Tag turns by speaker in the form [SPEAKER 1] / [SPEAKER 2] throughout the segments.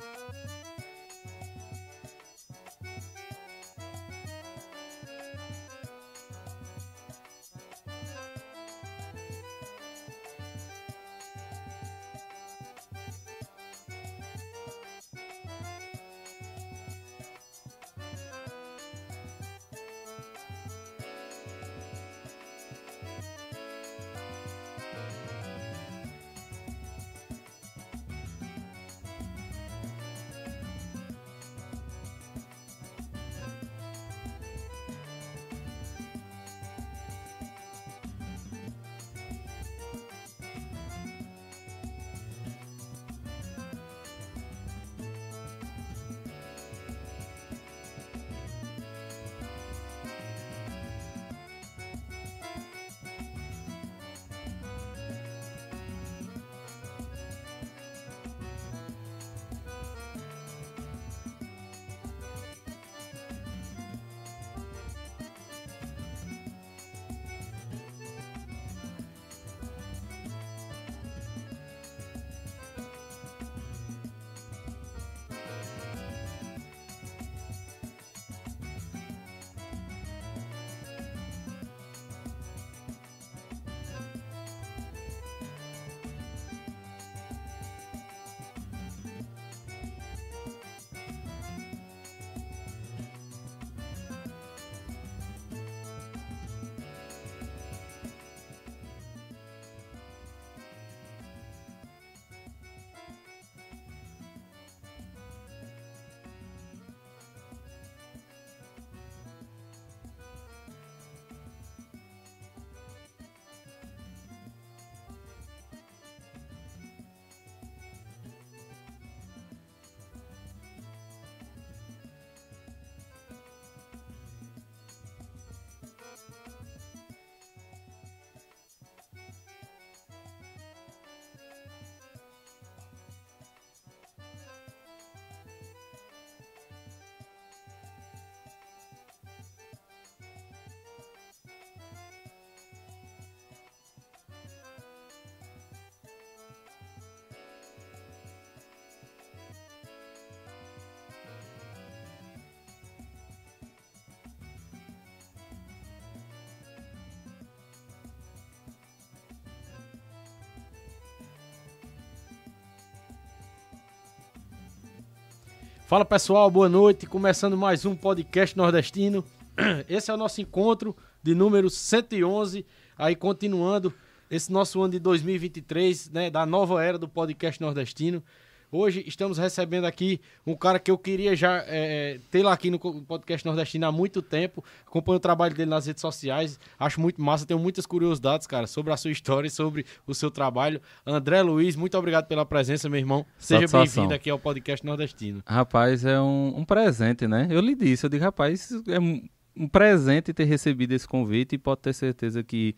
[SPEAKER 1] Fala pessoal, boa noite, começando mais um podcast nordestino. Esse é o nosso encontro de número 111, aí continuando esse nosso ano de 2023, né, da nova era do podcast nordestino. Hoje estamos recebendo aqui um cara que eu queria já ter lá aqui no podcast nordestino há muito tempo. Acompanho o trabalho dele nas redes sociais, acho muito massa, tenho muitas curiosidades, cara, sobre a sua história e sobre o seu trabalho. André Luiz, muito obrigado pela presença, meu irmão. Seja bem-vindo aqui ao podcast nordestino.
[SPEAKER 2] Rapaz, é um presente, né? Eu lhe disse, eu digo, rapaz, é um presente ter recebido esse convite e pode ter certeza que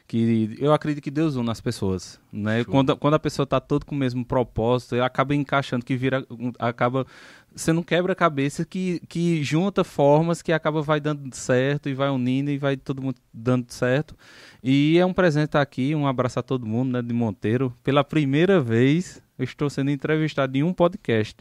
[SPEAKER 2] eu acredito que Deus une as pessoas, né? Quando a pessoa está todo com o mesmo propósito, ela acaba encaixando, acaba sendo um quebra-cabeça que junta formas que vai dando certo e vai unindo e vai todo mundo dando certo. E é um presente estar aqui, um abraço a todo mundo, né, de Monteiro. Pela primeira vez, eu estou sendo entrevistado em um podcast.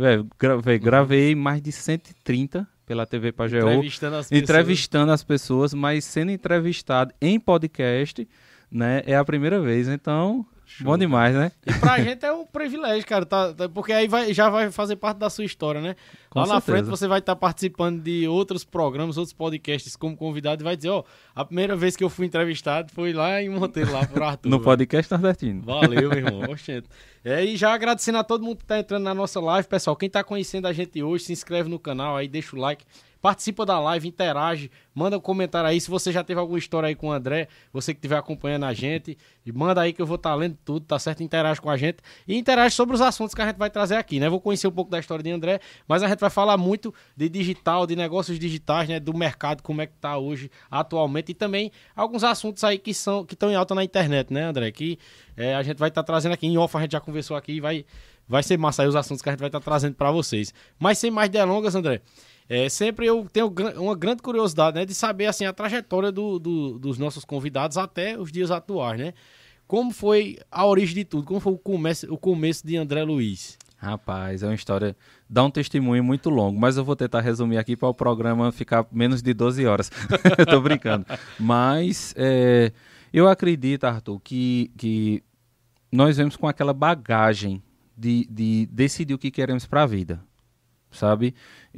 [SPEAKER 2] Gravei mais de 130 pela TV Pajeú, entrevistando as pessoas, mas sendo entrevistado em podcast, né, é a primeira vez, então, show, bom demais, né?
[SPEAKER 1] E pra gente é um privilégio, cara, porque aí já vai fazer parte da sua história, né?
[SPEAKER 2] Com
[SPEAKER 1] Lá
[SPEAKER 2] certeza.
[SPEAKER 1] Na frente você vai estar participando de outros programas, outros podcasts como convidado e vai dizer, a primeira vez que eu fui entrevistado foi lá em Monteiro, lá por Arthur.
[SPEAKER 2] No podcast nordestino.
[SPEAKER 1] Valeu, meu irmão. Oxente. E já agradecendo a todo mundo que tá entrando na nossa live, pessoal. Quem tá conhecendo a gente hoje, se inscreve no canal aí, deixa o like. Participa da live, interage, manda um comentário aí. Se você já teve alguma história aí com o André, você que estiver acompanhando a gente, manda aí que eu vou estar lendo tudo, tá certo? Interage com a gente e interage sobre os assuntos que a gente vai trazer aqui, né? Vou conhecer um pouco da história de André, mas a gente vai falar muito de digital, de negócios digitais, né? Do mercado, como é que tá hoje, atualmente, e também alguns assuntos aí que estão em alta na internet, né, André? Que a gente vai estar trazendo aqui, em off a gente já conversou aqui e vai ser massa aí os assuntos que a gente vai estar trazendo para vocês. Mas sem mais delongas, André, sempre eu tenho uma grande curiosidade, né, de saber assim, a trajetória dos nossos convidados até os dias atuais, né? Como foi a origem de tudo? Como foi o começo de André Luiz?
[SPEAKER 2] Rapaz, é uma história, dá um testemunho muito longo, mas eu vou tentar resumir aqui para o programa ficar menos de 12 horas. Eu tô brincando. Mas eu acredito, Arthur, que nós vemos com aquela bagagem de decidir o que queremos para a vida. Sabe?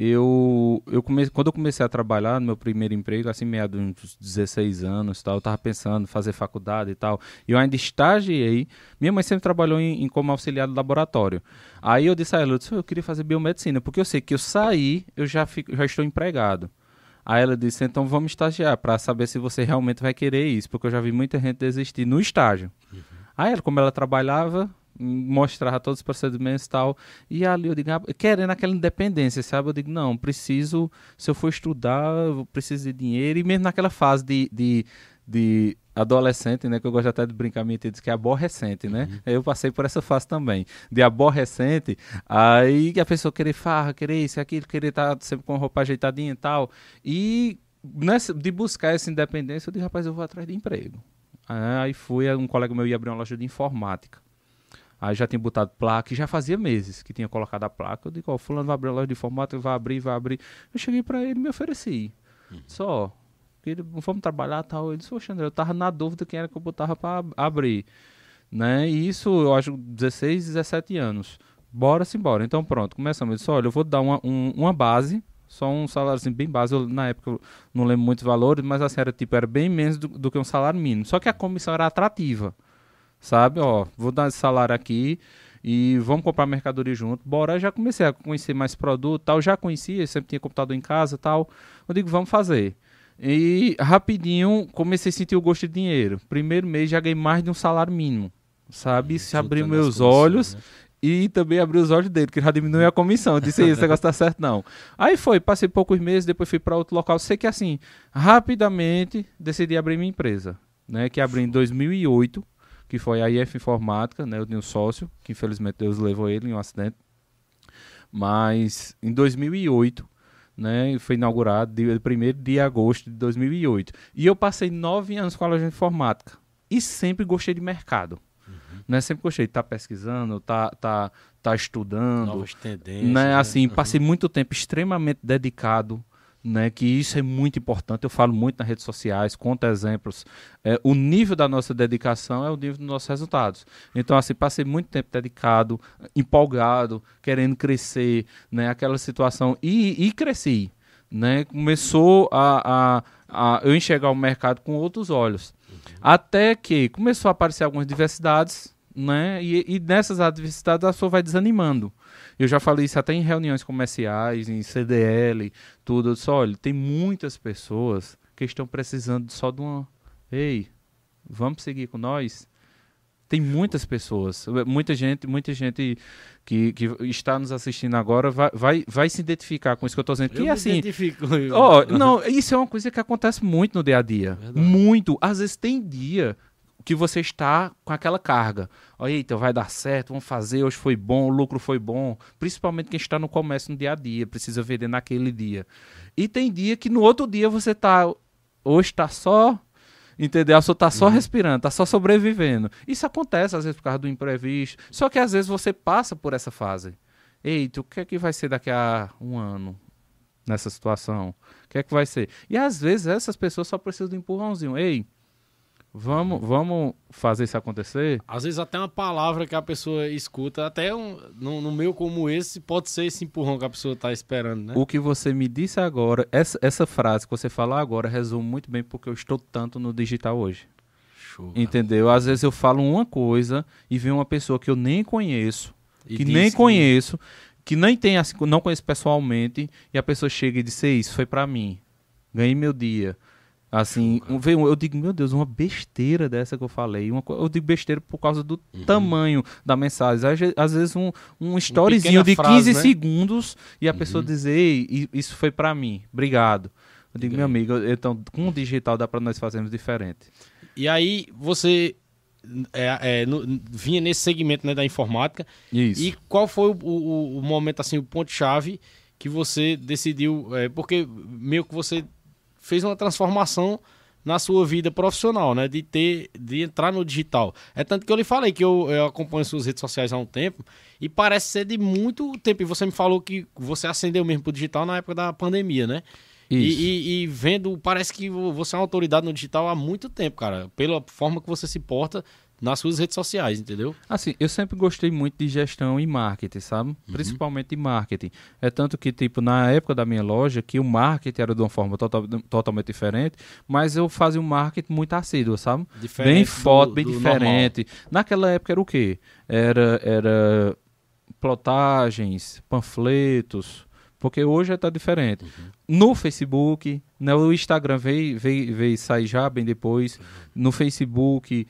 [SPEAKER 2] Quando eu comecei a trabalhar no meu primeiro emprego, assim, meados uns 16 anos, tal, eu estava pensando em fazer faculdade e tal, e eu ainda estagiei. Minha mãe sempre trabalhou como auxiliar de laboratório. Aí eu disse a ela, eu queria fazer biomedicina, porque eu sei que eu saí, eu já estou empregado. Aí ela disse, então vamos estagiar, para saber se você realmente vai querer isso, porque eu já vi muita gente desistir no estágio. Uhum. Aí ela, como ela trabalhava, mostrava todos os procedimentos e tal, e ali eu digo, querendo aquela independência, sabe? Eu digo, não, preciso, se eu for estudar, eu preciso de dinheiro, e mesmo naquela fase de adolescente, né, que eu gosto até de brincar, me diz que é aborrecente, né? Uhum. Eu passei por essa fase também, de aborrecente, aí a pessoa querer farra, querer isso, aquilo, querer estar sempre com a roupa ajeitadinha e tal, e de buscar essa independência, eu digo, rapaz, eu vou atrás de emprego. Aí um colega meu ia abrir uma loja de informática. Aí já tinha botado placa, e já fazia meses que tinha colocado a placa. Eu digo, fulano vai abrir a loja de informática, vai abrir. Eu cheguei pra ele e me ofereci. Só, vamos trabalhar e tal. Ele disse, poxa, André, eu tava na dúvida quem era que eu botava pra abrir. Né? E isso, eu acho, 16, 17 anos. Bora-se embora. Então pronto, começamos. Ele disse, olha, eu vou dar uma base, só um salário assim, bem base. Na época eu não lembro muitos valores, mas assim, era bem menos do que um salário mínimo. Só que a comissão era atrativa. Sabe, vou dar esse salário aqui e vamos comprar mercadoria junto. Bora, eu já comecei a conhecer mais produto, tal, já conhecia, sempre tinha computador em casa, tal. Eu digo, vamos fazer. E rapidinho comecei a sentir o gosto de dinheiro. Primeiro mês já ganhei mais de um salário mínimo, sabe? Isso abriu meus olhos, né? E também abriu os olhos dele, que já diminuiu a comissão. Eu disse, esse negócio tá certo não. Aí passei poucos meses, depois fui para outro local. Sei que assim, rapidamente decidi abrir minha empresa, né? Que abri em 2008. Que foi a IF Informática, né? Eu tinha um sócio, que infelizmente Deus levou ele em um acidente. Mas em 2008, né? Foi inaugurado dia 1º de agosto de 2008. E eu passei 9 anos com a loja de informática. E sempre gostei de mercado. Né? Sempre gostei de estar pesquisando, tá estudando.
[SPEAKER 1] Novas tendências.
[SPEAKER 2] Né? Assim, passei muito tempo extremamente dedicado. Né, que isso é muito importante, eu falo muito nas redes sociais, conto exemplos. O nível da nossa dedicação é o nível dos nossos resultados. Então, assim, passei muito tempo dedicado, empolgado, querendo crescer, né, aquela situação, e cresci. Né, começou a eu enxergar o mercado com outros olhos. Até que começou a aparecer algumas diversidades, né, e nessas adversidades a pessoa vai desanimando. Eu já falei isso até em reuniões comerciais, em CDL, tudo. Eu disse, olha, tem muitas pessoas que estão precisando só de uma... Ei, vamos seguir com nós? Tem muitas pessoas, muita gente que está nos assistindo agora vai se identificar com isso que eu estou dizendo. Que, assim, não, isso é uma coisa que acontece muito no dia a dia. Verdade. Muito. Às vezes tem dia que você está com aquela carga. Eita, vai dar certo, vamos fazer, hoje foi bom, o lucro foi bom. Principalmente quem está no comércio no dia a dia, precisa vender naquele dia. E tem dia que no outro dia você está... Hoje está só... Entendeu? A pessoa está só respirando, está só sobrevivendo. Isso acontece às vezes por causa do imprevisto. Só que às vezes você passa por essa fase. Eita, o que é que vai ser daqui a um ano nessa situação? O que é que vai ser? E às vezes essas pessoas só precisam de um empurrãozinho. Ei, vamos fazer isso acontecer?
[SPEAKER 1] Às vezes até uma palavra que a pessoa escuta, até no meio como esse, pode ser esse empurrão que a pessoa está esperando, né?
[SPEAKER 2] O que você me disse agora, essa frase que você falou agora, resume muito bem porque eu estou tanto no digital hoje. Show. Entendeu? Às vezes eu falo uma coisa e vem uma pessoa que eu nem conheço, que nem tem, assim, não conheço pessoalmente, e a pessoa chega e diz, isso foi pra mim, ganhei meu dia. Assim, eu digo, meu Deus, uma besteira dessa que eu falei. Eu digo besteira por causa do tamanho da mensagem. Às vezes um storyzinho de 15 segundos e a pessoa dizer, ei, isso foi pra mim, obrigado. Eu digo, meu amigo, então com o digital dá pra nós fazermos diferente.
[SPEAKER 1] E aí você vinha nesse segmento, né, da informática.
[SPEAKER 2] Isso.
[SPEAKER 1] E qual foi o momento, assim, o ponto-chave que você decidiu, porque meio que você... fez uma transformação na sua vida profissional, né? De entrar no digital. É tanto que eu lhe falei que eu acompanho suas redes sociais há um tempo e parece ser de muito tempo. E você me falou que você ascendeu mesmo pro digital na época da pandemia, né? E vendo, parece que você é uma autoridade no digital há muito tempo, cara. Pela forma que você se porta nas suas redes sociais, entendeu?
[SPEAKER 2] Assim, eu sempre gostei muito de gestão e marketing, sabe? Principalmente de marketing. É tanto que, tipo, na época da minha loja, que o marketing era de uma forma totalmente diferente, mas eu fazia um marketing muito assíduo, sabe?
[SPEAKER 1] Diferente
[SPEAKER 2] bem forte, bem
[SPEAKER 1] do
[SPEAKER 2] diferente.
[SPEAKER 1] normal.
[SPEAKER 2] Naquela época era o quê? Era plotagens, panfletos, porque hoje está diferente. No Facebook, né, o Instagram veio sair já bem depois. No Facebook,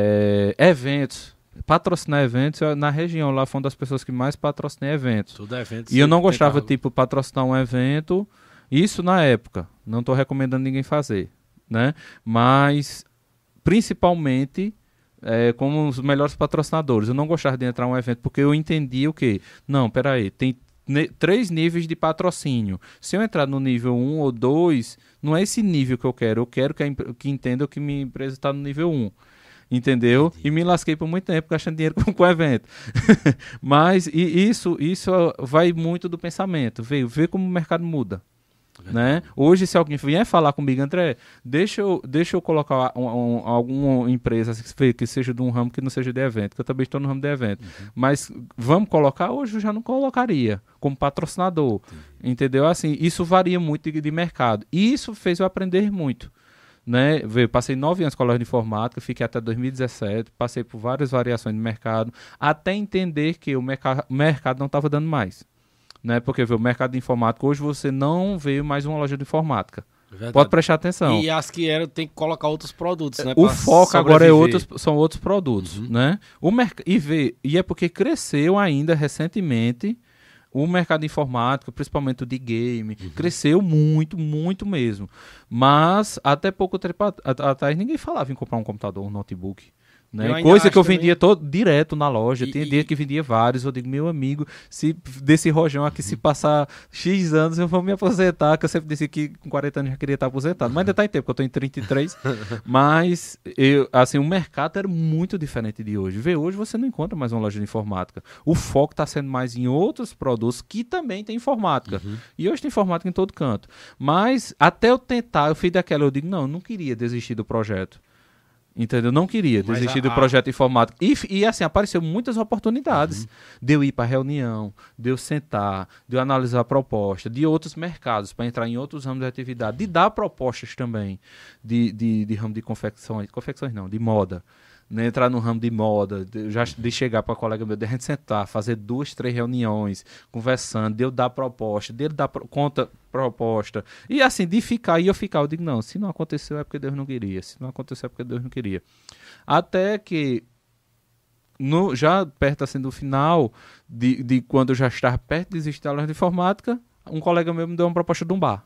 [SPEAKER 2] eventos. Patrocinar eventos, na região lá foi uma das pessoas que mais patrocinei eventos.
[SPEAKER 1] Tudo é evento.
[SPEAKER 2] E eu não gostava, tipo, patrocinar um evento, isso na época. Não estou recomendando ninguém fazer, né? Mas, principalmente, como os melhores patrocinadores. Eu não gostava de entrar em um evento, porque eu entendia o quê? Não, peraí, tem 3 níveis de patrocínio. Se eu entrar no nível 1 ou 2, não é esse nível que eu quero. Eu quero que entenda que minha empresa está no nível 1. Entendeu? Entendi. E me lasquei por muito tempo gastando dinheiro com o evento. Mas isso vai muito do pensamento. Vê como o mercado muda. Né? Hoje, se alguém vier falar comigo, André, deixa eu colocar alguma empresa que seja de um ramo que não seja de evento, que eu também estou no ramo de evento. Mas vamos colocar? Hoje eu já não colocaria como patrocinador. Entendeu? Assim, isso varia muito de mercado. E isso fez eu aprender muito. Né? Passei 9 anos com a loja de informática, fiquei até 2017, passei por várias variações de mercado, até entender que o mercado não estava dando mais. Né? Porque o mercado de informática, hoje você não vê mais uma loja de informática. Verdade. Pode prestar atenção.
[SPEAKER 1] E as que eram, tem que colocar outros produtos, né?
[SPEAKER 2] O foco agora são outros produtos. Né? E é porque cresceu ainda recentemente o mercado de informática, principalmente o de game, cresceu muito, muito mesmo. Mas até pouco tempo atrás ninguém falava em comprar um computador, um notebook. Né? Coisa que eu vendia direto na loja. Tinha dia que vendia vários. Eu digo, meu amigo, se desse rojão aqui, se passar X anos, eu vou me aposentar. Que eu sempre disse que com 40 anos já queria estar aposentado. Mas ainda está em tempo, porque eu estou em 33. Mas, assim, o mercado era muito diferente de hoje. Hoje você não encontra mais uma loja de informática. O foco está sendo mais em outros produtos que também tem informática. E hoje tem informática em todo canto. Mas, até eu tentar, eu fiz daquela, eu digo, não queria desistir do projeto. Entendeu? Não queria desistir do projeto informático. E assim, apareceu muitas oportunidades de eu ir para reunião, de eu sentar, de eu analisar a proposta, de outros mercados, para entrar em outros ramos de atividade, de dar propostas também de ramo de confecções não, de moda. Né, entrar no ramo de moda, de chegar para colega meu, de a gente sentar, fazer 2, 3 reuniões, conversando, de eu dar proposta, dele dar conta proposta, e assim, de ficar, e eu digo, não, se não aconteceu é porque Deus não queria, se não aconteceu é porque Deus não queria. Até que, já perto assim do final, de quando eu já estava perto de desistir da loja de informática, um colega meu me deu uma proposta de um bar.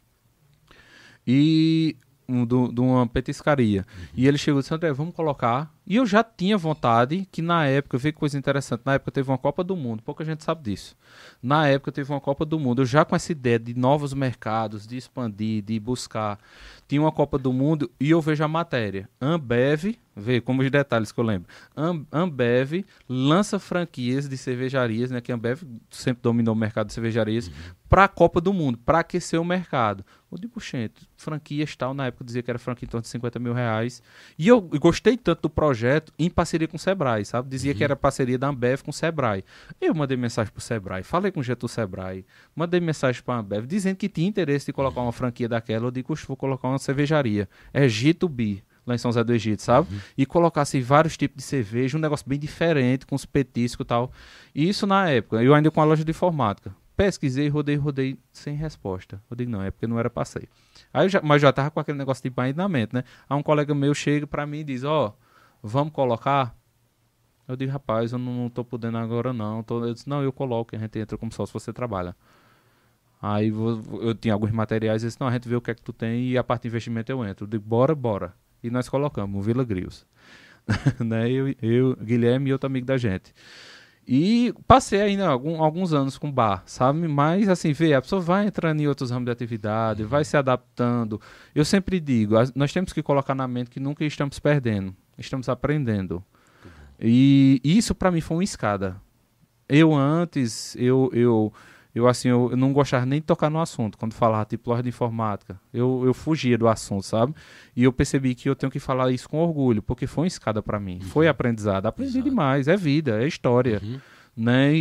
[SPEAKER 2] E de uma petiscaria. E ele chegou e disse, André, vamos colocar. E eu já tinha vontade, que na época, vi coisa interessante, na época teve uma Copa do Mundo, pouca gente sabe disso. Na época teve uma Copa do Mundo, eu já com essa ideia de novos mercados, de expandir, de buscar. Tinha uma Copa do Mundo e eu vejo a matéria. Ambev, vê como os detalhes que eu lembro. Ambev lança franquias de cervejarias, né, que a Ambev sempre dominou o mercado de cervejarias, para a Copa do Mundo, para aquecer o mercado. Eu digo, gente, franquias tal, na época dizia que era franquia em torno de R$50 mil. E eu gostei tanto do projeto em parceria com o Sebrae, sabe? Dizia que era parceria da Ambev com o Sebrae. Eu mandei mensagem pro Sebrae, falei com o Getúlio Sebrae, mandei mensagem para a Ambev, dizendo que tinha interesse de colocar uma franquia daquela. Eu digo, vou colocar uma cervejaria. É G2B, lá em São José do Egito, sabe? E colocasse vários tipos de cerveja, um negócio bem diferente, com os petiscos e tal. E isso na época, eu ainda com a loja de informática. Pesquisei, rodei sem resposta. Eu digo, não, é porque não era passeio. Mas já tava com aquele negócio de pai na mente, né? Aí um colega meu chega pra mim e diz, vamos colocar? Eu digo, rapaz, eu não tô podendo agora não. Eu disse, não, eu coloco, a gente entra como só se você trabalha. Aí eu tinha alguns materiais, e disse, não, a gente vê o que é que tu tem e a parte de investimento eu entro. Eu digo, bora. E nós colocamos o Vila Grios. Né? Eu, Guilherme e outro amigo da gente. E passei ainda alguns anos com bar, sabe? Mas, assim, a pessoa vai entrando em outros ramos de atividade, vai se adaptando. Eu sempre digo, nós temos que colocar na mente que nunca estamos perdendo, estamos aprendendo. E isso, para mim, foi uma escada. Eu antes, assim, eu não gostava nem de tocar no assunto. Quando falava, tipo, loja de informática, eu fugia do assunto, sabe? E eu percebi que eu tenho que falar isso com orgulho, porque foi uma escada para mim. Foi aprendizado. Aprendi demais. É vida, é história. Né?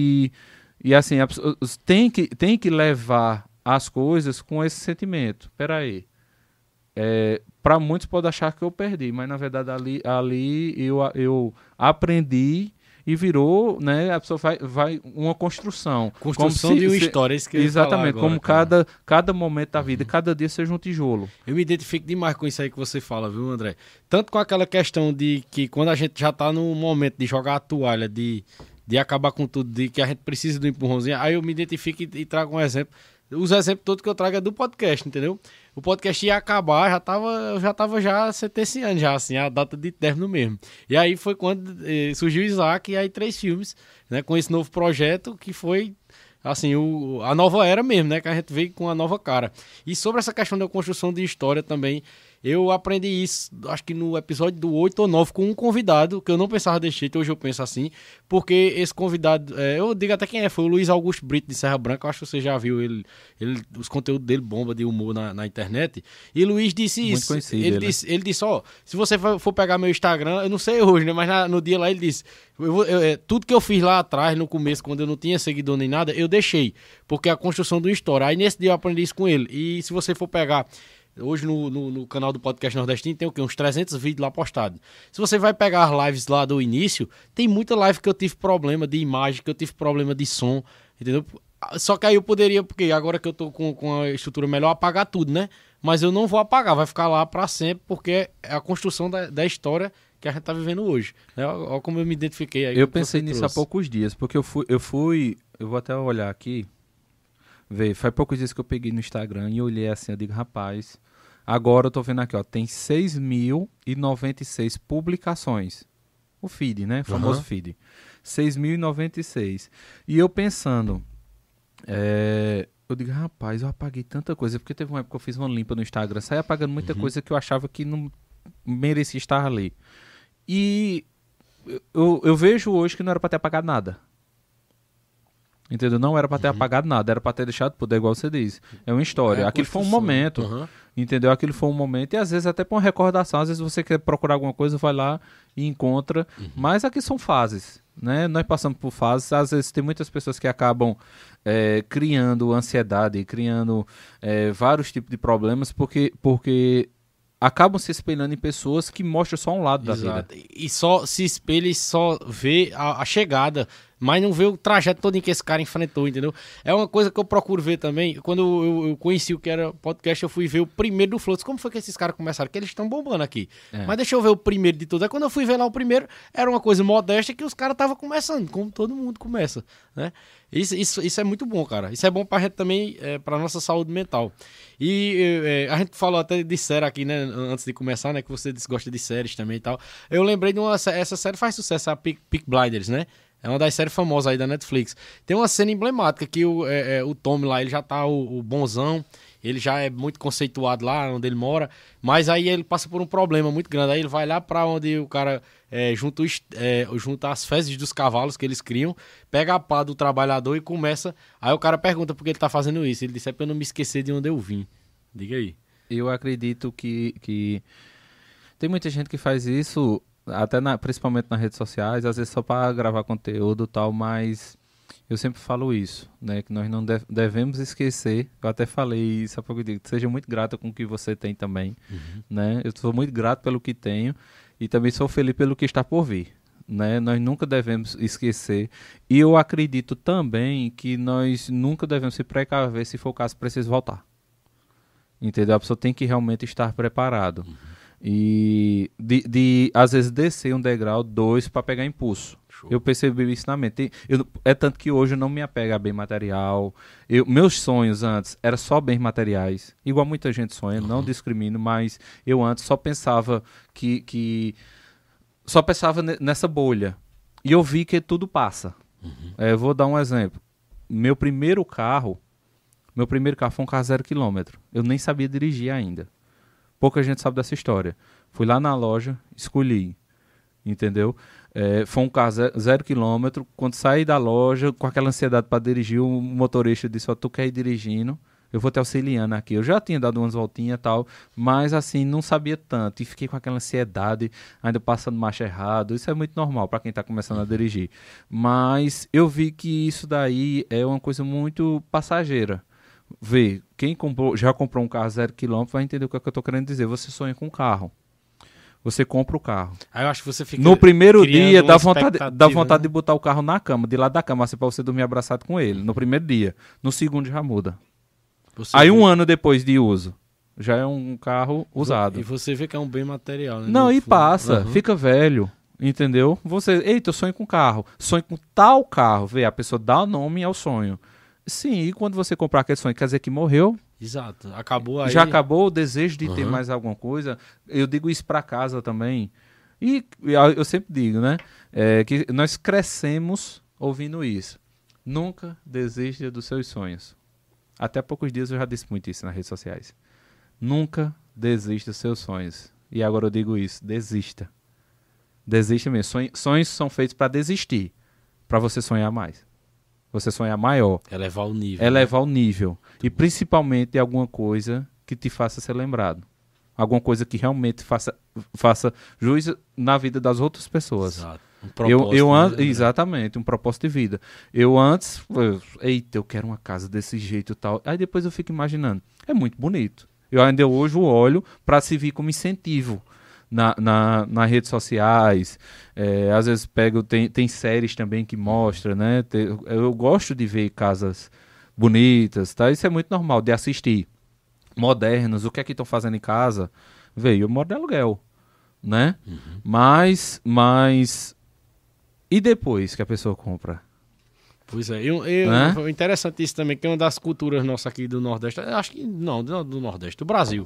[SPEAKER 2] E assim, tem que levar as coisas com esse sentimento. Peraí. Para muitos pode achar que eu perdi, mas na verdade ali eu aprendi e virou, né? A pessoa vai uma construção.
[SPEAKER 1] Construção de uma história, isso que eu ia falar
[SPEAKER 2] exatamente,
[SPEAKER 1] agora,
[SPEAKER 2] como cada momento da vida, cada dia seja um tijolo.
[SPEAKER 1] Eu me identifico demais com isso aí que você fala, viu, André? Tanto com aquela questão de que quando a gente já tá no momento de jogar a toalha, de acabar com tudo, de que a gente precisa do empurrãozinho, aí eu me identifico e trago um exemplo. Os exemplos todos que eu trago é do podcast, entendeu? O podcast ia acabar, eu já tava sentenciando já, assim, a data de término mesmo. E aí foi quando surgiu o Isaac e aí 3 filmes, né, com esse novo projeto que foi, assim, a nova era mesmo, né, que a gente veio com a nova cara. E sobre essa questão da construção de história também, eu aprendi isso, acho que no episódio do 8 ou 9, com um convidado, que eu não pensava desse jeito, hoje eu penso assim, porque esse convidado, eu digo até quem foi o Luiz Augusto Brito de Serra Branca, eu acho que você já viu os conteúdos dele, bomba de humor na internet, e Luiz disse
[SPEAKER 2] muito
[SPEAKER 1] isso,
[SPEAKER 2] conhecido,
[SPEAKER 1] ele disse, ó, se você for pegar meu Instagram, eu não sei hoje, né, mas no dia lá ele disse, tudo que eu fiz lá atrás, no começo, quando eu não tinha seguidor nem nada, eu deixei, porque a construção do história, aí nesse dia eu aprendi isso com ele, e se você for pegar hoje no canal do Podcast Nordestino tem o quê? Uns 300 vídeos lá postados. Se você vai pegar as lives lá do início, tem muita live que eu tive problema de imagem, que eu tive problema de som, entendeu? Só que aí eu poderia, porque agora que eu tô com a estrutura melhor, apagar tudo, né? Mas eu não vou apagar, vai ficar lá pra sempre, porque é a construção da história que a gente tá vivendo hoje. Olha como eu me identifiquei aí.
[SPEAKER 2] Eu pensei nisso há poucos dias, porque eu vou até olhar aqui, faz poucos dias que eu peguei no Instagram e olhei assim, eu digo, rapaz, agora eu tô vendo aqui, ó, tem 6.096 publicações. O feed, né? O famoso feed. 6.096. E eu pensando, eu digo, rapaz, eu apaguei tanta coisa, porque teve uma época que eu fiz uma limpa no Instagram, saí apagando muita coisa que eu achava que não merecia estar ali. E eu vejo hoje que não era pra ter apagado nada. Entendeu? Não era pra ter apagado nada, era pra ter deixado poder, igual você diz. É uma história. Aquilo foi um momento. Entendeu? Aquilo foi um momento. E às vezes até pra uma recordação. Às vezes você quer procurar alguma coisa, vai lá e encontra. Mas aqui são fases, né? Nós passamos por fases. Às vezes tem muitas pessoas que acabam criando ansiedade, criando vários tipos de problemas, porque acabam se espelhando em pessoas que mostram só um lado da vida.
[SPEAKER 1] E só se espelha e só vê a chegada, mas não vê o trajeto todo em que esse cara enfrentou, entendeu? É uma coisa que eu procuro ver também. Quando eu conheci o que era podcast, eu fui ver o primeiro do Floats. Como foi que esses caras começaram? Que eles estão bombando aqui. Mas deixa eu ver o primeiro de tudo. Aí quando eu fui ver lá o primeiro, era uma coisa modesta que os caras estavam começando, como todo mundo começa, né? Isso é muito bom, cara. Isso é bom pra gente também, pra nossa saúde mental. E a gente falou até de série aqui, né? Antes de começar, né? Que você gosta de séries também e tal. Eu lembrei de essa série faz sucesso, a Peaky Blinders, né? É uma das séries famosas aí da Netflix. Tem uma cena emblemática que o Tommy lá, ele já tá o bonzão, ele já é muito conceituado lá onde ele mora, mas aí ele passa por um problema muito grande. Aí ele vai lá pra onde o cara junta as fezes dos cavalos que eles criam, pega a pá do trabalhador e começa... Aí o cara pergunta por que ele tá fazendo isso. Ele disse, é pra eu não me esquecer de onde eu vim. Diga aí.
[SPEAKER 2] Eu acredito que tem muita gente que faz isso... Até principalmente nas redes sociais, às vezes só para gravar conteúdo e tal, mas eu sempre falo isso, né? Que nós não devemos esquecer, eu até falei isso há pouco tempo, seja muito grato com o que você tem também, né? Eu sou muito grato pelo que tenho e também sou feliz pelo que está por vir, né? Nós nunca devemos esquecer e eu acredito também que nós nunca devemos se precaver se for o caso preciso voltar, entendeu? A pessoa tem que realmente estar preparado. E às vezes descer um degrau, 2 para pegar impulso. Show. Eu percebi isso na mente. É tanto que hoje eu não me apego a bem material. Meus sonhos antes eram só bens materiais. Igual muita gente sonha, não discrimino, mas eu antes só pensava só pensava nessa bolha. E eu vi que tudo passa. Eu vou dar um exemplo. Meu primeiro carro foi um carro 0 km. Eu nem sabia dirigir ainda. Pouca gente sabe dessa história. Fui lá na loja, escolhi. Entendeu? Foi um carro 0 km. Quando saí da loja, com aquela ansiedade para dirigir, o motorista disse, tu quer ir dirigindo? Eu vou te auxiliando aqui. Eu já tinha dado umas voltinhas e tal, mas assim, não sabia tanto. E fiquei com aquela ansiedade, ainda passando marcha errado. Isso é muito normal para quem está começando a dirigir. Mas eu vi que isso daí é uma coisa muito passageira. Vê, quem já comprou um carro 0 km vai entender o que eu estou querendo dizer. Você sonha com um carro. Você compra o carro.
[SPEAKER 1] Aí eu acho que você fica
[SPEAKER 2] no primeiro dia, dá vontade
[SPEAKER 1] né?
[SPEAKER 2] de botar o carro na cama, de lado da cama, assim, para você dormir abraçado com ele. No primeiro dia. No segundo já muda. Aí um ano depois de uso, já é um carro usado.
[SPEAKER 1] E você vê que é um bem material, né?
[SPEAKER 2] Não, e passa, fica velho, entendeu? Eita, eu sonho com carro, sonho com tal carro. Vê, a pessoa dá o nome ao sonho. Sim, e quando você comprar aquele sonho, quer dizer que morreu?
[SPEAKER 1] Exato, acabou aí.
[SPEAKER 2] Já acabou o desejo de ter mais alguma coisa. Eu digo isso para casa também. E eu sempre digo, né? Que nós crescemos ouvindo isso. Nunca desista dos seus sonhos. Até há poucos dias eu já disse muito isso nas redes sociais. Nunca desista dos seus sonhos. E agora eu digo isso, desista. Desista mesmo. Sonhos são feitos para desistir. Para você sonhar mais. Você sonhar maior.
[SPEAKER 1] Elevar o nível.
[SPEAKER 2] Elevar o nível. E principalmente alguma coisa que te faça ser lembrado. Alguma coisa que realmente faça juízo na vida das outras pessoas.
[SPEAKER 1] Exato. Um propósito, né?
[SPEAKER 2] Exatamente, um propósito de vida. Eita, eu quero uma casa desse jeito e tal. Aí depois eu fico imaginando, é muito bonito. Eu ainda hoje olho para servir como incentivo nas redes sociais. Às vezes tem séries também que mostram, né? Eu gosto de ver casas bonitas, tá? Isso é muito normal de assistir. Modernos, o que é que estão fazendo em casa? Eu moro de aluguel, né? Mas e depois que a pessoa compra?
[SPEAKER 1] Pois é, interessante isso também, que é uma das culturas nossas aqui do Nordeste, acho que não do Nordeste, do Brasil.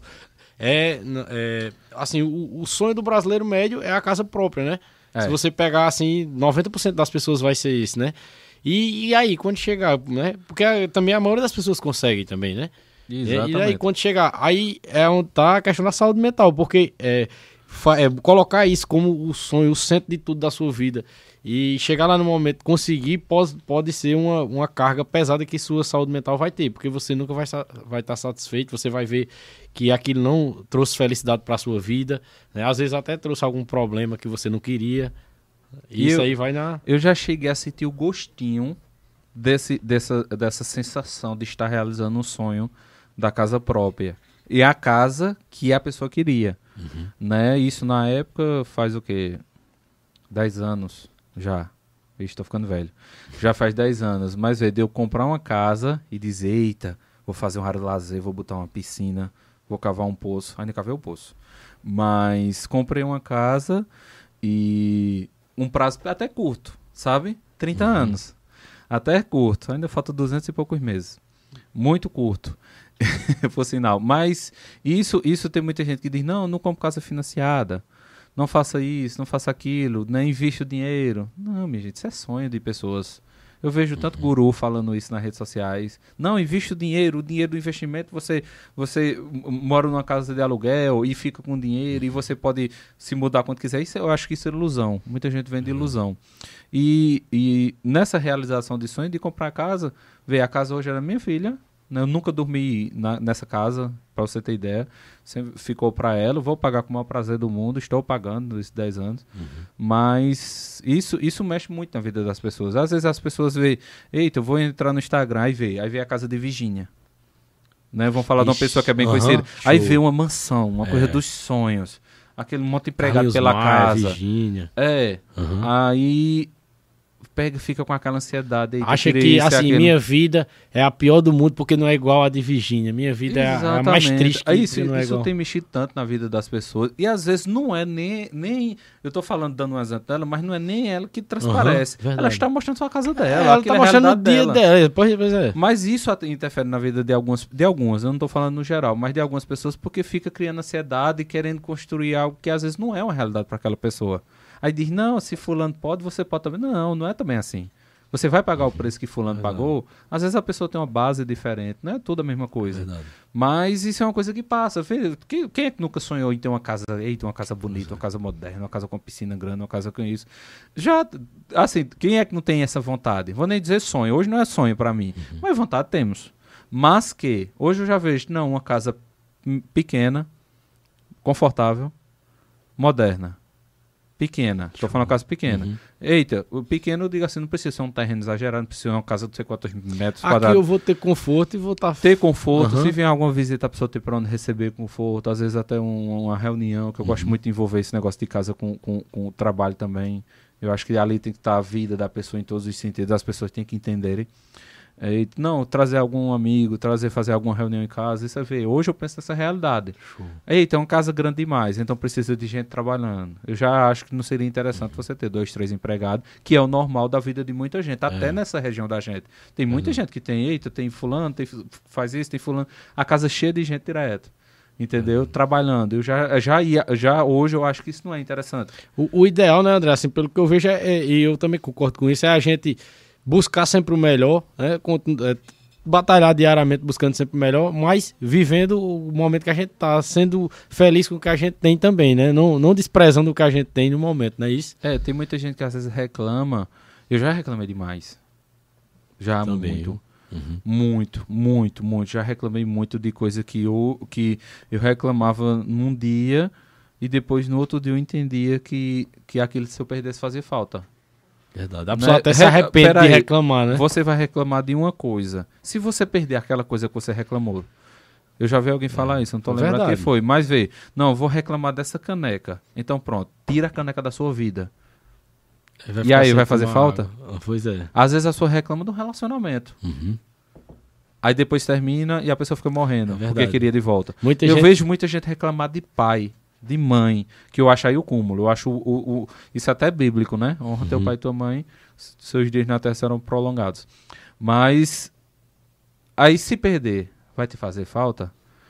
[SPEAKER 1] Assim, o sonho do brasileiro médio é a casa própria, né? Se você pegar assim, 90% das pessoas vai ser isso, né? E aí, quando chegar, né? Porque também a maioria das pessoas consegue também, né?
[SPEAKER 2] Exatamente.
[SPEAKER 1] E aí, quando chegar, aí é onde tá a questão da saúde mental, porque colocar isso como o sonho, o centro de tudo da sua vida, e chegar lá no momento, conseguir, pode ser uma carga pesada que sua saúde mental vai ter, porque você nunca vai estar satisfeito, você vai ver que aquilo não trouxe felicidade para a sua vida, né? Às vezes até trouxe algum problema que você não queria, e isso aí vai na...
[SPEAKER 2] Eu já cheguei a sentir o gostinho dessa sensação de estar realizando um sonho da casa própria. E a casa que a pessoa queria. Né? Isso na época faz o quê? 10 anos já. Estou ficando velho. Já faz 10 anos. Mas de eu comprar uma casa e dizer, eita, vou fazer um área de lazer, vou botar uma piscina, vou cavar um poço. Ainda cavei o poço. Mas comprei uma casa e um prazo até curto, sabe? 30 anos. Até curto. Ainda falta 200 e poucos meses. Muito curto. Por sinal. Mas isso tem muita gente que diz, não compro casa financiada, não faça isso, não faça aquilo, nem invista o dinheiro. Não, minha gente, isso é sonho de pessoas. Eu vejo tanto guru falando isso nas redes sociais. Não, invista o dinheiro do investimento, você mora numa casa de aluguel e fica com dinheiro e você pode se mudar quando quiser. Isso, eu acho que isso é ilusão. Muita gente vende ilusão. E nessa realização de sonho de comprar casa, a casa hoje era minha filha. Eu nunca dormi nessa casa, para você ter ideia. Sempre ficou para ela. Vou pagar com o maior prazer do mundo. Estou pagando esses 10 anos. Mas isso mexe muito na vida das pessoas. Às vezes as pessoas veem, eita, eu vou entrar no Instagram aí vê a casa de Virgínia. Né? Vão falar de uma pessoa que é bem conhecida.
[SPEAKER 1] Show.
[SPEAKER 2] Aí vê uma mansão, uma coisa dos sonhos. Aquele monte de empregado pela casa.
[SPEAKER 1] Virgínia.
[SPEAKER 2] Aí fica com aquela ansiedade aí.
[SPEAKER 1] Acha que assim, minha vida é a pior do mundo porque não é igual a de Virgínia. Minha vida é a mais triste.
[SPEAKER 2] Isso tem mexido tanto na vida das pessoas. E às vezes não é nem eu tô falando, dando um exemplo dela, mas não é nem ela que transparece. Ela está mostrando só a casa dela.
[SPEAKER 1] Ela está mostrando o dia dela. Pois é.
[SPEAKER 2] Mas isso interfere na vida de algumas. Eu não tô falando no geral, mas de algumas pessoas, porque fica criando ansiedade e querendo construir algo que às vezes não é uma realidade para aquela pessoa. Aí diz, não, se fulano pode, você pode também. Não, não é também assim. Você vai pagar o preço que fulano pagou, às vezes a pessoa tem uma base diferente, não é tudo a mesma coisa. Mas isso é uma coisa que passa. Vê, quem é que nunca sonhou em ter uma casa, uma casa bonita, uma casa moderna, uma casa com piscina grande, uma casa com isso? Já, assim, quem é que não tem essa vontade? Vou nem dizer sonho, hoje não é sonho pra mim, mas vontade temos. Mas que, hoje eu já vejo, não, uma casa pequena, confortável, moderna. Pequena, estou falando uma casa pequena. Eita, o pequeno, eu digo assim, não precisa ser um terreno exagerado, não precisa ser uma casa de não sei quantos metros quadrados.
[SPEAKER 1] Aqui eu vou ter conforto e vou estar...
[SPEAKER 2] Ter conforto, se vier alguma visita, a pessoa ter para onde receber conforto, às vezes até uma reunião, que eu gosto muito de envolver esse negócio de casa com o trabalho também. Eu acho que ali tem que estar a vida da pessoa em todos os sentidos, as pessoas têm que entenderem. Não, trazer algum amigo, fazer alguma reunião em casa, isso é ver. Hoje eu penso nessa realidade. Eita, é uma casa grande demais, então precisa de gente trabalhando. Eu já acho que não seria interessante você ter 2, 3 empregados, que é o normal da vida de muita gente, até nessa região da gente. Tem muita gente que tem fulano, faz isso, tem fulano, a casa cheia de gente direto. Entendeu? Trabalhando. Já hoje eu acho que isso não é interessante.
[SPEAKER 1] O ideal, né, André? Assim, pelo que eu vejo, e eu também concordo com isso, é a gente buscar sempre o melhor, né? Batalhar diariamente buscando sempre o melhor, mas vivendo o momento que a gente está, sendo feliz com o que a gente tem também, né? Não desprezando o que a gente tem no momento, não é isso?
[SPEAKER 2] Tem muita gente que às vezes reclama. Eu já reclamei demais. Já também. Muito. Já reclamei muito de coisa que eu reclamava num dia e depois no outro dia eu entendia que aquilo, se eu perdesse, fazia falta.
[SPEAKER 1] Verdade. A pessoa até se arrepende de reclamar, né?
[SPEAKER 2] Você vai reclamar de uma coisa. Se você perder aquela coisa que você reclamou, eu já vi alguém falar isso, não estou lembrando quem foi, mas vê, não, eu vou reclamar dessa caneca. Então pronto, tira a caneca da sua vida. E aí vai fazer falta?
[SPEAKER 1] Pois é.
[SPEAKER 2] Às vezes a pessoa reclama do relacionamento. Aí depois termina e a pessoa fica morrendo porque queria de volta. Eu vejo muita gente reclamar de pai, de mãe, que eu acho aí o cúmulo. Eu acho isso até bíblico, né? Honra teu pai e tua mãe, seus dias na terra serão prolongados. Mas aí se perder, vai te fazer falta?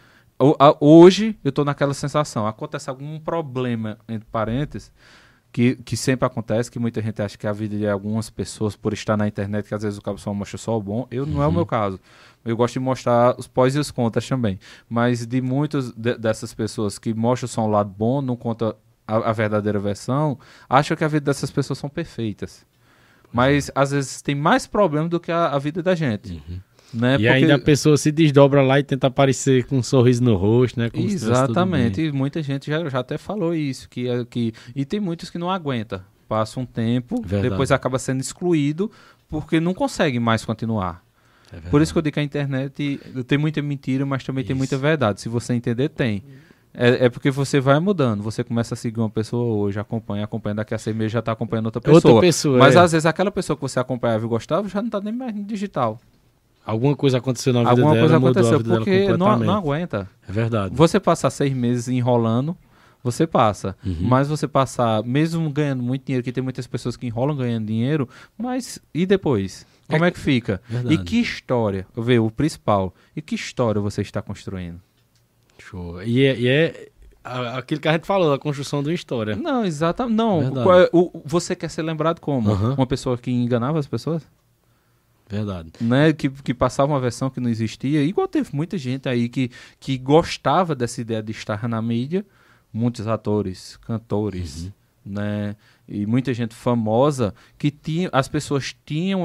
[SPEAKER 2] Hoje eu tô naquela sensação. Acontece algum problema, entre parênteses, que sempre acontece, que muita gente acha que a vida de algumas pessoas, por estar na internet, que às vezes o cara só mostra só o bom. Não é o meu caso. Eu gosto de mostrar os pós e os contras também. Mas de muitas dessas pessoas que mostram só um lado bom, não conta a verdadeira versão, acham que a vida dessas pessoas são perfeitas. Mas às vezes tem mais problema do que a vida da gente. Né?
[SPEAKER 1] E ainda a pessoa se desdobra lá e tenta aparecer com um sorriso no rosto, né? Como
[SPEAKER 2] exatamente, e muita gente já até falou isso, e tem muitos que não aguentam, passa um tempo, depois acaba sendo excluído, porque não consegue mais continuar. Por isso que eu digo que a internet tem muita mentira, mas também tem muita verdade, se você entender, tem. É porque você vai mudando, você começa a seguir uma pessoa hoje, acompanha, daqui a 6 meses já está acompanhando outra pessoa. Mas às vezes aquela pessoa que você acompanhava e gostava já não está nem mais no digital.
[SPEAKER 1] Alguma coisa aconteceu na vida dela. Alguma coisa aconteceu,
[SPEAKER 2] porque não aguenta.
[SPEAKER 1] É verdade.
[SPEAKER 2] Você passar 6 meses enrolando, você passa. Mas você passar, mesmo ganhando muito dinheiro, que tem muitas pessoas que enrolam ganhando dinheiro, mas e depois? Como é que fica? Verdade. E que história? Eu vejo o principal. E que história você está construindo?
[SPEAKER 1] Show. E é aquilo que a gente falou, a construção de uma história.
[SPEAKER 2] Não, exatamente. Não. Você quer ser lembrado como? Uma pessoa que enganava as pessoas?
[SPEAKER 1] Verdade.
[SPEAKER 2] Né? Que passava uma versão que não existia. Igual teve muita gente aí que gostava dessa ideia de estar na mídia. Muitos atores, cantores, né? E muita gente famosa que as pessoas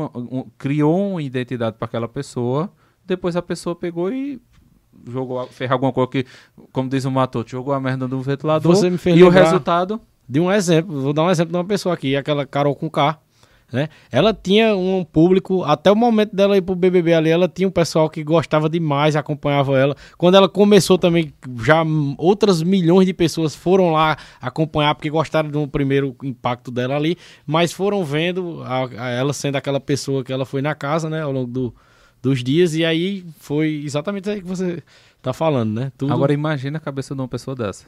[SPEAKER 2] criou uma identidade para aquela pessoa. Depois a pessoa pegou e fez alguma coisa que, como diz o Matoto, jogou a merda do ventilador.
[SPEAKER 1] Você me fez
[SPEAKER 2] e o resultado...
[SPEAKER 1] De um exemplo. Vou dar um exemplo de uma pessoa aqui, aquela Carol Conká. Né? Ela tinha um público, até o momento dela ir pro BBB ali, ela tinha um pessoal que gostava demais, acompanhava ela. Quando ela começou também, já outras milhões de pessoas foram lá acompanhar, porque gostaram do primeiro impacto dela ali, mas foram vendo ela sendo aquela pessoa que ela foi na casa, né, ao longo dos dias, e aí foi exatamente isso aí que você tá falando, né?
[SPEAKER 2] Agora imagina a cabeça de uma pessoa dessa.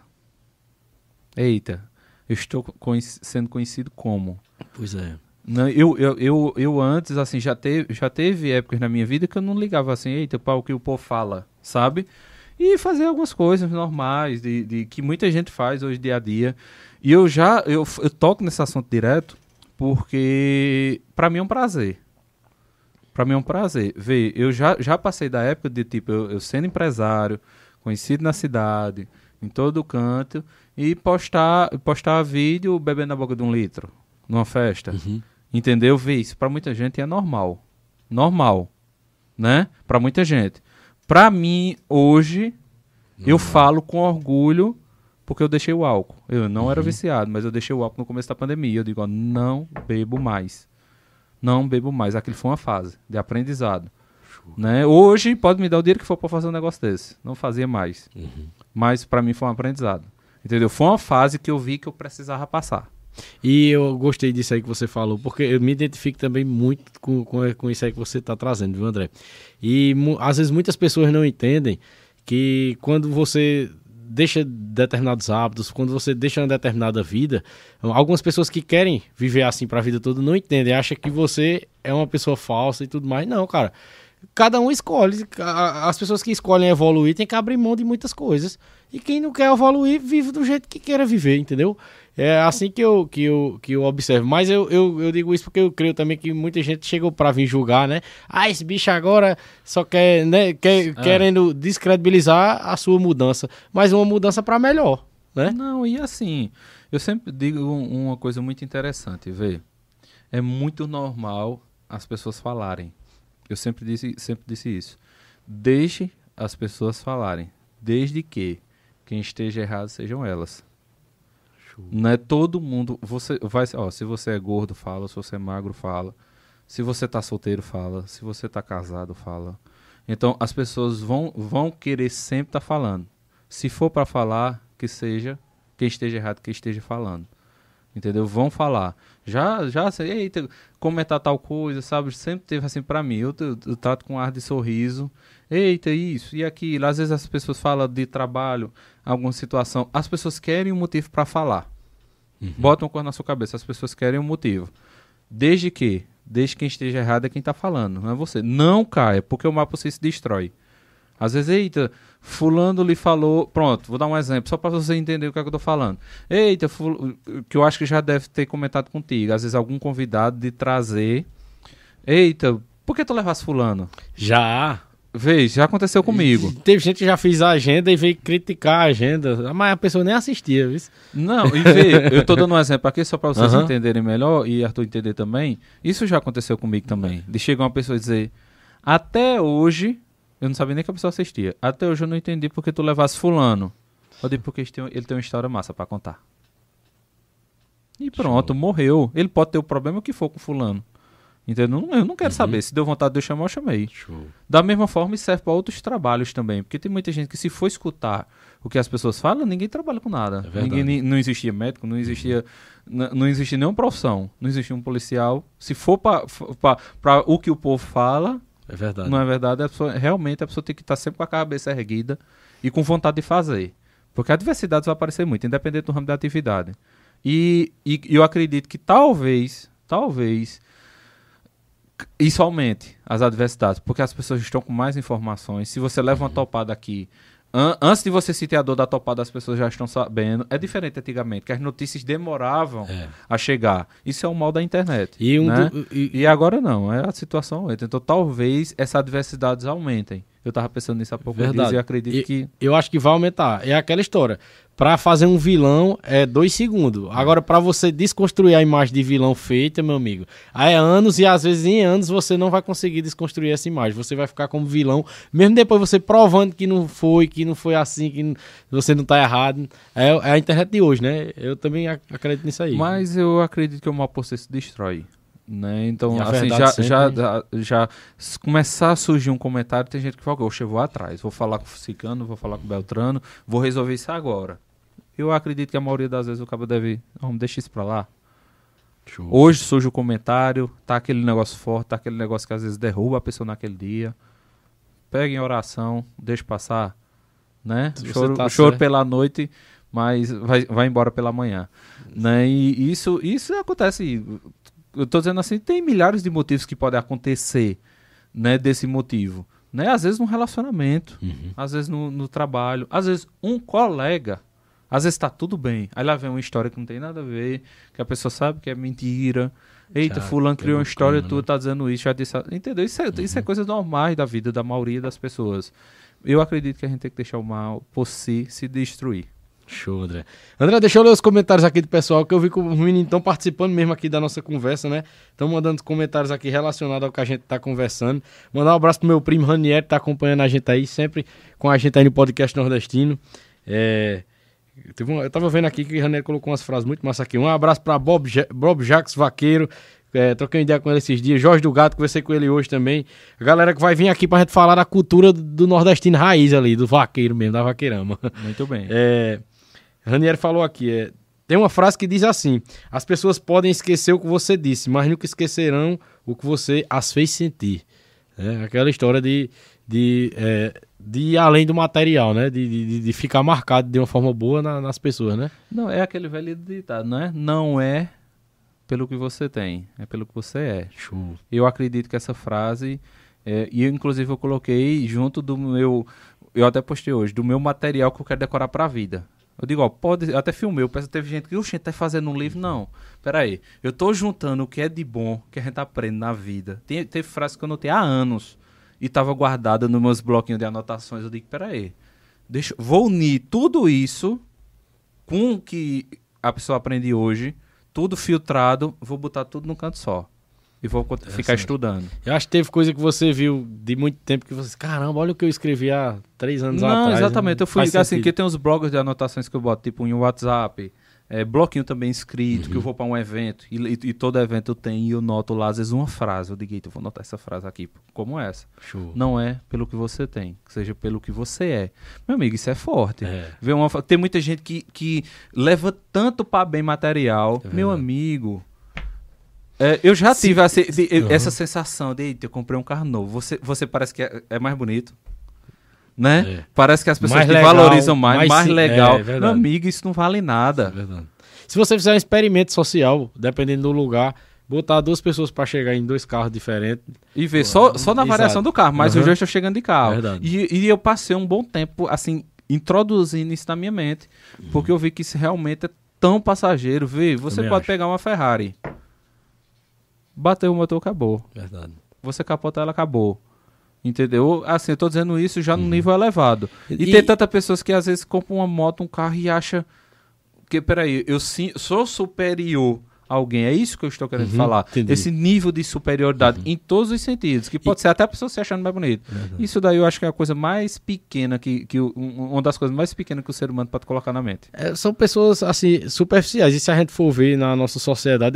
[SPEAKER 2] Eita, eu estou sendo conhecido como?
[SPEAKER 1] Pois é.
[SPEAKER 2] Não, eu antes, assim, já teve épocas na minha vida que eu não ligava assim, eita, para o que o povo fala, sabe? e fazer algumas coisas normais, de que muita gente faz hoje dia a dia. E eu toco nesse assunto direto, porque para mim é um prazer. Para mim é um prazer. Vê, eu já passei da época de, tipo, eu sendo empresário, conhecido na cidade, em todo canto, e postar vídeo bebendo na boca de 1 litro, numa festa. Entendeu? Vê, isso para muita gente é normal. Normal. Né? Para muita gente. Para mim, hoje, eu falo com orgulho, porque eu deixei o álcool. Eu não era viciado, mas eu deixei o álcool no começo da pandemia. Eu digo, ó, não bebo mais. Não bebo mais. Aquilo foi uma fase de aprendizado. Né? Hoje, pode me dar o dinheiro que for para fazer um negócio desse. Não fazia mais. Mas para mim foi um aprendizado. Entendeu? Foi uma fase que eu vi que eu precisava passar.
[SPEAKER 1] E eu gostei disso aí que você falou, porque eu me identifico também muito com isso aí que você está trazendo, viu, André? E às vezes muitas pessoas não entendem que quando você deixa determinados hábitos, quando você deixa uma determinada vida, algumas pessoas que querem viver assim para a vida toda não entendem, acham que você é uma pessoa falsa e tudo mais. Não, cara. Cada um escolhe. As pessoas que escolhem evoluir têm que abrir mão de muitas coisas. E quem não quer evoluir, vive do jeito que queira viver, entendeu? É assim que eu observo. Mas eu digo isso porque eu creio também que muita gente chegou pra vir julgar, né? Ah, esse bicho agora só quer, né? Querendo descredibilizar a sua mudança. Mas uma mudança pra melhor, né?
[SPEAKER 2] Não, e assim, eu sempre digo uma coisa muito interessante, vê. É muito normal as pessoas falarem. Eu sempre disse isso. Deixe as pessoas falarem. Desde que quem esteja errado sejam elas. Show. Não é todo mundo. Se você é gordo, fala. Se você é magro, fala. Se você tá solteiro, fala. Se você tá casado, fala. Então as pessoas vão querer sempre estar falando. Se for para falar, que seja quem esteja errado, que esteja falando. Entendeu? Vão falar. Já sei, eita, comentar tal coisa, sabe? Sempre teve assim pra mim. Eu trato com ar de sorriso. Eita, isso e aquilo. Às vezes as pessoas falam de trabalho, alguma situação. As pessoas querem um motivo pra falar. Botam uma coisa na sua cabeça. As pessoas querem um motivo. Desde quem esteja errado é quem tá falando, não é você. Não caia, porque o mapa você se destrói. Às vezes, eita, fulano lhe falou... Pronto, vou dar um exemplo, só para você entender o que é que eu tô falando. Eita, que eu acho que já deve ter comentado contigo. Às vezes, algum convidado de trazer... Eita, por que tu levasse fulano?
[SPEAKER 1] Já.
[SPEAKER 2] Veja, já aconteceu comigo.
[SPEAKER 1] Teve gente que já fez a agenda e veio criticar a agenda, mas a pessoa nem assistia, viu?
[SPEAKER 2] Não, e vê, eu tô dando um exemplo aqui só para vocês entenderem melhor e Arthur entender também. Isso já aconteceu comigo também. De chegar uma pessoa e dizer, até hoje... Eu não sabia nem que a pessoa assistia. Até hoje eu não entendi porque tu levasse fulano. Eu digo porque ele tem uma história massa pra contar. E pronto, morreu. Ele pode ter o problema que for com fulano. Entendeu? Eu não quero saber. Se deu vontade de eu chamar, eu chamei.
[SPEAKER 1] Show.
[SPEAKER 2] Da mesma forma, isso serve para outros trabalhos também. Porque tem muita gente que se for escutar o que as pessoas falam, ninguém trabalha com nada. Não existia médico, não existia nenhuma profissão. Não existia um policial. Se for para o que o povo fala...
[SPEAKER 1] É verdade.
[SPEAKER 2] Não é verdade, realmente a pessoa tem que estar sempre com a cabeça erguida e com vontade de fazer. Porque a diversidade vai aparecer muito, independente do ramo da atividade. E eu acredito que talvez, isso aumente as adversidades, porque as pessoas estão com mais informações. Se você leva uma topada aqui, antes de você sentir a dor da topada, as pessoas já estão sabendo. É diferente antigamente, que as notícias demoravam a chegar. Isso é o mal da internet. E agora não, a situação aumenta. Então talvez essas adversidades aumentem. Eu estava pensando nisso há pouco dias e acredito que...
[SPEAKER 1] Eu acho que vai aumentar. É aquela história. Pra fazer um vilão é 2 segundos. Agora, pra você desconstruir a imagem de vilão feita, meu amigo, aí é anos e às vezes em anos você não vai conseguir desconstruir essa imagem. Você vai ficar como vilão, mesmo depois você provando que não foi assim, que você não tá errado. É a internet de hoje, né? Eu também acredito nisso aí.
[SPEAKER 2] Mas eu acredito que o mal por si se destrói. Né? Então, assim, já começar a surgir um comentário, tem gente que fala, oxe, eu vou atrás, vou falar com o Cicano, vou falar com o Beltrano, vou resolver isso agora. Eu acredito que a maioria das vezes o cara deve, vamos deixar isso pra lá. Show. Hoje surge o comentário, tá aquele negócio forte, tá aquele negócio que às vezes derruba a pessoa naquele dia. Pega em oração, deixa passar, né? Choro pela noite, mas vai embora pela manhã. Né? E isso acontece. Eu tô dizendo assim, tem milhares de motivos que podem acontecer, né, desse motivo. né? Às vezes num relacionamento, às vezes no trabalho, às vezes um colega, às vezes tá tudo bem. Aí lá vem uma história que não tem nada a ver, que a pessoa sabe que é mentira. Eita,
[SPEAKER 1] Já
[SPEAKER 2] fulano criou uma história,
[SPEAKER 1] né?
[SPEAKER 2] tu tá dizendo isso, já disse... Entendeu? Isso é coisa normal da vida da maioria das pessoas. Eu acredito que a gente tem que deixar o mal por si se destruir.
[SPEAKER 1] Show, André. André, deixa eu ler os comentários aqui do pessoal, que eu vi que os meninos estão participando mesmo aqui da nossa conversa, né? Estão mandando os comentários aqui relacionados ao que a gente tá conversando. Mandar um abraço pro meu primo Ranieri, que tá acompanhando a gente aí, sempre com a gente aí no podcast nordestino. Eu tava vendo aqui que o Ranieri colocou umas frases muito massas aqui. Um abraço pra Bob Jacques Vaqueiro. Troquei uma ideia com ele esses dias. Jorge do Gato, conversei com ele hoje também. A galera que vai vir aqui pra gente falar da cultura do nordestino raiz ali, do vaqueiro mesmo, da vaqueirama.
[SPEAKER 2] Muito bem.
[SPEAKER 1] Ranieri falou aqui, tem uma frase que diz assim: as pessoas podem esquecer o que você disse, mas nunca esquecerão o que você as fez sentir. Aquela história de ir além do material, né? De ficar marcado de uma forma boa nas pessoas, né?
[SPEAKER 2] Não, é aquele velho ditado, não é? Não é pelo que você tem, é pelo que você é.
[SPEAKER 1] Show.
[SPEAKER 2] Eu acredito que essa frase, e inclusive eu coloquei junto do meu, eu até postei hoje, do meu material que eu quero decorar pra vida. Eu digo, eu até filmei, teve gente que, oxe, tá fazendo um livro. Não, peraí, eu tô juntando o que é de bom, que a gente aprende na vida. Teve frase que eu notei há anos e tava guardada nos meus bloquinhos de anotações. Eu digo, peraí, vou unir tudo isso com o que a pessoa aprende hoje, tudo filtrado, vou botar tudo num canto só. E vou ficar estudando.
[SPEAKER 1] Eu acho que teve coisa que você viu de muito tempo que você... Caramba, olha o que eu escrevi há 3 anos atrás.
[SPEAKER 2] Não, exatamente.
[SPEAKER 1] Né?
[SPEAKER 2] Eu fui ligar assim, que tem uns blogs de anotações que eu boto, tipo em WhatsApp, bloquinho também escrito, que eu vou para um evento, e todo evento eu tenho, e eu noto lá, às vezes, uma frase. Eu digo, eu vou anotar essa frase aqui, como essa.
[SPEAKER 1] Show.
[SPEAKER 2] Não é pelo que você tem, que seja pelo que você é. Meu amigo, isso é forte. Tem muita gente que leva tanto para bem material. Meu amigo... eu já tive essa sensação de, eita, eu comprei um carro novo. Você parece que é mais bonito, né? Parece que as pessoas que valorizam mais legal. Meu amigo, isso não vale nada.
[SPEAKER 1] É verdade. Se você fizer um experimento social, dependendo do lugar, botar 2 pessoas para chegar em 2 carros diferentes...
[SPEAKER 2] E ver só na variação do carro, mas os dois estão chegando de carro. E eu passei um bom tempo, assim, introduzindo isso na minha mente, porque eu vi que isso realmente é tão passageiro. Você pode pegar uma Ferrari... Bateu o motor, acabou.
[SPEAKER 1] Verdade.
[SPEAKER 2] Você capotar, ela acabou. Entendeu? Assim, eu tô dizendo isso já no nível elevado. E tem tantas pessoas que às vezes compram uma moto, um carro e acham que, peraí, eu sou superior a alguém. É isso que eu estou querendo falar.
[SPEAKER 1] Entendi.
[SPEAKER 2] Esse nível de superioridade em todos os sentidos. Que pode ser até a pessoa se achando mais bonita. Isso daí eu acho que é a coisa mais pequena, uma das coisas mais pequenas que o ser humano pode colocar na mente.
[SPEAKER 1] São pessoas, assim, superficiais. E se a gente for ver na nossa sociedade,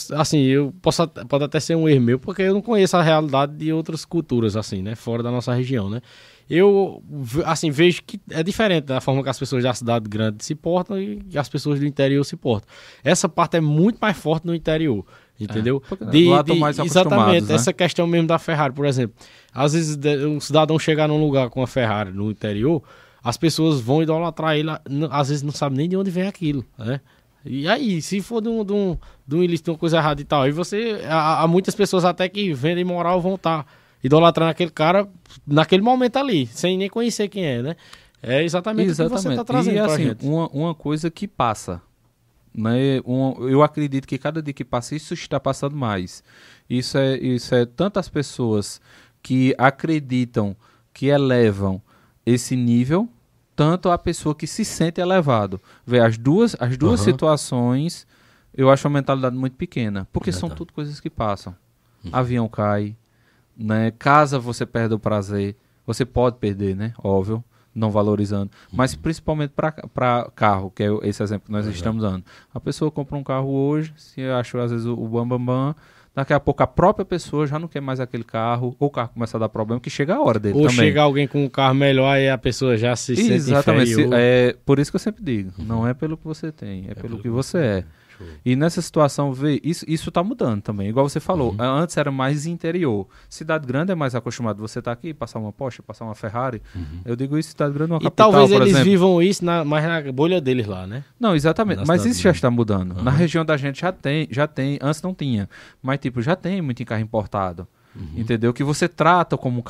[SPEAKER 1] pode até ser um erro meu, porque eu não conheço a realidade de outras culturas, assim, né? Fora da nossa região, né? Eu, assim, vejo que é diferente da forma que as pessoas da cidade grande se portam e as pessoas do interior se portam. Essa parte é muito mais forte no interior, entendeu?
[SPEAKER 2] Lá estão mais
[SPEAKER 1] exatamente,
[SPEAKER 2] né?
[SPEAKER 1] Essa questão mesmo da Ferrari, por exemplo. Às vezes um cidadão chegar num lugar com a Ferrari no interior, as pessoas vão idolatrar ele, às vezes não sabem nem de onde vem aquilo, né? E aí, se for de um ilícito, uma coisa errada e tal, aí há muitas pessoas até que vendem moral vão estar idolatrando aquele cara naquele momento ali, sem nem conhecer quem é, né? É exatamente o que você está trazendo pra gente.
[SPEAKER 2] Uma coisa que passa, né? Eu acredito que cada dia que passa, isso está passando mais. Isso é tantas pessoas que acreditam que elevam esse nível, tanto a pessoa que se sente elevado. Vê, as duas situações, eu acho uma mentalidade muito pequena, porque são tudo coisas que passam. Avião cai, né? Casa você perde o prazer, você pode perder, né? Óbvio, não valorizando, mas principalmente para carro, que é esse exemplo que nós estamos dando. A pessoa compra um carro hoje, se acha às vezes o bam, daqui a pouco a própria pessoa já não quer mais aquele carro, ou o carro começa a dar problema, que chega a hora dele
[SPEAKER 1] ou
[SPEAKER 2] também.
[SPEAKER 1] Chega alguém com um carro melhor e a pessoa já se sente inferior.
[SPEAKER 2] É por isso que eu sempre digo, não é pelo que você tem, é pelo que você é. E nessa situação, isso tá mudando também. Igual você falou, antes era mais interior. Cidade grande é mais acostumado. Você tá aqui, passar uma Porsche, passar uma Ferrari. Eu digo isso, cidade grande é uma capital,
[SPEAKER 1] talvez
[SPEAKER 2] por
[SPEAKER 1] eles
[SPEAKER 2] exemplo.
[SPEAKER 1] vivam isso mais na bolha deles lá, né?
[SPEAKER 2] Não, exatamente. Mas isso já está mudando. Na região da gente já tem. Antes não tinha. Mas, tipo, já tem muito em carro importado. Entendeu? Que você trata como um carro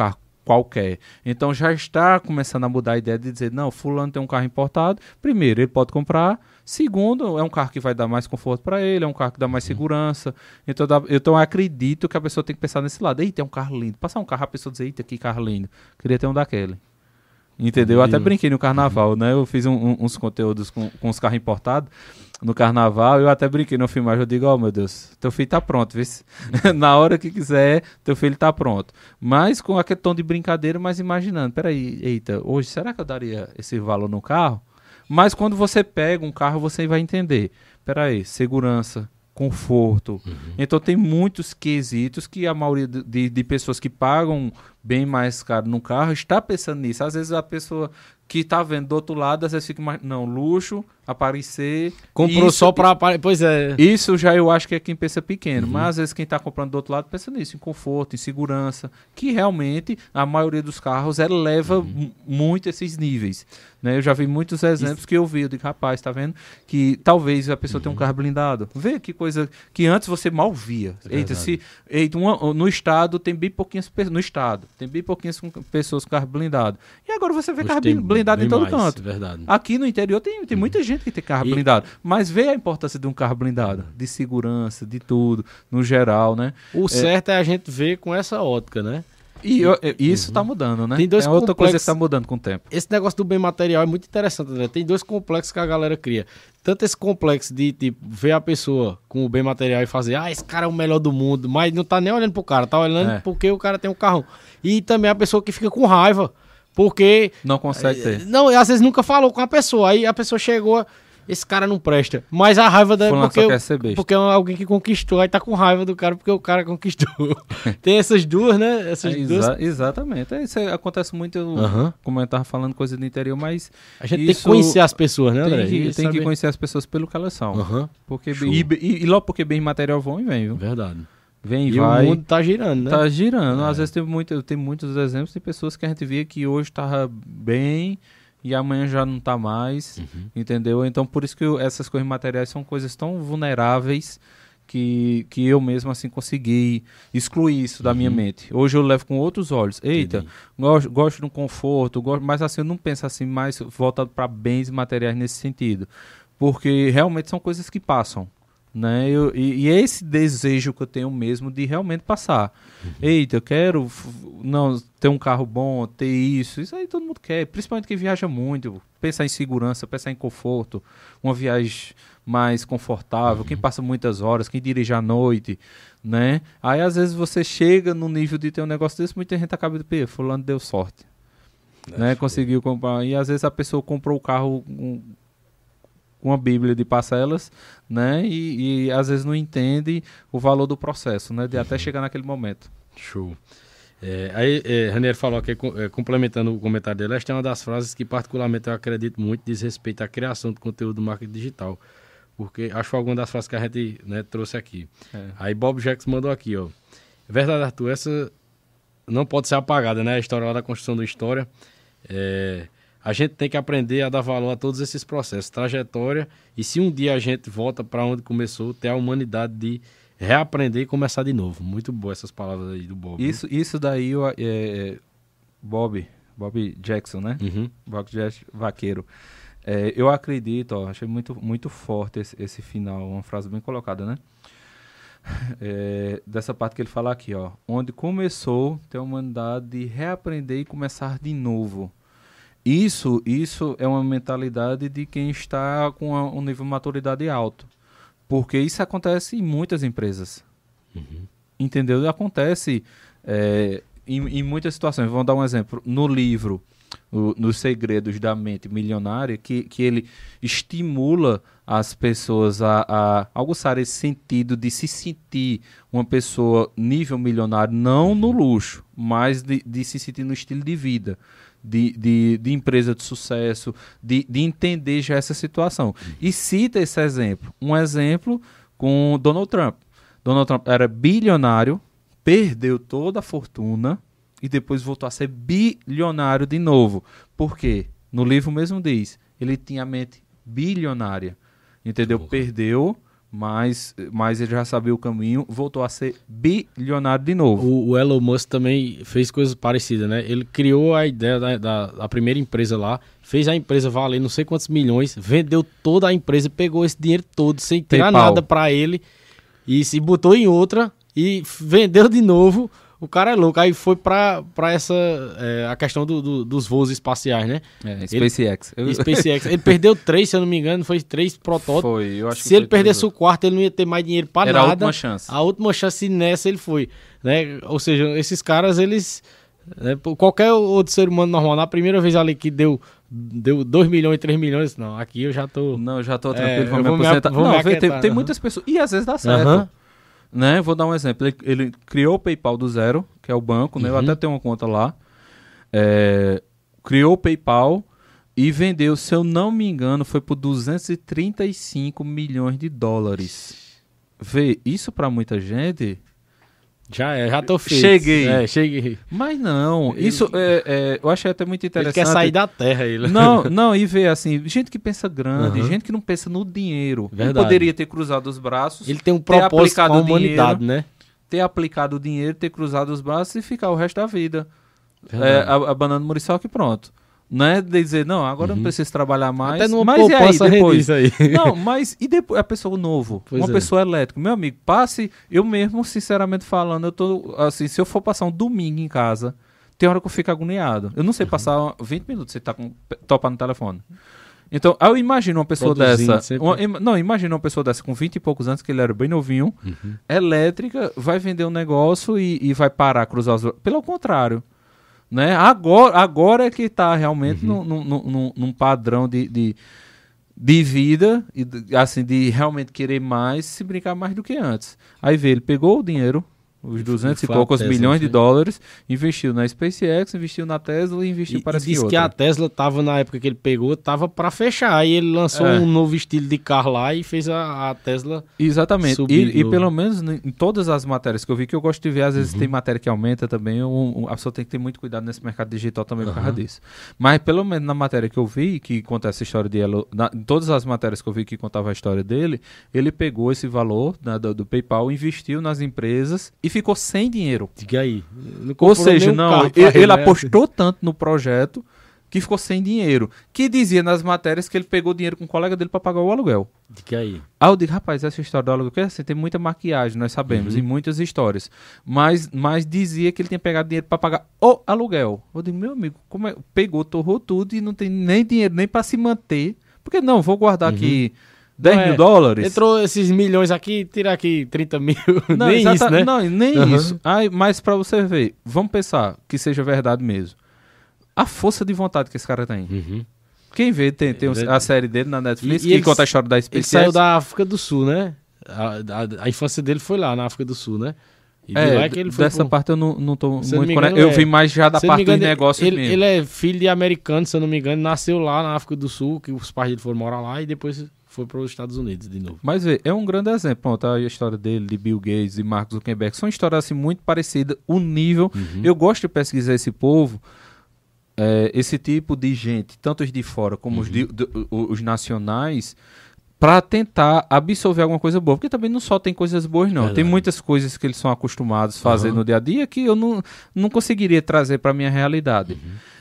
[SPEAKER 2] qualquer. Então já está começando a mudar a ideia de dizer, não, fulano tem um carro importado, primeiro, ele pode comprar, segundo, é um carro que vai dar mais conforto para ele, é um carro que dá mais segurança. Então eu acredito que a pessoa tem que pensar nesse lado. Eita, é um carro lindo. Passar um carro, a pessoa dizer, eita, que carro lindo. Queria ter um daquele. Entendeu? Eu até brinquei no carnaval, né? Eu fiz uns conteúdos com os carros importados no carnaval. Eu até brinquei no filmagem. Eu digo, meu Deus, teu filho tá pronto, viu? Na hora que quiser, teu filho tá pronto. Mas com aquele tom de brincadeira, mas imaginando, peraí, eita, hoje será que eu daria esse valor no carro? Mas quando você pega um carro, você vai entender. Peraí, segurança, conforto. Então tem muitos quesitos que a maioria de pessoas que pagam bem mais caro no carro está pensando nisso. Às vezes a pessoa que está vendo do outro lado, às vezes fica mais, não, luxo, aparecer.
[SPEAKER 1] Comprou só para aparecer. Pois é.
[SPEAKER 2] Isso já eu acho que é quem pensa pequeno. Mas às vezes quem está comprando do outro lado pensa nisso, em conforto, em segurança, que realmente a maioria dos carros eleva muito esses níveis. Né? Eu já vi muitos exemplos que eu vi. Eu digo, rapaz, tá vendo? Que talvez a pessoa tenha um carro blindado. Vê que coisa que antes você mal via. No estado tem bem pouquinhas pessoas. No estado tem bem pouquinhas pessoas com carro blindado. E agora você vê carro blindado em todo canto.
[SPEAKER 1] Verdade.
[SPEAKER 2] Aqui no interior tem muita gente que tem carro blindado. Mas vê a importância de um carro blindado. De segurança, de tudo, no geral, né?
[SPEAKER 1] O certo é a gente ver com essa ótica, né?
[SPEAKER 2] E isso tá mudando, né?
[SPEAKER 1] Tem dois
[SPEAKER 2] outra coisa que tá mudando com o tempo.
[SPEAKER 1] Esse negócio do bem material é muito interessante, André. Tem dois complexos que a galera cria. Tanto esse complexo de, tipo, ver a pessoa com o bem material e fazer, esse cara é o melhor do mundo, mas não tá nem olhando pro cara, tá olhando porque o cara tem um carrão. E também a pessoa que fica com raiva, porque...
[SPEAKER 2] Não consegue ter.
[SPEAKER 1] Não, às vezes nunca falou com a pessoa. Aí a pessoa chegou... Esse cara não presta. Mas a raiva da... Porque é alguém que conquistou. Aí tá com raiva do cara porque o cara conquistou. Tem essas duas, né?
[SPEAKER 2] Exatamente. Isso acontece muito, como eu tava falando, coisa do interior, mas...
[SPEAKER 1] A gente tem que conhecer as pessoas, né, André?
[SPEAKER 2] Tem que conhecer as pessoas pelo que elas são. Porque, e logo porque bem material vão e vem, viu?
[SPEAKER 1] Verdade.
[SPEAKER 2] Vem e vai.
[SPEAKER 1] O mundo tá girando, né?
[SPEAKER 2] Tá girando. Às vezes tem muitos exemplos de pessoas que a gente via que hoje tava bem... E amanhã já não tá mais, entendeu? Então, por isso que essas coisas materiais são coisas tão vulneráveis que eu mesmo, assim, consegui excluir isso da minha mente. Hoje eu levo com outros olhos. Eita, gosto de um conforto, mas assim, eu não penso assim mais voltado para bens materiais nesse sentido. Porque realmente são coisas que passam. Né? E é esse desejo que eu tenho mesmo de realmente passar. Eita, eu quero ter um carro bom, ter isso aí todo mundo quer, principalmente quem viaja muito, pensar em segurança, pensar em conforto, uma viagem mais confortável, quem passa muitas horas, quem dirige à noite, né? Aí às vezes você chega no nível de ter um negócio desse, muita gente acaba de fulano deu sorte, né? Conseguiu comprar, e às vezes a pessoa comprou o carro uma bíblia de parcelas, né? E às vezes não entende o valor do processo, né? De até chegar naquele momento.
[SPEAKER 1] Show. Ranieri falou aqui, complementando o comentário dele, esta é uma das frases que particularmente eu acredito muito, diz respeito à criação de conteúdo do marketing digital. Porque acho que foi alguma das frases que a gente, né, trouxe aqui. Aí Bob Jackson mandou aqui, ó. É verdade, Arthur, essa não pode ser apagada, né? A história lá da construção da história. A gente tem que aprender a dar valor a todos esses processos, trajetória, e se um dia a gente volta para onde começou, ter a humanidade de reaprender e começar de novo. Muito boa essas palavras aí do Bob.
[SPEAKER 2] Isso daí, Bob Jackson, né? Bob Jackson, vaqueiro. Eu acredito, achei muito, muito forte esse final, uma frase bem colocada, né? Dessa parte que ele fala aqui, ó, onde começou ter a humanidade de reaprender e começar de novo. Isso é uma mentalidade de quem está com um nível de maturidade alto. Porque isso acontece em muitas empresas. Entendeu? Acontece em muitas situações. Vamos dar um exemplo. No livro, Nos Segredos da Mente Milionária, que ele estimula as pessoas a aguçar esse sentido de se sentir uma pessoa nível milionário, não no luxo, mas de se sentir no estilo de vida. De empresa de sucesso, de entender já essa situação. E cita esse exemplo. Um exemplo com Donald Trump. Donald Trump era bilionário, perdeu toda a fortuna e depois voltou a ser bilionário de novo. Por quê? No livro mesmo diz, ele tinha a mente bilionária. Entendeu? Perdeu, mas ele já sabia o caminho, voltou a ser bilionário de novo.
[SPEAKER 1] O Elon Musk também fez coisas parecidas, né? Ele criou a ideia da primeira empresa lá, fez a empresa valer não sei quantos milhões, vendeu toda a empresa, pegou esse dinheiro todo sem tirar nada pra ele e se botou em outra e vendeu de novo. O cara é louco. Aí foi pra essa a questão dos voos espaciais, né?
[SPEAKER 2] SpaceX.
[SPEAKER 1] SpaceX. Ele perdeu 3, se eu não me engano, foi 3 protótipos.
[SPEAKER 2] Foi, eu acho que
[SPEAKER 1] se ele perdesse o quarto, ele não ia ter mais dinheiro pra nada.
[SPEAKER 2] Era a última chance.
[SPEAKER 1] A última chance, nessa ele foi. Né? Ou seja, esses caras, eles... Né? Qualquer outro ser humano normal, na primeira vez ali que deu 2 milhões, 3 milhões, não, aqui eu já tô...
[SPEAKER 2] Não, já tô tranquilo, vou me aposentar. Tem muitas pessoas... E às vezes dá certo. Né? Vou dar um exemplo. Ele criou o PayPal do zero, que é o banco, né? Eu até tenho uma conta lá. Criou o PayPal e vendeu, se eu não me engano, foi por 235 milhões de dólares. Vê, isso pra muita gente...
[SPEAKER 1] Já tô feito.
[SPEAKER 2] Cheguei. Mas não, isso eu achei até muito interessante.
[SPEAKER 1] Ele quer sair da terra, ele.
[SPEAKER 2] Não, e ver assim, gente que pensa grande, gente que não pensa no dinheiro. Ele poderia ter cruzado os braços.
[SPEAKER 1] Ele tem um propósito com a humanidade, né?
[SPEAKER 2] Ter aplicado o dinheiro, ter cruzado os braços e ficar o resto da vida. Abanando muriçoca e pronto. Não é dizer, não, agora eu não preciso trabalhar mais.
[SPEAKER 1] Até numa
[SPEAKER 2] mas e aí, depois?
[SPEAKER 1] Aí.
[SPEAKER 2] Não, mas e depois? A pessoa novo, uma pessoa elétrica. Meu amigo, passe, eu mesmo, sinceramente falando, eu tô, assim, se eu for passar um domingo em casa, tem hora que eu fico agoniado. Eu não sei passar 20 minutos sem estar topar no telefone. Então, eu imagino uma pessoa dessa... imagina uma pessoa dessa com 20 e poucos anos, que ele era bem novinho, elétrica, vai vender um negócio e vai parar, cruzar os... Pelo contrário. Né? Agora é que está realmente num padrão de vida, assim, de realmente querer mais, se brincar mais do que antes. Aí ele pegou o dinheiro, os 200 e poucos milhões de dólares, investiu na SpaceX, investiu na Tesla e investiu para essa outra.
[SPEAKER 1] Disse que a Tesla estava, na época que ele pegou, estava para fechar. Aí ele lançou um novo estilo de carro lá e fez a Tesla. Exatamente.
[SPEAKER 2] E pelo menos em todas as matérias que eu vi, que eu gosto de ver, às vezes tem matéria que aumenta também, a pessoa tem que ter muito cuidado nesse mercado digital também por causa disso. Mas pelo menos na matéria que eu vi, que conta essa história de Elon, em todas as matérias que eu vi que contava a história dele, ele pegou esse valor, né, do PayPal, investiu nas empresas e ficou sem dinheiro.
[SPEAKER 1] Diga aí.
[SPEAKER 2] Ou seja, ele apostou tanto no projeto que ficou sem dinheiro. Que dizia nas matérias que ele pegou dinheiro com um colega dele para pagar o aluguel.
[SPEAKER 1] Diga aí.
[SPEAKER 2] Aí eu digo, rapaz, essa história do aluguel, que assim, tem muita maquiagem, nós sabemos, em muitas histórias. Mas dizia que ele tinha pegado dinheiro para pagar o aluguel. Eu digo, meu amigo, como é? Pegou, torrou tudo e não tem nem dinheiro nem para se manter. Porque não, vou guardar aqui 10 mil dólares.
[SPEAKER 1] Entrou esses milhões aqui, tira aqui 30 mil.
[SPEAKER 2] Não, nem isso, né? Não, nem isso. Aí, mas pra você ver, vamos pensar que seja verdade mesmo. A força de vontade que esse cara tem. Quem vê, tem a série dele na Netflix, que conta a história da SpaceX.
[SPEAKER 1] Ele saiu da África do Sul, né? A infância dele foi lá na África do Sul, né? E lá que ele foi
[SPEAKER 2] dessa parte eu não tô muito conectado. Eu vi mais já da parte dos negócios mesmo.
[SPEAKER 1] Ele é filho de americano, se eu não me engano, nasceu lá na África do Sul, que os pais dele foram morar lá e depois foi para os Estados Unidos de novo.
[SPEAKER 2] Mas vê, é um grande exemplo. Pronto, a história dele, de Bill Gates e Mark Zuckerberg, são histórias assim muito parecidas, o nível. Eu gosto de pesquisar esse povo, esse tipo de gente, tanto os de fora como os nacionais, para tentar absorver alguma coisa boa. Porque também não só tem coisas boas, não. Verdade. Tem muitas coisas que eles são acostumados a fazer no dia a dia que eu não conseguiria trazer para a minha realidade.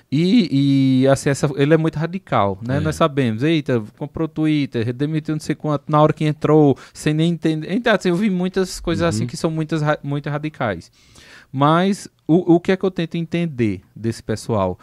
[SPEAKER 2] E assim, ele é muito radical, né? Nós sabemos, eita, comprou Twitter, demitiu não sei quanto, na hora que entrou, sem nem entender. Então, assim, eu vi muitas coisas assim que são muito radicais. Mas o que é que eu tento entender desse pessoal?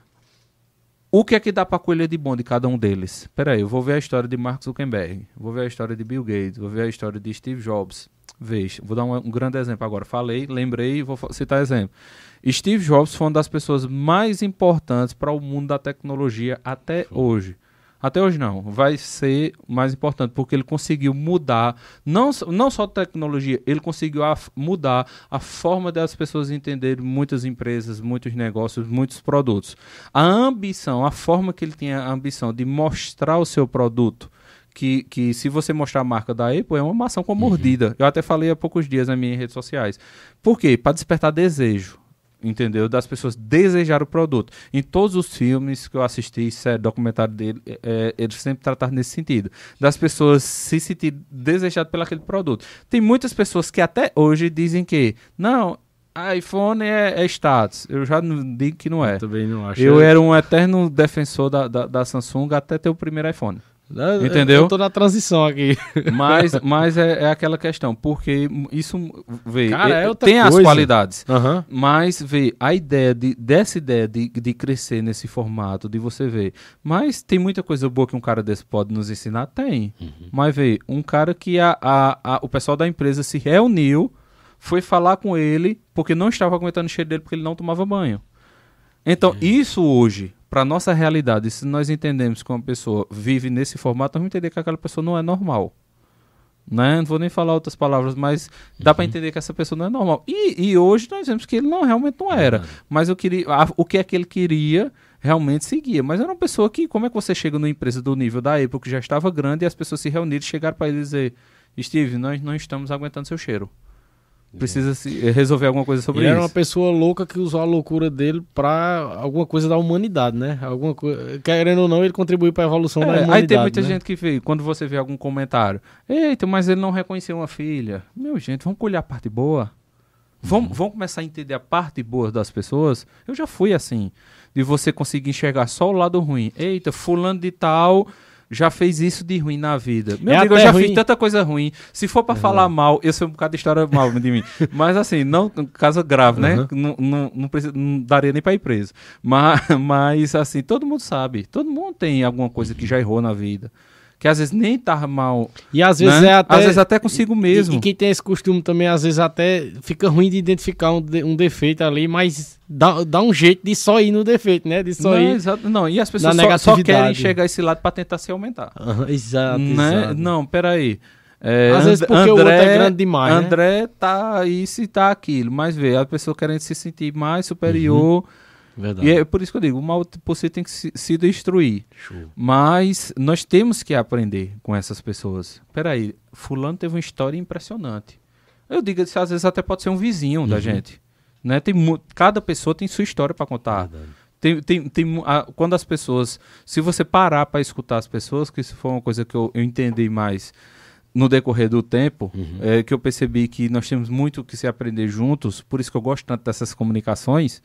[SPEAKER 2] O que é que dá para colher de bom de cada um deles? Peraí, eu vou ver a história de Mark Zuckerberg, vou ver a história de Bill Gates, vou ver a história de Steve Jobs. Veja, vou dar um grande exemplo agora. Falei, lembrei e vou citar exemplo. Steve Jobs foi uma das pessoas mais importantes para o mundo da tecnologia até hoje. Até hoje não, vai ser mais importante, porque ele conseguiu mudar, não só a tecnologia, ele conseguiu mudar a forma das pessoas entenderem muitas empresas, muitos negócios, muitos produtos. A ambição, a forma que ele tinha a ambição de mostrar o seu produto, que se você mostrar a marca da Apple, é uma maçã com mordida. Eu até falei há poucos dias nas minhas redes sociais. Por quê? Para despertar desejo. entendeu? Das pessoas desejar o produto. Em todos os filmes que eu assisti, série, documentário dele, eles sempre trataram nesse sentido. Das pessoas se sentir desejadas pelo aquele produto. Tem muitas pessoas que até hoje dizem que, não, iPhone é status. Eu já não digo que não é.
[SPEAKER 1] Eu também não acho.
[SPEAKER 2] Eu era um eterno defensor da Samsung até ter o primeiro iPhone. Entendeu?
[SPEAKER 1] Eu tô na transição aqui.
[SPEAKER 2] Mas é aquela questão, porque isso veio.
[SPEAKER 1] Cara, é outra
[SPEAKER 2] tem
[SPEAKER 1] coisa.
[SPEAKER 2] as qualidades,
[SPEAKER 1] Uhum.
[SPEAKER 2] mas veio a ideia dessa ideia de crescer nesse formato, de você ver. Mas tem muita coisa boa que um cara desse pode nos ensinar? Tem. Mas veio um cara que o pessoal da empresa se reuniu, foi falar com ele, porque não estava aguentando o cheiro dele, porque ele não tomava banho. Então, isso hoje, para nossa realidade, se nós entendemos que uma pessoa vive nesse formato, nós vamos entender que aquela pessoa não é normal. Né? Não vou nem falar outras palavras, mas dá para entender que essa pessoa não é normal. E hoje nós vemos que ele realmente não era. Mas o que é que ele queria realmente seguia. Mas era uma pessoa que, como é que você chega numa empresa do nível da Apple, que já estava grande, e as pessoas se reuniram e chegaram para ele e dizer: Steve, nós não estamos aguentando seu cheiro. Precisa resolver alguma coisa sobre isso.
[SPEAKER 1] Era uma pessoa louca que usou a loucura dele pra alguma coisa da humanidade, né? Querendo ou não, ele contribuiu pra evolução da humanidade.
[SPEAKER 2] Aí tem muita
[SPEAKER 1] né?
[SPEAKER 2] gente que vê, quando você vê algum comentário, eita, mas ele não reconheceu uma filha. Meu, gente, vamos colher a parte boa. Vamos começar a entender a parte boa das pessoas. Eu já fui assim, de você conseguir enxergar só o lado ruim. Eita, fulano de tal já fez isso de ruim na vida. Meu amigo, eu já fiz tanta coisa ruim. Se for pra falar mal, eu sei um bocado de história mal de mim. Mas assim, não caso grave, né? Não daria nem pra ir preso. Mas assim, todo mundo sabe. Todo mundo tem alguma coisa que já errou na vida. Que às vezes nem tá mal.
[SPEAKER 1] E às vezes
[SPEAKER 2] né? Às vezes até consigo mesmo.
[SPEAKER 1] E quem tem esse costume também, às vezes até fica ruim de identificar um defeito ali, mas dá um jeito de só ir no defeito, né? De só ir.
[SPEAKER 2] Não, e as pessoas só querem chegar a esse lado pra tentar se aumentar.
[SPEAKER 1] Exato,
[SPEAKER 2] né?
[SPEAKER 1] exato.
[SPEAKER 2] Não, peraí.
[SPEAKER 1] Às vezes porque o outro é grande demais,
[SPEAKER 2] André tá isso e tá aquilo. Mas vê, a pessoa querendo se sentir mais superior.
[SPEAKER 1] Verdade.
[SPEAKER 2] E é por isso que eu digo, o mal por si tem que se destruir.
[SPEAKER 1] Show.
[SPEAKER 2] Mas nós temos que aprender com essas pessoas. Peraí, fulano teve uma história impressionante. Eu digo, às vezes até pode ser um vizinho da gente. Né? Cada pessoa tem sua história para contar. Quando as pessoas... Se você parar para escutar as pessoas, que isso foi uma coisa que eu entendi mais no decorrer do tempo, que eu percebi que nós temos muito que se aprender juntos, por isso que eu gosto tanto dessas comunicações,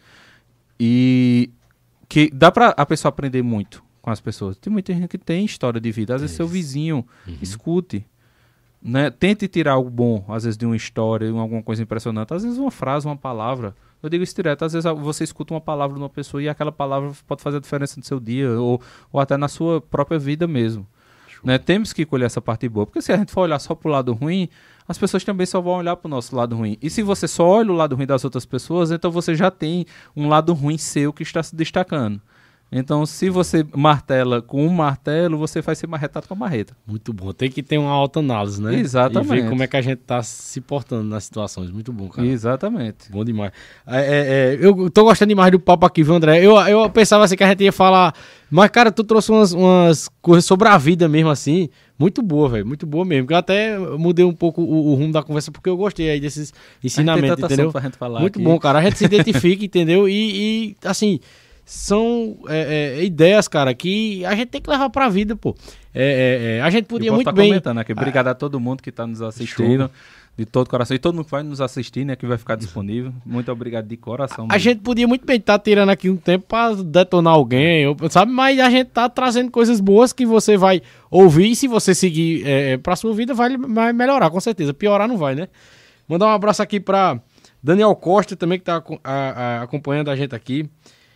[SPEAKER 2] e que dá pra a pessoa aprender muito com as pessoas. Tem muita gente que tem história de vida. Às vezes seu vizinho, escute. Né? Tente tirar algo bom, às vezes de uma história, alguma coisa impressionante. Às vezes uma frase, uma palavra. Eu digo isso direto. Às vezes você escuta uma palavra de uma pessoa e aquela palavra pode fazer a diferença no seu dia ou até na sua própria vida mesmo. Né? Temos que colher essa parte boa. Porque se a gente for olhar só pro lado ruim, as pessoas também só vão olhar pro nosso lado ruim. E se você só olha o lado ruim das outras pessoas, então você já tem um lado ruim seu que está se destacando. Então, se você martela com um martelo, você vai ser marretado com a marreta.
[SPEAKER 1] Muito bom. Tem que ter uma autoanálise, né?
[SPEAKER 2] Exatamente.
[SPEAKER 1] E ver como é que a gente tá se portando nas situações. Muito bom, cara.
[SPEAKER 2] Exatamente.
[SPEAKER 1] Bom demais. Eu tô gostando demais do papo aqui, viu, André? Eu pensava assim que a gente ia falar... Mas, cara, tu trouxe umas coisas sobre a vida mesmo, assim. Muito boa, velho. Muito boa mesmo. Eu até mudei um pouco o rumo da conversa, porque eu gostei aí desses ensinamentos, entendeu?
[SPEAKER 2] Pra gente falar
[SPEAKER 1] muito
[SPEAKER 2] aqui.
[SPEAKER 1] bom, cara. A gente se identifica, entendeu? E assim... São ideias, cara, que a gente tem que levar pra vida, pô. A gente podia muito bem...
[SPEAKER 2] comentando aqui. Obrigado a todo mundo que tá nos assistindo. Show. De todo coração. E todo mundo que vai nos assistir, né? Que vai ficar disponível. Muito obrigado de coração.
[SPEAKER 1] A gente podia muito bem estar tirando aqui um tempo pra detonar alguém, sabe? Mas a gente tá trazendo coisas boas que você vai ouvir. E se você seguir pra sua vida, vai melhorar, com certeza. Piorar não vai, né? Mandar um abraço aqui pra Daniel Costa também, que tá acompanhando a gente aqui.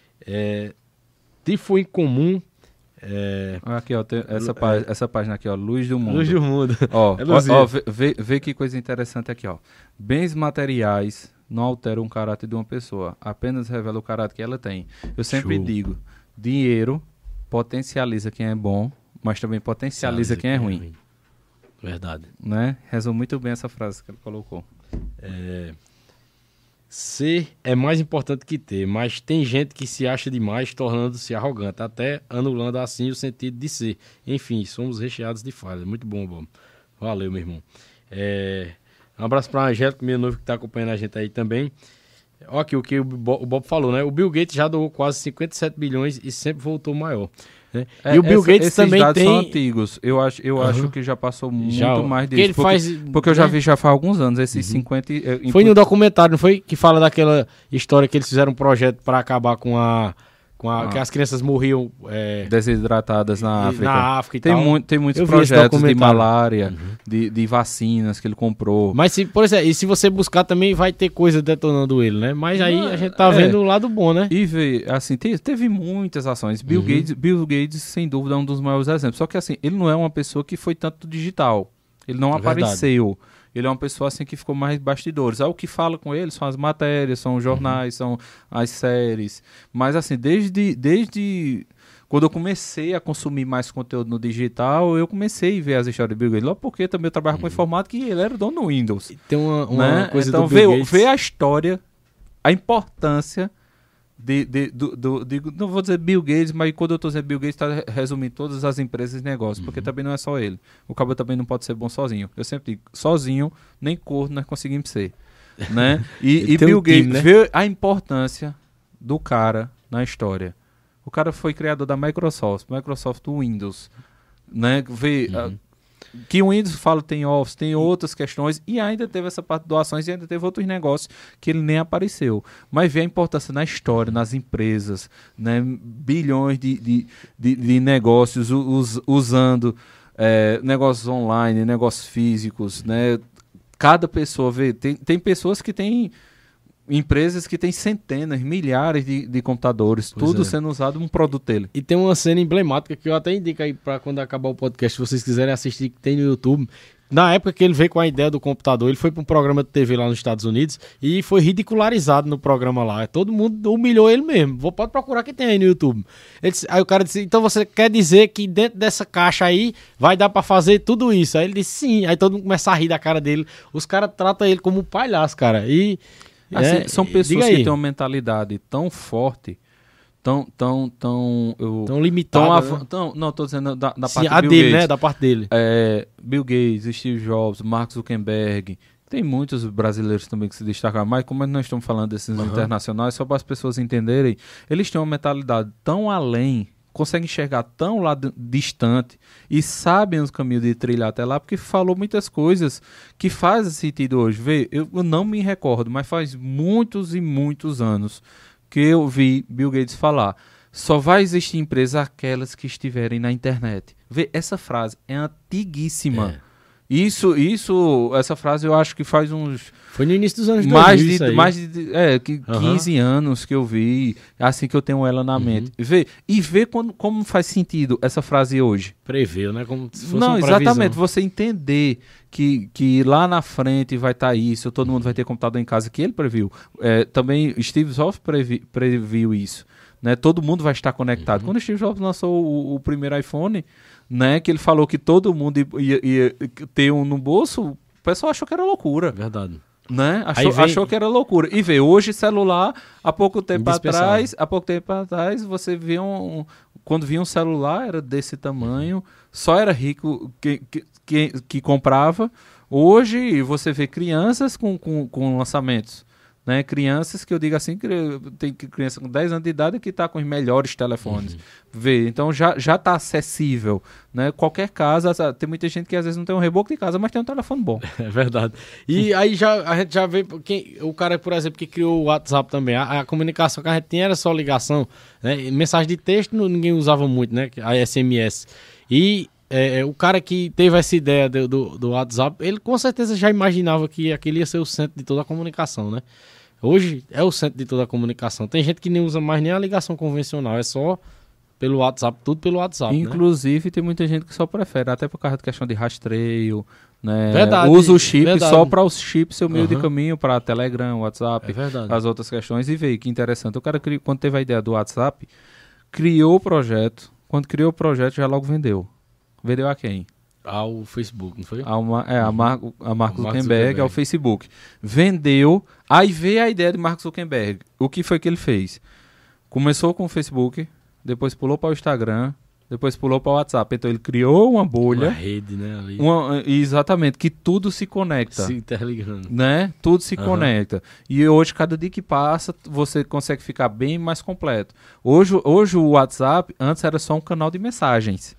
[SPEAKER 1] Tifo em Comum.
[SPEAKER 2] Aqui, ó, tem essa página aqui, ó, Luz do Mundo.
[SPEAKER 1] Luz do Mundo.
[SPEAKER 2] Ó, vê que coisa interessante aqui, ó. Bens materiais não alteram o caráter de uma pessoa, apenas revela o caráter que ela tem. Eu sempre digo, dinheiro potencializa quem é bom, mas também potencializa quem é ruim.
[SPEAKER 1] Verdade.
[SPEAKER 2] Né? Resume muito bem essa frase que ele colocou.
[SPEAKER 1] Ser é mais importante que ter, mas tem gente que se acha demais, tornando-se arrogante, até anulando assim o sentido de ser. Enfim, somos recheados de falhas. Muito bom, Bob. Valeu, meu irmão. Um abraço para a Angélica, meu noivo, que está acompanhando a gente aí também. Olha aqui o que o Bob falou, né? O Bill Gates já doou quase 57 bilhões e sempre voltou maior. Né? E o Bill Gates
[SPEAKER 2] esses
[SPEAKER 1] também
[SPEAKER 2] dados
[SPEAKER 1] tem...
[SPEAKER 2] são antigos. Eu acho que já passou muito mais disso.
[SPEAKER 1] Ele
[SPEAKER 2] porque eu já vi já faz alguns anos esses 50...
[SPEAKER 1] Foi no documentário, não foi? Que fala daquela história que eles fizeram um projeto para acabar com que as crianças morriam
[SPEAKER 2] desidratadas na África.
[SPEAKER 1] E tal.
[SPEAKER 2] Tem muitos projetos de malária, de vacinas que ele comprou.
[SPEAKER 1] Mas, por exemplo, e se você buscar também vai ter coisa detonando ele, né? Mas aí a gente tá vendo o lado bom, né?
[SPEAKER 2] E vê, assim, teve muitas ações. Bill Gates, sem dúvida, é um dos maiores exemplos. Só que, assim, ele não é uma pessoa que foi tanto digital. Ele não apareceu. Ele é uma pessoa assim que ficou mais bastidores. O que fala com ele são as matérias, são os jornais, são as séries. Mas assim, desde quando eu comecei a consumir mais conteúdo no digital, eu comecei a ver as histórias de Bill Gates. Logo porque também eu trabalhava com informática e ele era dono do Windows.
[SPEAKER 1] Tem uma coisa
[SPEAKER 2] então,
[SPEAKER 1] do Bill Gates.
[SPEAKER 2] Ver a história, a importância não vou dizer Bill Gates, mas quando eu estou dizendo Bill Gates, está resumindo todas as empresas e negócios, porque também não é só ele. O cabo também não pode ser bom sozinho. Eu sempre digo, sozinho, nem corno nós conseguimos ser. Né? E Bill Gates, né? Vê a importância do cara na história. O cara foi criador da Microsoft Windows. Né? Vê... que o Windows fala tem Office, tem outras questões e ainda teve essa parte de doações e ainda teve outros negócios que ele nem apareceu. Mas vê a importância na história, nas empresas, né? Bilhões de negócios usando negócios online, negócios físicos, né? Cada pessoa vê, tem pessoas que têm empresas que têm centenas, milhares de computadores, tudo sendo usado um produto dele.
[SPEAKER 1] E tem uma cena emblemática que eu até indico aí para quando acabar o podcast, se vocês quiserem assistir, que tem no YouTube. Na época que ele veio com a ideia do computador, ele foi para um programa de TV lá nos Estados Unidos e foi ridicularizado no programa lá. Todo mundo humilhou ele mesmo. Pode procurar que tem aí no YouTube. Aí o cara disse, então você quer dizer que dentro dessa caixa aí vai dar para fazer tudo isso? Aí ele disse, sim. Aí todo mundo começa a rir da cara dele. Os caras tratam ele como um palhaço, cara. E...
[SPEAKER 2] Assim, são pessoas que têm uma mentalidade tão forte, tão
[SPEAKER 1] limitada.
[SPEAKER 2] Não, estou dizendo da
[SPEAKER 1] sim,
[SPEAKER 2] parte
[SPEAKER 1] Bill Gates, né? Da parte dele.
[SPEAKER 2] Bill Gates, Steve Jobs, Mark Zuckerberg. Tem muitos brasileiros também que se destacam, mas como nós estamos falando desses internacionais, só para as pessoas entenderem, eles têm uma mentalidade tão além, conseguem enxergar tão lá distante e sabem os caminhos de trilhar até lá, porque falou muitas coisas que fazem sentido hoje. Vê, eu não me recordo, mas faz muitos e muitos anos que eu vi Bill Gates falar: só vai existir empresa aquelas que estiverem na internet. Vê, essa frase é antiguíssima. Essa frase eu acho que faz uns...
[SPEAKER 1] Foi no início dos anos 2000
[SPEAKER 2] mais de 15 anos que eu vi, assim que eu tenho ela na mente. Vê como faz sentido essa frase hoje.
[SPEAKER 1] Preveu, né? Como se fosse
[SPEAKER 2] não,
[SPEAKER 1] uma
[SPEAKER 2] exatamente.
[SPEAKER 1] previsão.
[SPEAKER 2] Você entender que lá na frente vai estar isso, todo mundo vai ter computador em casa, que ele previu. Também Steve Jobs previu isso. Né? Todo mundo vai estar conectado. Quando o Steve Jobs lançou o primeiro iPhone, né, que ele falou que todo mundo ia ter um no bolso, o pessoal achou que era loucura.
[SPEAKER 1] Verdade.
[SPEAKER 2] Né? Achou que era loucura. E vê, hoje celular, há pouco tempo atrás, você via quando via um celular, era desse tamanho, só era rico que comprava. Hoje você vê crianças com lançamentos. Né? Crianças que eu digo assim, que tem criança com 10 anos de idade que está com os melhores telefones. Vê, então já está acessível. Né? Qualquer casa, tem muita gente que às vezes não tem um reboco de casa, mas tem um telefone bom.
[SPEAKER 1] É verdade. E aí a gente já vê o cara, por exemplo, que criou o WhatsApp também. A comunicação que a gente tinha era só ligação. Né? Mensagem de texto ninguém usava muito, né? A SMS. E o cara que teve essa ideia do WhatsApp, ele com certeza já imaginava que aquele ia ser o centro de toda a comunicação, né? Hoje é o centro de toda a comunicação. Tem gente que nem usa mais nem a ligação convencional, é só pelo WhatsApp, tudo pelo WhatsApp.
[SPEAKER 2] Inclusive, né? Tem muita gente que só prefere, até por causa da questão de rastreio, né?
[SPEAKER 1] Verdade.
[SPEAKER 2] Usa o chip só para os chips ser o meio de caminho para Telegram, WhatsApp,
[SPEAKER 1] as
[SPEAKER 2] outras questões. E veio, que interessante. O cara, quando teve a ideia do WhatsApp, criou o projeto. Quando criou o projeto, já logo vendeu. Vendeu a quem?
[SPEAKER 1] Ao Facebook, não foi?
[SPEAKER 2] A Mark Zuckerberg, ao Facebook. Vendeu, aí veio a ideia de Mark Zuckerberg. O que foi que ele fez? Começou com o Facebook, depois pulou para o Instagram, depois pulou para o WhatsApp. Então ele criou uma bolha.
[SPEAKER 1] Uma rede, né? Ali.
[SPEAKER 2] Exatamente, que tudo se conecta.
[SPEAKER 1] Se interligando.
[SPEAKER 2] Né? Tudo se conecta. E hoje, cada dia que passa, você consegue ficar bem mais completo. Hoje o WhatsApp, antes era só um canal de mensagens.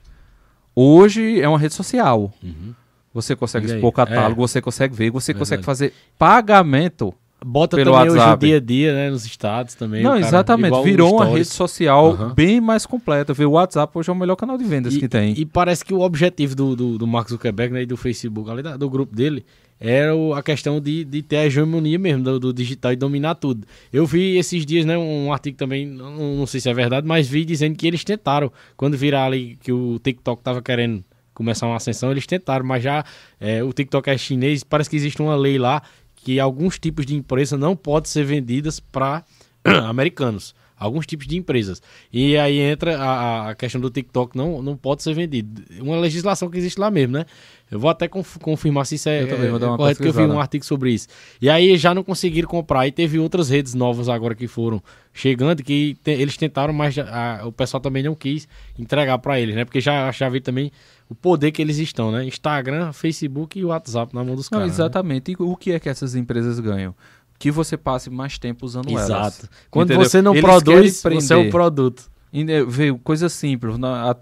[SPEAKER 2] Hoje é uma rede social. Você consegue expor catálogo, você consegue ver, você consegue fazer pagamento.
[SPEAKER 1] Bota
[SPEAKER 2] pelo
[SPEAKER 1] também
[SPEAKER 2] WhatsApp.
[SPEAKER 1] hoje o dia a dia, né? Nos estados também.
[SPEAKER 2] Não,
[SPEAKER 1] cara,
[SPEAKER 2] exatamente. Virou uma rede social
[SPEAKER 1] Uhum.
[SPEAKER 2] bem mais completa. O WhatsApp hoje é o melhor canal de vendas que tem.
[SPEAKER 1] E parece que o objetivo do Mark Zuckerberg, né, e do Facebook, ali do grupo dele, era a questão de ter a hegemonia mesmo do digital e dominar tudo. Eu vi esses dias, né, um artigo também, não sei se é verdade, mas vi dizendo que eles tentaram, quando virar ali que o TikTok estava querendo começar uma ascensão, eles tentaram, mas já o TikTok é chinês, parece que existe uma lei lá que alguns tipos de empresa não podem ser vendidas para americanos. Alguns tipos de empresas. E aí entra a questão do TikTok, não pode ser vendido. Uma legislação que existe lá mesmo, né? Eu vou até confirmar se isso é correto, porque eu vi um artigo sobre isso. E aí já não conseguiram comprar. E teve outras redes novas agora que foram chegando, que eles tentaram, mas o pessoal também não quis entregar para eles, né? Porque já vi também o poder que eles estão, né? Instagram, Facebook e WhatsApp na mão dos caras.
[SPEAKER 2] Exatamente. Né? E o que é que essas empresas ganham? Que você passe mais tempo usando elas.
[SPEAKER 1] Exato. Quando
[SPEAKER 2] Entendeu?
[SPEAKER 1] você não
[SPEAKER 2] Eles
[SPEAKER 1] produz, você é um produto.
[SPEAKER 2] Veio coisas simples,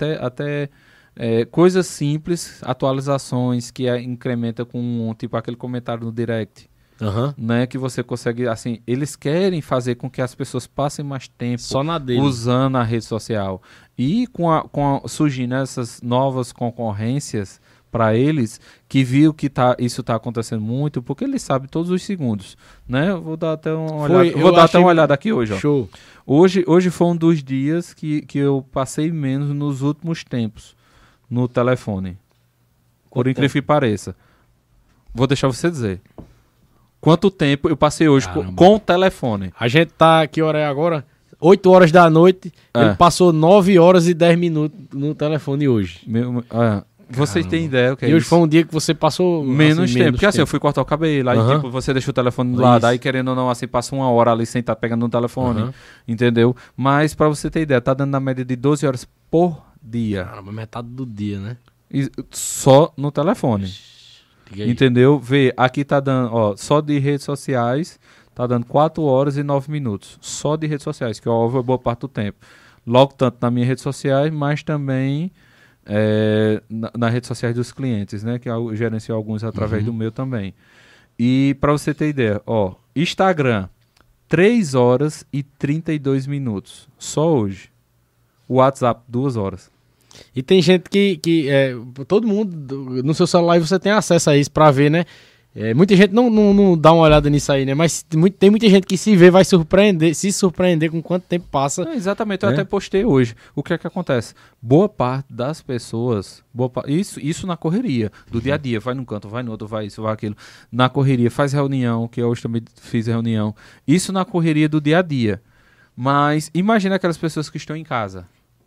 [SPEAKER 2] até coisas simples, atualizações que incrementa com tipo aquele comentário no direct. Né, que você consegue, assim, eles querem fazer com que as pessoas passem mais tempo
[SPEAKER 1] só na dele,
[SPEAKER 2] usando a rede social. E surgindo essas novas concorrências para eles, que viu que isso está acontecendo muito, porque eles sabem todos os segundos, né? Eu vou dar até uma olhada. Vou dar até uma olhada aqui hoje, ó.
[SPEAKER 1] Show.
[SPEAKER 2] Hoje foi um dos dias que eu passei menos nos últimos tempos no telefone. Por incrível que pareça. Vou deixar você dizer. Quanto tempo eu passei hoje com o telefone?
[SPEAKER 1] A gente tá, que hora é agora? 8 horas da noite, ele passou 9 horas e 10 minutos no telefone hoje.
[SPEAKER 2] Vocês têm ideia o que é
[SPEAKER 1] isso? E hoje
[SPEAKER 2] isso?
[SPEAKER 1] foi um dia que você passou
[SPEAKER 2] menos tempo. Porque assim, eu fui cortar o cabelo, aí tipo, você deixa o telefone do lado, aí querendo ou não, assim, passa uma hora ali sem estar pegando no telefone, entendeu? Mas pra você ter ideia, tá dando na média de 12 horas por dia.
[SPEAKER 1] Caramba, metade do dia, né?
[SPEAKER 2] Só no telefone. Entendeu? Vê, aqui tá dando, ó, só de redes sociais, tá dando 4 horas e 9 minutos. Só de redes sociais, que é óbvio, boa parte do tempo. Logo, tanto nas minhas redes sociais, mas também nas redes sociais dos clientes, né? Que eu gerencio alguns através do meu também. E pra você ter ideia, ó, Instagram, 3 horas e 32 minutos. Só hoje. WhatsApp, 2 horas.
[SPEAKER 1] E tem gente que todo mundo, no seu celular você tem acesso a isso pra ver, né? Muita gente não dá uma olhada nisso aí, né? Mas tem muita gente que se vê, vai se surpreender com quanto tempo passa.
[SPEAKER 2] Exatamente, eu até postei hoje. O que é que acontece? Boa parte das pessoas, isso na correria, do dia a dia, vai num canto, vai no outro, vai isso, vai aquilo. Na correria, faz reunião, que eu hoje também fiz reunião. Isso na correria do dia a dia. Mas imagina aquelas pessoas que estão em casa.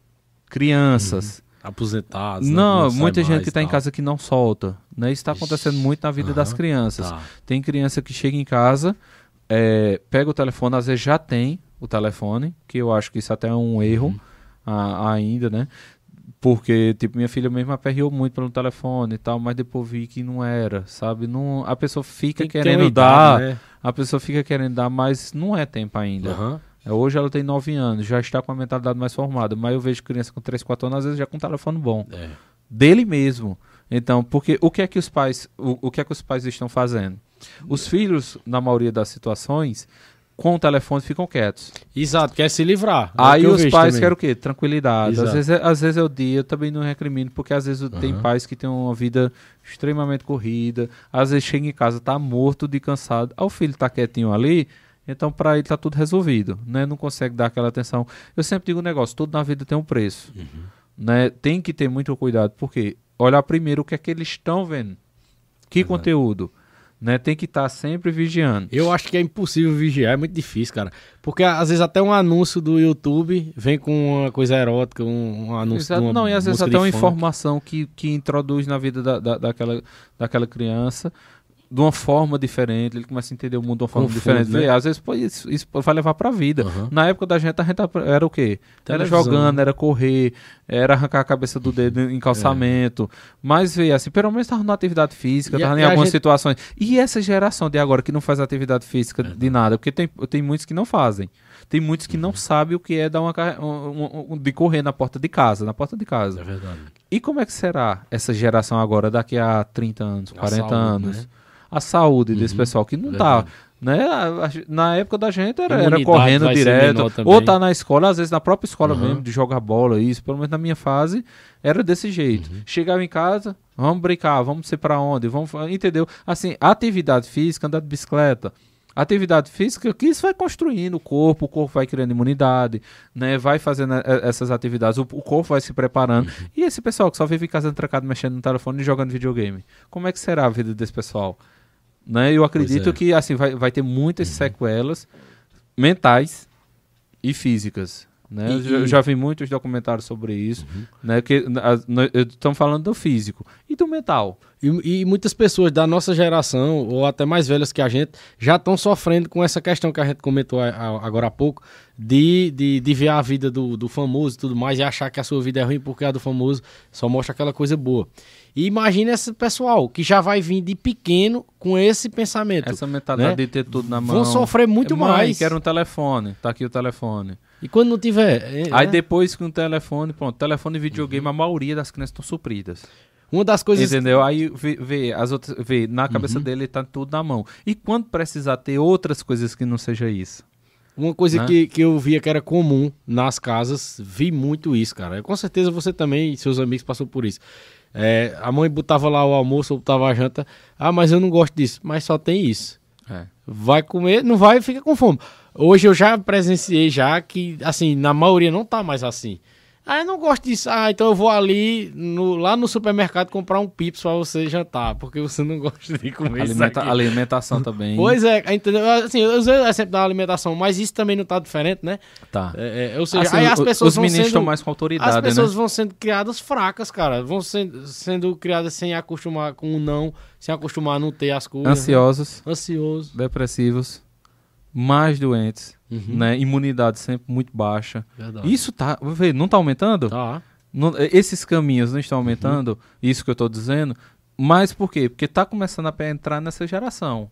[SPEAKER 2] Crianças.
[SPEAKER 1] Aposentados.
[SPEAKER 2] Não, muita gente que está em casa que não solta. Né? Isso está acontecendo muito na vida das crianças.
[SPEAKER 1] Tá.
[SPEAKER 2] Tem criança que chega em casa, pega o telefone, às vezes já tem o telefone, que eu acho que isso até é um erro ainda, né? Porque, tipo, minha filha mesmo aperreou muito pelo telefone e tal, mas depois vi que não era, sabe? Não, a pessoa fica querendo dar, né? A pessoa fica querendo dar, mas não é tempo ainda. Hoje ela tem 9 anos, já está com a mentalidade mais formada, mas eu vejo criança com 3, 4 anos, às vezes já com um telefone bom. Dele mesmo. Então, porque o que é que os pais estão fazendo? Os filhos, na maioria das situações, com o telefone ficam quietos.
[SPEAKER 1] Exato, quer se livrar.
[SPEAKER 2] Aí os pais querem o quê? Tranquilidade.
[SPEAKER 1] Exato.
[SPEAKER 2] Às vezes é o dia, eu também não recrimino, porque às vezes tem pais que têm uma vida extremamente corrida, às vezes chega em casa, tá morto de cansado, aí o filho tá quietinho ali, então para ele tá tudo resolvido, né? Não consegue dar aquela atenção. Eu sempre digo um negócio, tudo na vida tem um preço, né? Tem que ter muito cuidado, porque olhar primeiro o que é que eles estão vendo, que conteúdo, né? Tem que estar sempre vigiando.
[SPEAKER 1] Eu acho que é impossível vigiar, é muito difícil, cara. Porque às vezes até um anúncio do YouTube vem com uma coisa erótica, um anúncio de uma
[SPEAKER 2] Não, e às vezes até uma
[SPEAKER 1] funk.
[SPEAKER 2] informação que introduz na vida daquela criança. de uma forma diferente, ele começa a entender o mundo de uma forma diferente.
[SPEAKER 1] Né?
[SPEAKER 2] Às vezes isso vai levar pra vida. Na época da gente, era o quê?
[SPEAKER 1] Televisão.
[SPEAKER 2] Era jogando, era correr, era arrancar a cabeça do dedo em calçamento. Mas, assim, pelo menos estava na atividade física, estava em algumas situações. E essa geração de agora que não faz atividade física de nada, porque tem muitos que não fazem. Tem muitos que não sabem o que é dar de correr na porta de casa.
[SPEAKER 1] É verdade.
[SPEAKER 2] E como é que será essa geração agora, daqui a 30 anos, 40 anos?
[SPEAKER 1] Né?
[SPEAKER 2] A saúde desse pessoal que não tá... Né? Na época da gente era correndo direto, ou tá na escola, às vezes na própria escola mesmo, de jogar bola, isso, pelo menos na minha fase, era desse jeito. Chegava em casa, vamos brincar, vamos ser pra onde, entendeu? Assim, atividade física, andar de bicicleta, atividade física, que isso vai construindo o corpo vai criando imunidade, né? Vai fazendo essas atividades, o corpo vai se preparando. E esse pessoal que só vive em casa trancado, mexendo no telefone e jogando videogame, como é que será a vida desse pessoal? Né? Eu acredito que assim, vai ter muitas sequelas mentais e físicas. Né? Eu já vi muitos documentários sobre isso. Né? Estamos falando do físico e do mental.
[SPEAKER 1] E muitas pessoas da nossa geração, ou até mais velhas que a gente, já estão sofrendo com essa questão que a gente comentou agora há pouco, de ver a vida do famoso e tudo mais, e achar que a sua vida é ruim porque a do famoso só mostra aquela coisa boa. E imagina esse pessoal que já vai vir de pequeno com esse pensamento.
[SPEAKER 2] Essa mentalidade, né? De ter tudo na mão.
[SPEAKER 1] Vão sofrer muito mais.
[SPEAKER 2] Quero um telefone, tá aqui o telefone.
[SPEAKER 1] E quando não tiver...
[SPEAKER 2] Aí depois com o telefone, pronto, telefone e videogame, a maioria das crianças estão supridas.
[SPEAKER 1] Uma das coisas...
[SPEAKER 2] Entendeu? Aí vê na cabeça dele tá tudo na mão. E quando precisar ter outras coisas que não seja isso?
[SPEAKER 1] Uma coisa que eu via que era comum nas casas, vi muito isso, cara. Com certeza você também e seus amigos passou por isso. A mãe botava lá o almoço, ou botava a janta. Ah, mas eu não gosto disso. Mas só tem isso. Vai comer, não vai, fica com fome. Hoje eu já presenciei que, assim, na maioria não tá mais assim. Ah, eu não gosto disso. Ah, então eu vou ali lá no supermercado comprar um pips pra você jantar, porque você não gosta de comer isso aqui.
[SPEAKER 2] Alimentação também.
[SPEAKER 1] Pois é, entendeu? Assim, eu usei o exemplo da alimentação, mas isso também não tá diferente, né?
[SPEAKER 2] Tá.
[SPEAKER 1] Ou seja,
[SPEAKER 2] assim,
[SPEAKER 1] aí as pessoas
[SPEAKER 2] os meninos estão mais com autoridade,
[SPEAKER 1] as pessoas vão sendo criadas fracas, cara. Vão sendo criadas sem acostumar com o não, sem acostumar a não ter as coisas.
[SPEAKER 2] Ansiosos. Depressivos. Mais doentes, né? Imunidade sempre muito baixa.
[SPEAKER 1] Verdade.
[SPEAKER 2] Isso não tá aumentando?
[SPEAKER 1] Tá.
[SPEAKER 2] Esses caminhos não estão aumentando, isso que eu tô dizendo, mas por quê? Porque tá começando a entrar nessa geração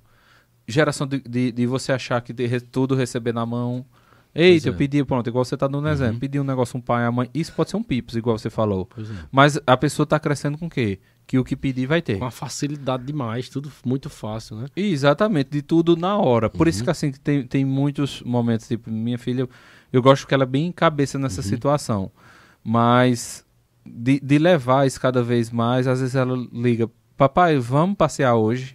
[SPEAKER 2] de você achar que tudo receber na mão. Eita, eu pedi, pronto, igual você tá dando um exemplo, pedi um negócio um pai, a mãe, isso pode ser um pips, igual você falou. Mas a pessoa tá crescendo com o quê? Que o que pedir vai ter.
[SPEAKER 1] Com uma facilidade demais, tudo muito fácil, né?
[SPEAKER 2] Exatamente, de tudo na hora. Por isso que assim, tem muitos momentos, tipo, minha filha, eu gosto que ela é bem cabeça nessa situação. Mas de levar isso cada vez mais, às vezes ela liga, papai, vamos passear hoje?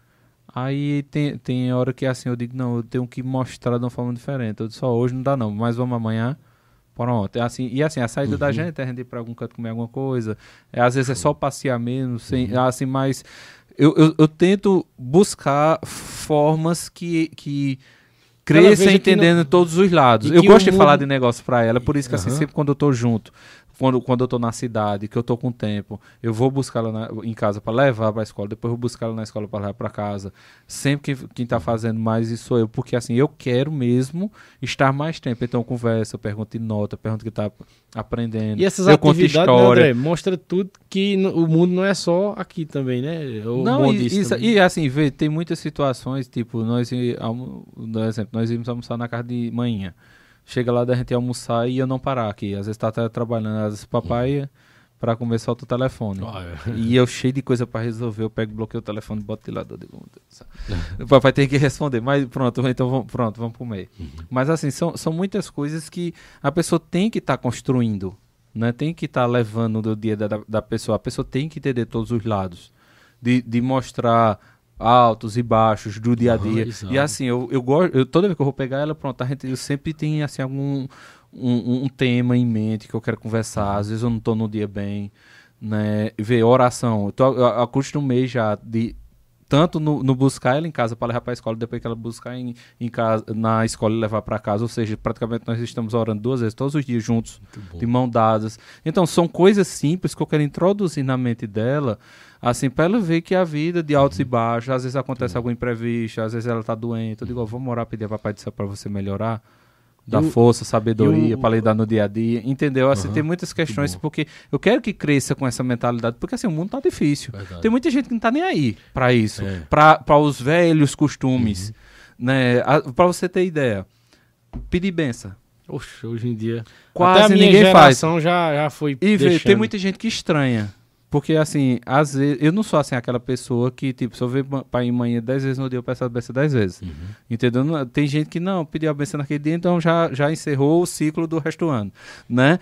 [SPEAKER 2] Aí tem hora que assim, eu digo, não, eu tenho que mostrar de uma forma diferente. Eu disse, hoje não dá não, mas vamos amanhã. Pronto, a saída da gente é a gente ir pra algum canto comer alguma coisa, às vezes é só passear mesmo, assim, mas eu tento buscar formas que cresça entendendo todos os lados. Eu gosto de falar de negócio pra ela, por isso que assim, sempre quando eu tô junto, quando eu tô na cidade, que eu tô com tempo, eu vou buscar ela em casa para levar para a escola, depois eu vou buscar ela na escola para levar para casa. Sempre que quem tá fazendo mais isso sou eu, porque assim, eu quero mesmo estar mais tempo. Então eu converso, eu pergunto de nota, eu pergunto o que tá aprendendo.
[SPEAKER 1] E essas
[SPEAKER 2] eu conto história.
[SPEAKER 1] Né, André, mostra tudo que o mundo não é só aqui também, né?
[SPEAKER 2] E assim, tem muitas situações, tipo, nós íamos almoçar na casa de manhã. Chega lá da gente almoçar e eu não parar aqui. Às vezes tá até trabalhando, às vezes papai pra comer solta o telefone. E eu cheio de coisa pra resolver, eu pego, bloqueio o telefone e boto de lado. O papai tem que responder, mas pronto, então vamos comer. Mas assim, são muitas coisas que a pessoa tem que estar construindo, né? Tem que estar levando do dia da pessoa. A pessoa tem que entender todos os lados. De mostrar altos e baixos do dia a dia. E assim, eu gosto, toda vez que eu vou pegar ela, pronto, eu sempre tenho assim algum um tema em mente que eu quero conversar. Às vezes eu não tô no dia bem, né? Ver oração. Eu acostumei já de tanto no buscar ela em casa para levar para a escola, depois que ela buscar em casa, na escola e levar para casa, ou seja, praticamente nós estamos orando 2 vezes todos os dias juntos, de mão dadas. Então são coisas simples que eu quero introduzir na mente dela, assim, para ela ver que a vida de altos e baixos, às vezes acontece algum imprevisto, às vezes ela tá doente, eu digo, vamos orar, pedir a Papai do Céu para você melhorar, dar força, sabedoria para lidar no dia a dia, entendeu? Assim, tem muitas questões, porque eu quero que cresça com essa mentalidade, porque assim, o mundo tá difícil. Verdade. Tem muita gente que não tá nem aí para isso, para os velhos costumes, né? Para você ter ideia, pedir benção.
[SPEAKER 1] Oxe, hoje em dia
[SPEAKER 2] quase
[SPEAKER 1] até a minha
[SPEAKER 2] ninguém
[SPEAKER 1] geração
[SPEAKER 2] faz.
[SPEAKER 1] já foi
[SPEAKER 2] e
[SPEAKER 1] deixando.
[SPEAKER 2] Tem muita gente que estranha. Porque, assim, às vezes, eu não sou, assim, aquela pessoa que, tipo, se eu ver pai e mãe 10 vezes no dia, eu peço a benção 10 vezes. Entendeu? Tem gente que não pediu a benção naquele dia, então já encerrou o ciclo do resto do ano, né?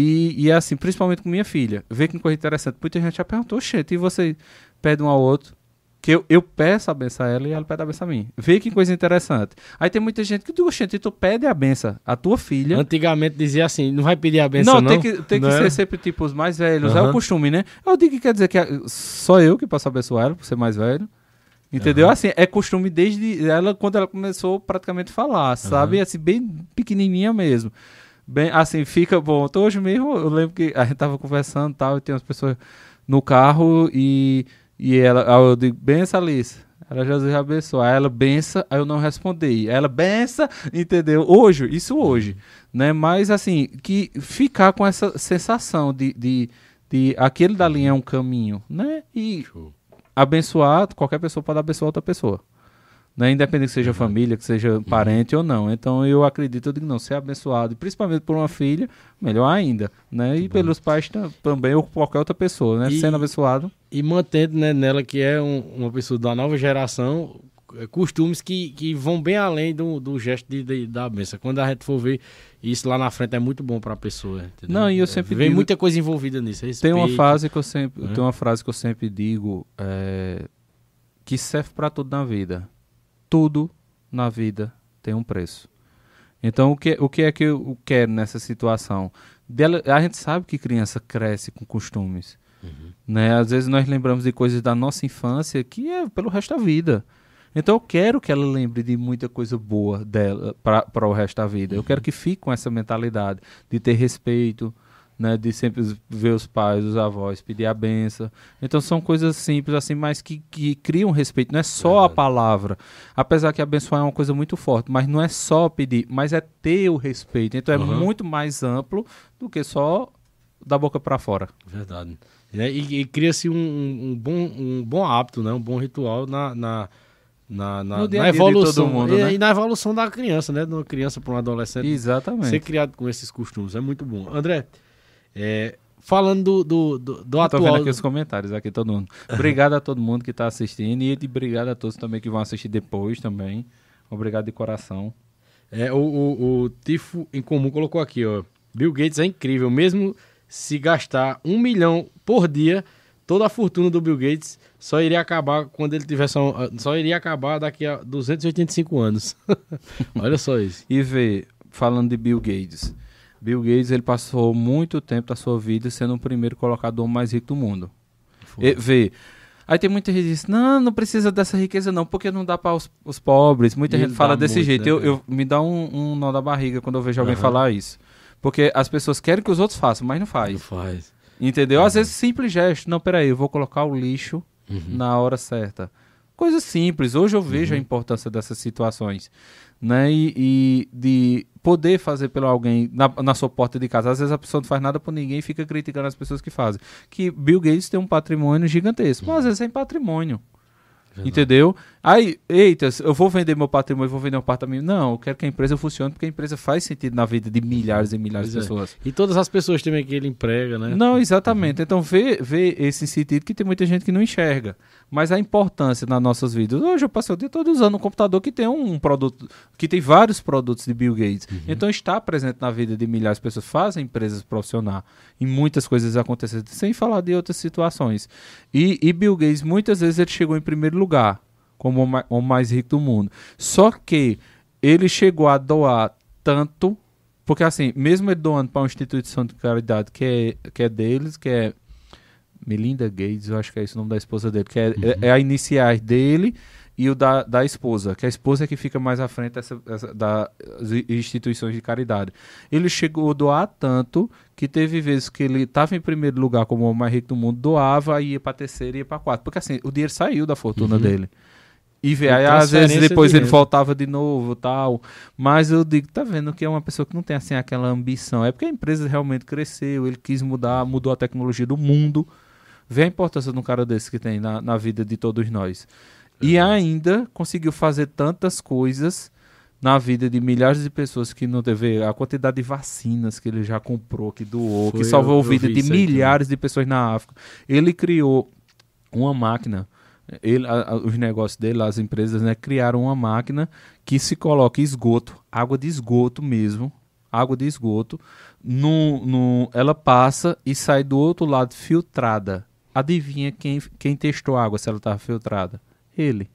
[SPEAKER 2] E assim, principalmente com minha filha. Vê que coisa interessante. Muita gente já perguntou, gente, e você pede um ao outro? Que eu peço a benção a ela e ela pede a benção a mim. Vê que coisa interessante. Aí tem muita gente que diz, gente, tu pede a benção a tua filha.
[SPEAKER 1] Antigamente dizia assim, não vai pedir a benção não?
[SPEAKER 2] Tem que ser sempre tipo os mais velhos. É o costume, né? Eu digo que quer dizer que só eu que posso abençoar ela por ser mais velho. Entendeu? Assim, é costume desde ela, quando ela começou praticamente a falar, sabe? Assim, bem pequenininha mesmo. Bem, assim, fica bom. Então, hoje mesmo, eu lembro que a gente tava conversando e tal, e tem umas pessoas no carro e ela, eu digo, benção, Alice. Ela, Jesus abençoa. Aí ela, benção, aí eu não respondi. Aí ela, benção, entendeu? Isso hoje, né? Mas, assim, que ficar com essa sensação de aquele dali é um caminho, né? E abençoar, qualquer pessoa pode abençoar outra pessoa. Né? Independente que seja família, que seja parente ou não. Então eu acredito, eu digo, não, ser abençoado, principalmente por uma filha, melhor ainda, né? E pelos pais também, ou qualquer outra pessoa, né? Sendo abençoado.
[SPEAKER 1] E mantendo, né, nela, que é uma pessoa da nova geração, costumes que vão bem além do gesto da bênção. Quando a gente for ver, isso lá na frente é muito bom para a pessoa. Entendeu?
[SPEAKER 2] Não, e eu sempre
[SPEAKER 1] vem muita coisa envolvida nisso. Respeito.
[SPEAKER 2] Tem uma frase que eu sempre digo, que serve para tudo na vida. Tudo na vida tem um preço. Então, o que é que eu quero nessa situação? A gente sabe que criança cresce com costumes. Né? Às vezes nós lembramos de coisas da nossa infância que é pelo resto da vida. Então eu quero que ela lembre de muita coisa boa dela para o resto da vida. Eu quero que fique com essa mentalidade de ter respeito, né, de sempre ver os pais, os avós, pedir a benção. Então são coisas simples assim, mas que criam respeito. Não é só a palavra, apesar que abençoar é uma coisa muito forte, mas não é só pedir, mas é ter o respeito. Então é muito mais amplo do que só da boca para fora.
[SPEAKER 1] Verdade. E cria-se um bom hábito, né, um bom ritual na evolução,
[SPEAKER 2] de todo mundo, né?
[SPEAKER 1] E na evolução da criança, né, de uma criança para um adolescente.
[SPEAKER 2] Exatamente.
[SPEAKER 1] Ser criado com esses costumes é muito bom. André, falando do atual...
[SPEAKER 2] Tô vendo aqui os comentários, aqui todo mundo. Obrigado a todo mundo que está assistindo e obrigado a todos também que vão assistir depois também. Obrigado de coração.
[SPEAKER 1] O Tifo em Comum colocou aqui, ó. Bill Gates é incrível, mesmo se gastar 1 milhão por dia, toda a fortuna do Bill Gates só iria acabar quando ele tivesse só iria acabar daqui a 285 anos. Olha só isso.
[SPEAKER 2] E falando de Bill Gates, ele passou muito tempo da sua vida sendo o primeiro colocado homem mais rico do mundo. Aí tem muita gente que diz, não precisa dessa riqueza não, porque não dá para os pobres. Muita gente fala desse jeito. Né, eu me dá um nó da barriga quando eu vejo alguém falar isso. Porque as pessoas querem que os outros façam, mas não faz.
[SPEAKER 1] Não faz.
[SPEAKER 2] Entendeu? Às vezes simples gesto. Não, peraí, eu vou colocar o lixo na hora certa. Coisa simples. Hoje eu vejo a importância dessas situações. Né? E de poder fazer pelo alguém na sua porta de casa. Às vezes a pessoa não faz nada por ninguém e fica criticando as pessoas que fazem. Que Bill Gates tem um patrimônio gigantesco. Mas às vezes é em patrimônio. Verdade. Entendeu? Aí, eita, eu vou vender meu patrimônio, vou vender um apartamento. Não, eu quero que a empresa funcione, porque a empresa faz sentido na vida de milhares e milhares de pessoas.
[SPEAKER 1] E todas as pessoas também que ele emprega, né?
[SPEAKER 2] Não, exatamente. Então, vê esse sentido que tem muita gente que não enxerga. Mas a importância nas nossas vidas. Hoje eu passei o dia todo usando um computador que tem um produto, que tem vários produtos de Bill Gates. Então, está presente na vida de milhares de pessoas, faz a empresa profissional. E muitas coisas acontecem, sem falar de outras situações. E Bill Gates, muitas vezes, ele chegou em primeiro lugar como o mais rico do mundo. Só que ele chegou a doar tanto, porque assim, mesmo ele doando para uma instituição de caridade que é deles, que é Melinda Gates, eu acho que é esse o nome da esposa dele, que é a iniciais dele e o da esposa, que a esposa é que fica mais à frente das instituições de caridade. Ele chegou a doar tanto que teve vezes que ele estava em primeiro lugar como o homem mais rico do mundo, doava, ia para terceira e ia para quarta, porque assim, o dinheiro saiu da fortuna dele. E aí, às vezes depois ele voltava de novo tal. Mas eu digo, tá vendo que é uma pessoa que não tem assim aquela ambição. É porque a empresa realmente cresceu, ele quis mudar, mudou a tecnologia do mundo. Vê a importância de um cara desse que tem na vida de todos nós. E ainda conseguiu fazer tantas coisas na vida de milhares de pessoas que não teve a quantidade de vacinas que ele já comprou, que doou, que salvou a vida de milhares de pessoas na África. Ele criou uma máquina. Os negócios dele, as empresas, né, criaram uma máquina que se coloca esgoto, água de esgoto mesmo, água de esgoto, ela passa e sai do outro lado filtrada. Adivinha quem testou a água se ela estava filtrada? Ele.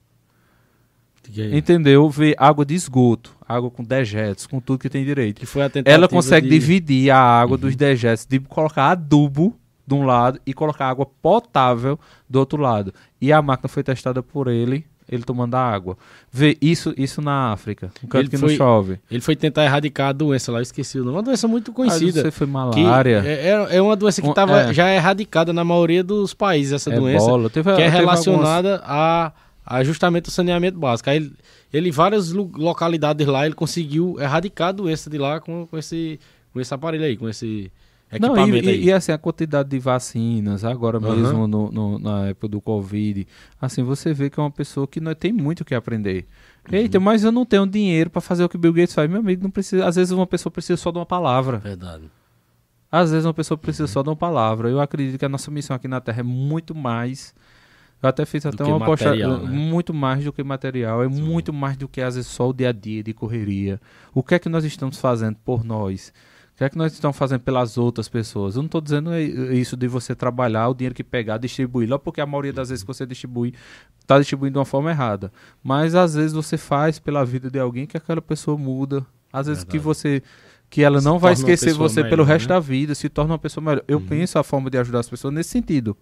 [SPEAKER 2] Entendeu? Vê água de esgoto, água com dejetos, com tudo que tem direito.
[SPEAKER 1] Que foi a
[SPEAKER 2] ela consegue dividir a água dos dejetos, de colocar adubo de um lado e colocar água potável do outro lado. E a máquina foi testada por ele tomando a água. Vê isso na África, um canto que não chove.
[SPEAKER 1] Ele foi tentar erradicar a doença lá, eu esqueci o nome. Uma doença muito conhecida.
[SPEAKER 2] Você foi malária.
[SPEAKER 1] É uma doença que estava já erradicada na maioria dos países, essa doença. Que é relacionada a justamente o saneamento básico. Aí ele várias localidades lá, ele conseguiu erradicar a doença de lá com esse aparelho aí, com esse equipamento aí.
[SPEAKER 2] E assim, a quantidade de vacinas, agora mesmo na época do Covid, assim, você vê que é uma pessoa que não tem muito o que aprender. Eita, mas eu não tenho dinheiro para fazer o que o Bill Gates faz. Meu amigo, não precisa. Às vezes uma pessoa precisa só de uma palavra.
[SPEAKER 1] Verdade.
[SPEAKER 2] Às vezes uma pessoa precisa só de uma palavra. Eu acredito que a nossa missão aqui na Terra é muito mais. Eu até fiz até uma postagem, né? Muito mais do que material, muito mais do que às vezes só o dia a dia de correria. O que é que nós estamos fazendo por nós? O que é que nós estamos fazendo pelas outras pessoas? Eu não estou dizendo isso de você trabalhar, o dinheiro que pegar, distribuir, lá porque a maioria das vezes que você distribui, está distribuindo de uma forma errada. Mas às vezes você faz pela vida de alguém que aquela pessoa muda. Às vezes que ela não vai esquecer você pelo resto da vida, se torna uma pessoa melhor. Eu penso a forma de ajudar as pessoas nesse sentido.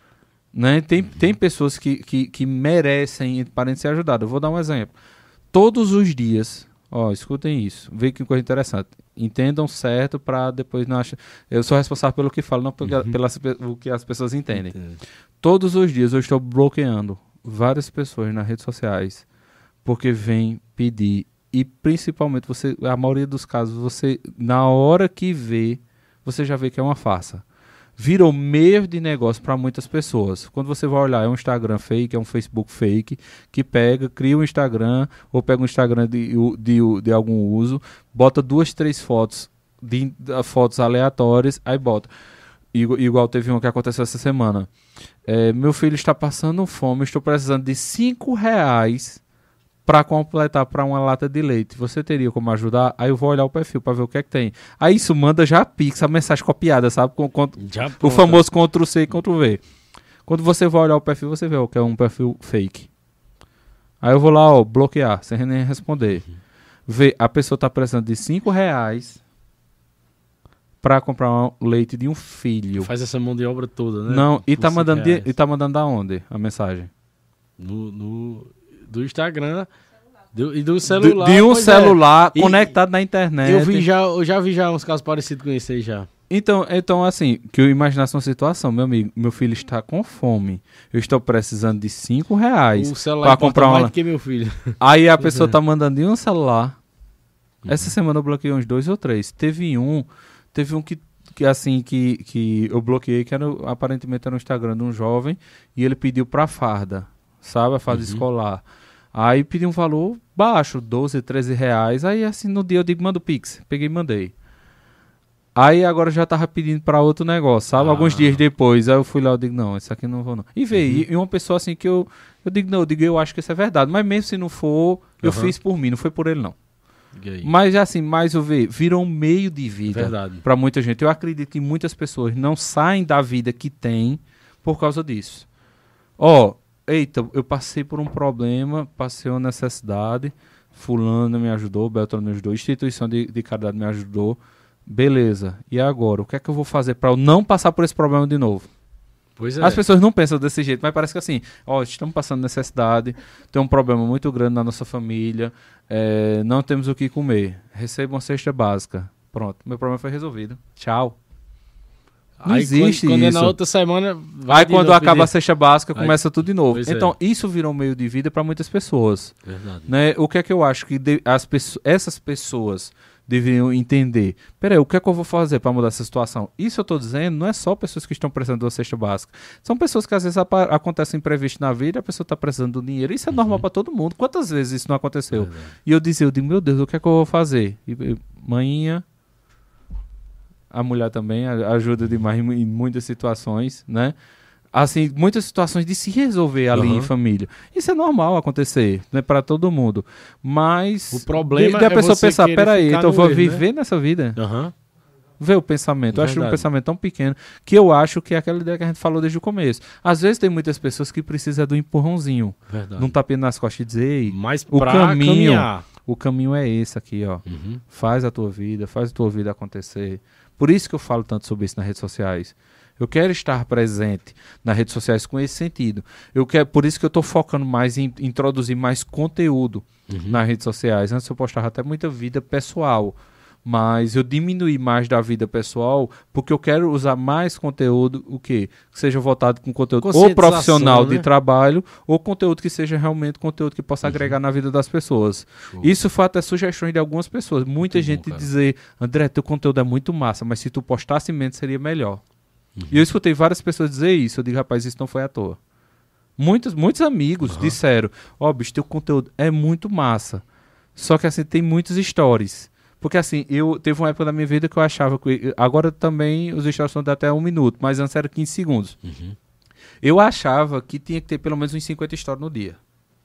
[SPEAKER 2] Né? Tem pessoas que merecem para ser ajudadas. Eu vou dar um exemplo. Todos os dias, escutem isso, vê que coisa interessante. Entendam certo para depois não achar. Eu sou responsável pelo que falo, não pelo que as pessoas entendem. Todos os dias eu estou bloqueando várias pessoas nas redes sociais porque vêm pedir. E principalmente a maioria dos casos, você na hora que vê, você já vê que é uma farsa. Virou meio de negócio para muitas pessoas. Quando você vai olhar, é um Instagram fake, é um Facebook fake, que cria um Instagram, ou pega um Instagram de algum uso, bota 2, 3 fotos, fotos aleatórias, aí bota. Igual teve uma que aconteceu essa semana. Meu filho está passando fome, estou precisando de R$5 para completar para uma lata de leite. Você teria como ajudar? Aí eu vou olhar o perfil para ver o que é que tem. Aí isso manda já Pix, a mensagem copiada, sabe? O famoso Ctrl+C e Ctrl+V. Quando você vai olhar o perfil, você vê que é um perfil fake. Aí eu vou lá, bloquear, sem nem responder. Vê, a pessoa está precisando de R$5 para comprar um leite de um filho.
[SPEAKER 1] Faz essa mão de obra toda, né?
[SPEAKER 2] Não, e tá mandando da onde a mensagem?
[SPEAKER 1] Do Instagram e do celular.
[SPEAKER 2] De um celular conectado na internet.
[SPEAKER 1] Eu já vi uns casos parecidos com esse aí já.
[SPEAKER 2] Então, assim, que eu imaginasse uma situação, meu amigo, meu filho está com fome, eu estou precisando de R$5 para comprar
[SPEAKER 1] mais do que meu filho.
[SPEAKER 2] Aí a pessoa tá mandando de um celular. Essa semana eu bloqueei uns 2 ou 3. Teve um que eu bloqueei, que aparentemente era no Instagram de um jovem, e ele pediu pra farda, sabe, a farda escolar. Aí pedi um valor baixo, 12, 13 reais. Aí assim, no dia eu digo, manda o Pix. Peguei e mandei. Aí agora já tava pedindo pra outro negócio, sabe? Alguns dias depois. Aí eu fui lá, eu digo, não, isso aqui não vou não. E veio, e uma pessoa assim que eu digo, não, eu acho que isso é verdade. Mas mesmo se não for, eu fiz por mim, não foi por ele não. Mas assim, mais eu vejo, virou um meio de vida pra muita gente. Eu acredito que muitas pessoas não saem da vida que tem por causa disso. Eita, eu passei por um problema, passei uma necessidade, fulano me ajudou, Beltrano me ajudou, instituição de caridade me ajudou, beleza. E agora, o que é que eu vou fazer para eu não passar por esse problema de novo?
[SPEAKER 1] Pois é.
[SPEAKER 2] As pessoas não pensam desse jeito, mas parece que assim, ó, estamos passando necessidade, tem um problema muito grande na nossa família, não temos o que comer, receba uma cesta básica. Pronto, meu problema foi resolvido. Tchau. Não
[SPEAKER 1] Aí,
[SPEAKER 2] existe
[SPEAKER 1] quando
[SPEAKER 2] isso.
[SPEAKER 1] é na outra semana...
[SPEAKER 2] Aí quando acaba a cesta básica, começa tudo de novo.
[SPEAKER 1] Pois
[SPEAKER 2] Então, isso virou um meio de vida para muitas pessoas.
[SPEAKER 1] Verdade.
[SPEAKER 2] Né? O que é que eu acho que essas pessoas deveriam entender? Peraí, o que é que eu vou fazer para mudar essa situação? Isso eu estou dizendo, não é só pessoas que estão precisando de uma cesta básica. São pessoas que às vezes acontecem imprevisto na vida, a pessoa está precisando do dinheiro. Isso é normal para todo mundo. Quantas vezes isso não aconteceu?
[SPEAKER 1] Verdade.
[SPEAKER 2] E eu digo, meu Deus, o que é que eu vou fazer? Manhinha... A mulher também ajuda demais em muitas situações, né? Assim, muitas situações de se resolver ali em família. Isso é normal acontecer, né? Para todo mundo. Mas
[SPEAKER 1] o problema
[SPEAKER 2] de a pessoa
[SPEAKER 1] você
[SPEAKER 2] pensar, peraí, então eu vou viver
[SPEAKER 1] né?
[SPEAKER 2] nessa vida.
[SPEAKER 1] Uhum.
[SPEAKER 2] Ver o pensamento. Eu acho
[SPEAKER 1] Verdade.
[SPEAKER 2] um pensamento tão pequeno que eu acho que é aquela ideia que a gente falou desde o começo. Às vezes tem muitas pessoas que precisam do empurrãozinho.
[SPEAKER 1] Verdade.
[SPEAKER 2] Não tapinha nas costas e dizer, ei,
[SPEAKER 1] Mas
[SPEAKER 2] o
[SPEAKER 1] pra
[SPEAKER 2] caminho,
[SPEAKER 1] caminhar.
[SPEAKER 2] o caminho é esse aqui, ó.
[SPEAKER 1] Uhum.
[SPEAKER 2] Faz a tua vida acontecer. Por isso que eu falo tanto sobre isso nas redes sociais. Eu quero estar presente nas redes sociais com esse sentido. Por isso que eu estou focando mais em introduzir mais conteúdo nas redes sociais. Antes eu postava até muita vida pessoal, mas eu diminuí mais da vida pessoal porque eu quero usar mais conteúdo, que seja voltado com conteúdo ou profissional, né? De trabalho, ou conteúdo que seja realmente conteúdo que possa agregar na vida das pessoas.
[SPEAKER 1] Show.
[SPEAKER 2] Isso foi até sugestões de algumas pessoas. Muita
[SPEAKER 1] Muito
[SPEAKER 2] gente
[SPEAKER 1] bom,
[SPEAKER 2] dizer, André, teu conteúdo é muito massa, mas se tu postasse menos seria melhor. E eu escutei várias pessoas dizer isso. Eu digo, rapaz, isso não foi à toa. Muitos amigos disseram, bicho, teu conteúdo é muito massa. Só que assim, tem muitos stories. Porque assim, teve uma época da minha vida que eu achava que... Agora também os stories são de até 1 minuto, mas antes era 15 segundos. Eu achava que tinha que ter pelo menos uns 50 stories no dia.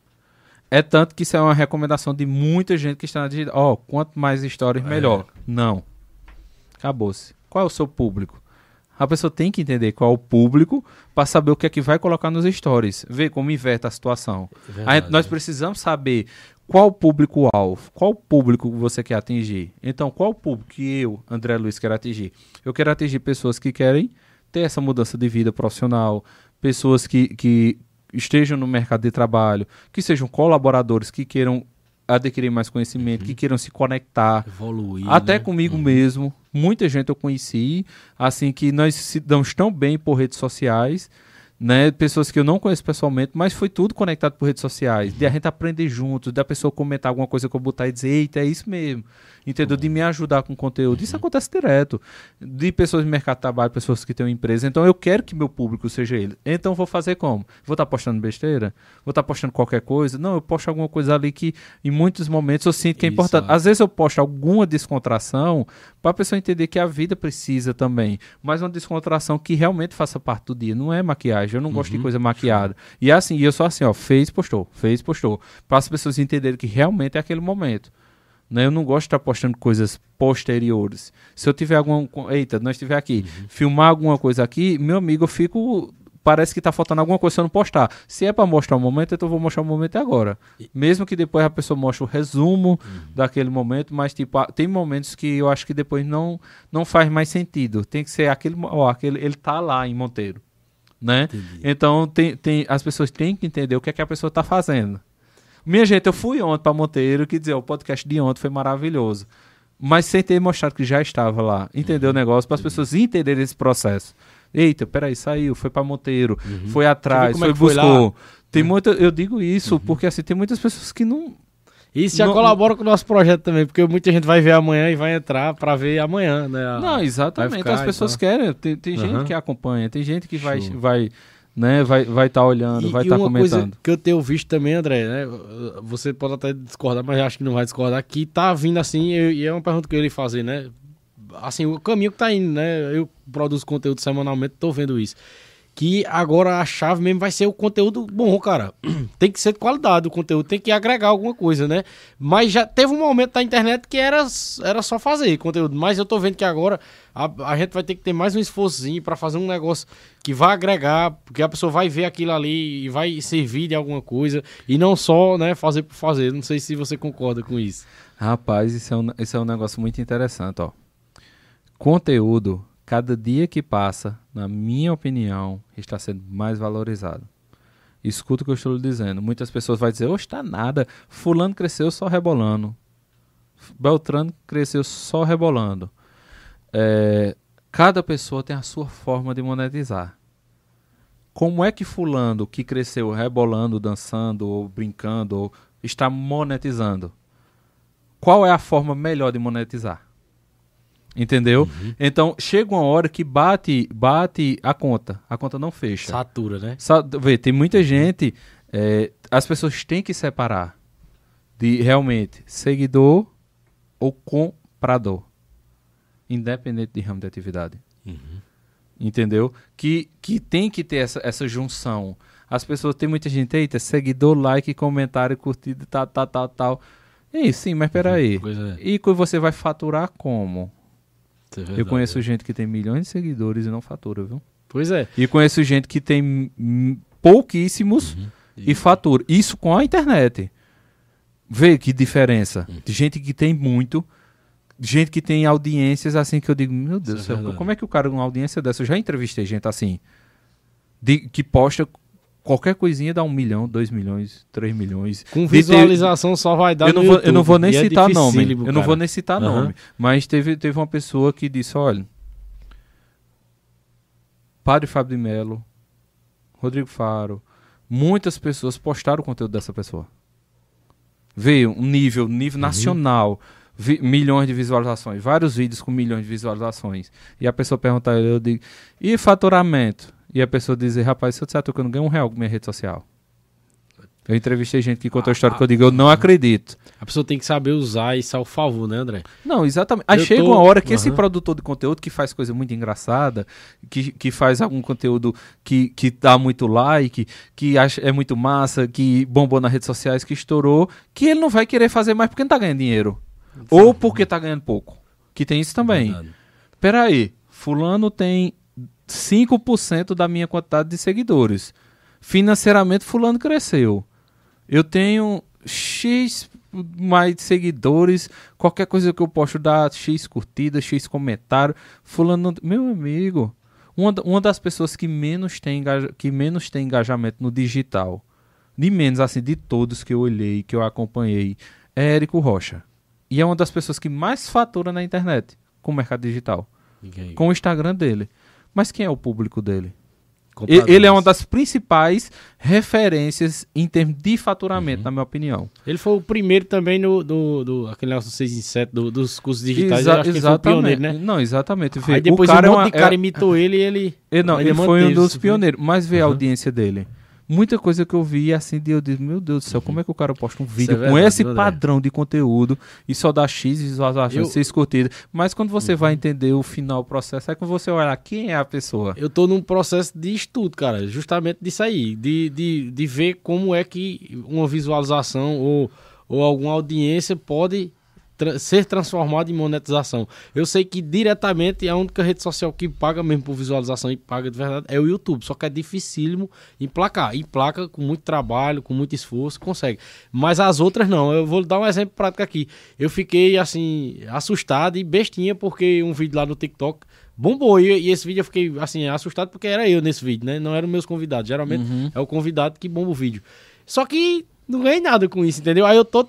[SPEAKER 2] É tanto que isso é uma recomendação de muita gente que está na digital. Quanto mais stories, melhor. Não. Acabou-se. Qual é o seu público? A pessoa tem que entender qual é o público para saber o que é que vai colocar nos stories. Ver como inverte a situação.
[SPEAKER 1] Verdade,
[SPEAKER 2] Nós precisamos saber qual o público-alvo, qual público você quer atingir. Então, qual o público que eu, André Luiz, quero atingir? Eu quero atingir pessoas que querem ter essa mudança de vida profissional, pessoas que estejam no mercado de trabalho, que sejam colaboradores, que queiram adquirir mais conhecimento, que queiram se conectar,
[SPEAKER 1] evoluir,
[SPEAKER 2] até
[SPEAKER 1] né?
[SPEAKER 2] comigo mesmo. Muita gente eu conheci, assim, que nós se damos tão bem por redes sociais, né? Pessoas que eu não conheço pessoalmente, mas foi tudo conectado por redes sociais, de a gente aprender juntos, da pessoa comentar alguma coisa que eu botar e dizer, eita, é isso mesmo, entendeu? De me ajudar com conteúdo. Isso acontece direto, de pessoas do mercado de trabalho, pessoas que têm uma empresa. Então eu quero que meu público seja ele. Então vou fazer como? Vou estar postando besteira? Vou estar postando qualquer coisa? Não, eu posto alguma coisa ali que em muitos momentos eu sinto que é importante. Às vezes eu posto alguma descontração para a pessoa entender que a vida precisa também, mas uma descontração que realmente faça parte do dia. Não é maquiagem, eu não gosto de coisa maquiada. E assim, eu sou assim, fez, postou. Para as pessoas entenderem que realmente é aquele momento. Né? Eu não gosto de estar postando coisas posteriores. Se eu tiver nós estiver aqui, filmar alguma coisa aqui, meu amigo, eu fico... Parece que está faltando alguma coisa se eu não postar. Se é para mostrar o momento, então eu vou mostrar o momento agora. Mesmo que depois a pessoa mostre o resumo daquele momento, mas tipo, tem momentos que eu acho que depois não faz mais sentido. Tem que ser aquele ele tá lá em Monteiro. Né? Então as pessoas têm que entender o que é que a pessoa está fazendo. Minha gente, eu fui ontem para Monteiro, que dizer, o podcast de ontem foi maravilhoso. Mas sem ter mostrado que já estava lá. Entendeu o negócio? Para as pessoas entenderem esse processo. Eita, peraí, saiu, foi para Monteiro, foi atrás, buscou. Tem muita, eu digo isso porque assim, tem muitas pessoas que não...
[SPEAKER 1] Isso já colabora com o nosso projeto também, porque muita gente vai ver amanhã e vai entrar para ver amanhã, né?
[SPEAKER 2] Não, exatamente, as pessoas querem, tem gente que acompanha, tem gente que vai estar olhando, vai estar comentando.
[SPEAKER 1] Coisa que eu tenho visto também, André, né? Você pode até discordar, mas acho que não vai discordar, que tá vindo assim, e é uma pergunta que eu ia lhe fazer, né? Assim, o caminho que tá indo, né? Eu produzo conteúdo semanalmente, tô vendo isso. Que agora a chave mesmo vai ser o conteúdo bom, cara. Tem que ser de qualidade o conteúdo, tem que agregar alguma coisa, né? Mas já teve um momento da internet que era só fazer conteúdo. Mas eu tô vendo que agora a gente vai ter que ter mais um esforçozinho pra fazer um negócio que vai agregar, porque a pessoa vai ver aquilo ali e vai servir de alguma coisa. E não só, né, fazer por fazer. Não sei se você concorda com isso.
[SPEAKER 2] Rapaz, isso é um negócio muito interessante, ó. Conteúdo cada dia que passa, na minha opinião, está sendo mais valorizado. Escuta o que eu estou lhe dizendo. Muitas pessoas vão dizer, oxe, tá nada, fulano cresceu só rebolando. Beltrano cresceu só rebolando. Cada pessoa tem a sua forma de monetizar. Como é que fulano que cresceu rebolando, dançando, ou brincando, ou está monetizando? Qual é a forma melhor de monetizar? Entendeu? Então, chega uma hora que bate a conta não fecha.
[SPEAKER 1] Satura, né?
[SPEAKER 2] Vê, tem muita gente, as pessoas têm que separar de realmente seguidor ou comprador, independente de ramo de atividade. Entendeu? Que tem que ter essa junção. As pessoas, tem muita gente, eita, seguidor, like, comentário, curtido, tal. Sim, mas peraí. E você vai faturar como? É verdade, eu conheço gente que tem milhões de seguidores e não fatura, viu?
[SPEAKER 1] Pois é.
[SPEAKER 2] E conheço gente que tem pouquíssimos e fatura. Isso com a internet. Vê que diferença. De gente que tem muito, gente que tem audiências assim que eu digo, meu Deus do céu, como é que o cara com uma audiência dessa? Eu já entrevistei gente assim, que posta qualquer coisinha dá 1 milhão, 2 milhões, 3 milhões.
[SPEAKER 1] Com visualização só vai dar no YouTube.
[SPEAKER 2] Eu não vou nem citar nome. Eu não vou nem citar nome. Mas teve uma pessoa que disse, olha, Padre Fábio de Mello, Rodrigo Faro, muitas pessoas postaram o conteúdo dessa pessoa. Veio um nível nacional, milhões de visualizações, vários vídeos com milhões de visualizações. E a pessoa pergunta, eu digo, e faturamento? E a pessoa diz, rapaz, se eu disser que eu não ganho R$1 com minha rede social. Eu entrevistei gente que contou a história que eu digo, eu não acredito.
[SPEAKER 1] A pessoa tem que saber usar isso ao favor, né, André?
[SPEAKER 2] Não, exatamente. Aí chega uma hora que esse produtor de conteúdo que faz coisa muito engraçada, que faz algum conteúdo que dá muito like, que é muito massa, que bombou nas redes sociais, que estourou, que ele não vai querer fazer mais porque não tá ganhando dinheiro. Ou porque tá ganhando pouco. Que tem isso também. Peraí, fulano tem 5% da minha quantidade de seguidores. Financeiramente, fulano cresceu. Eu tenho X mais seguidores, qualquer coisa que eu posto dá X curtida, X comentário. Fulano, meu amigo, uma das pessoas que menos tem engajamento no digital, de menos assim, de todos que eu olhei, que eu acompanhei, é Érico Rocha. E é uma das pessoas que mais fatura na internet com o mercado digital. Com o Instagram dele. Mas quem é o público dele? Ele é uma das principais referências em termos de faturamento, na minha opinião.
[SPEAKER 1] Ele foi o primeiro também aquele negócio do 6 em 7, dos cursos digitais. Eu acho que ele foi o pioneiro, né?
[SPEAKER 2] Não, exatamente.
[SPEAKER 1] Aí depois um monte de cara imitou ele e ele...
[SPEAKER 2] Ele foi um dos pioneiros. Mas vê a audiência dele. Muita coisa que eu vi assim, eu disse, meu Deus do céu, como é que o cara posta um vídeo com esse padrão de conteúdo e só dá X visualizações, 6 curtidas. Mas quando você vai entender o final, o processo, é que você olha quem é a pessoa.
[SPEAKER 1] Eu tô num processo de estudo, cara, justamente disso aí, de ver como é que uma visualização ou alguma audiência pode ser transformado em monetização. Eu sei que diretamente a única rede social que paga mesmo por visualização e paga de verdade é o YouTube, só que é dificílimo emplacar. Emplaca com muito trabalho, com muito esforço, consegue. Mas as outras não. Eu vou dar um exemplo prático aqui. Eu fiquei assim, assustado e bestinha porque um vídeo lá no TikTok bombou. E esse vídeo eu fiquei assim, assustado porque era eu nesse vídeo, né? Não eram meus convidados. Geralmente é o convidado que bomba o vídeo. Só que não ganhei nada com isso, entendeu? Aí eu tô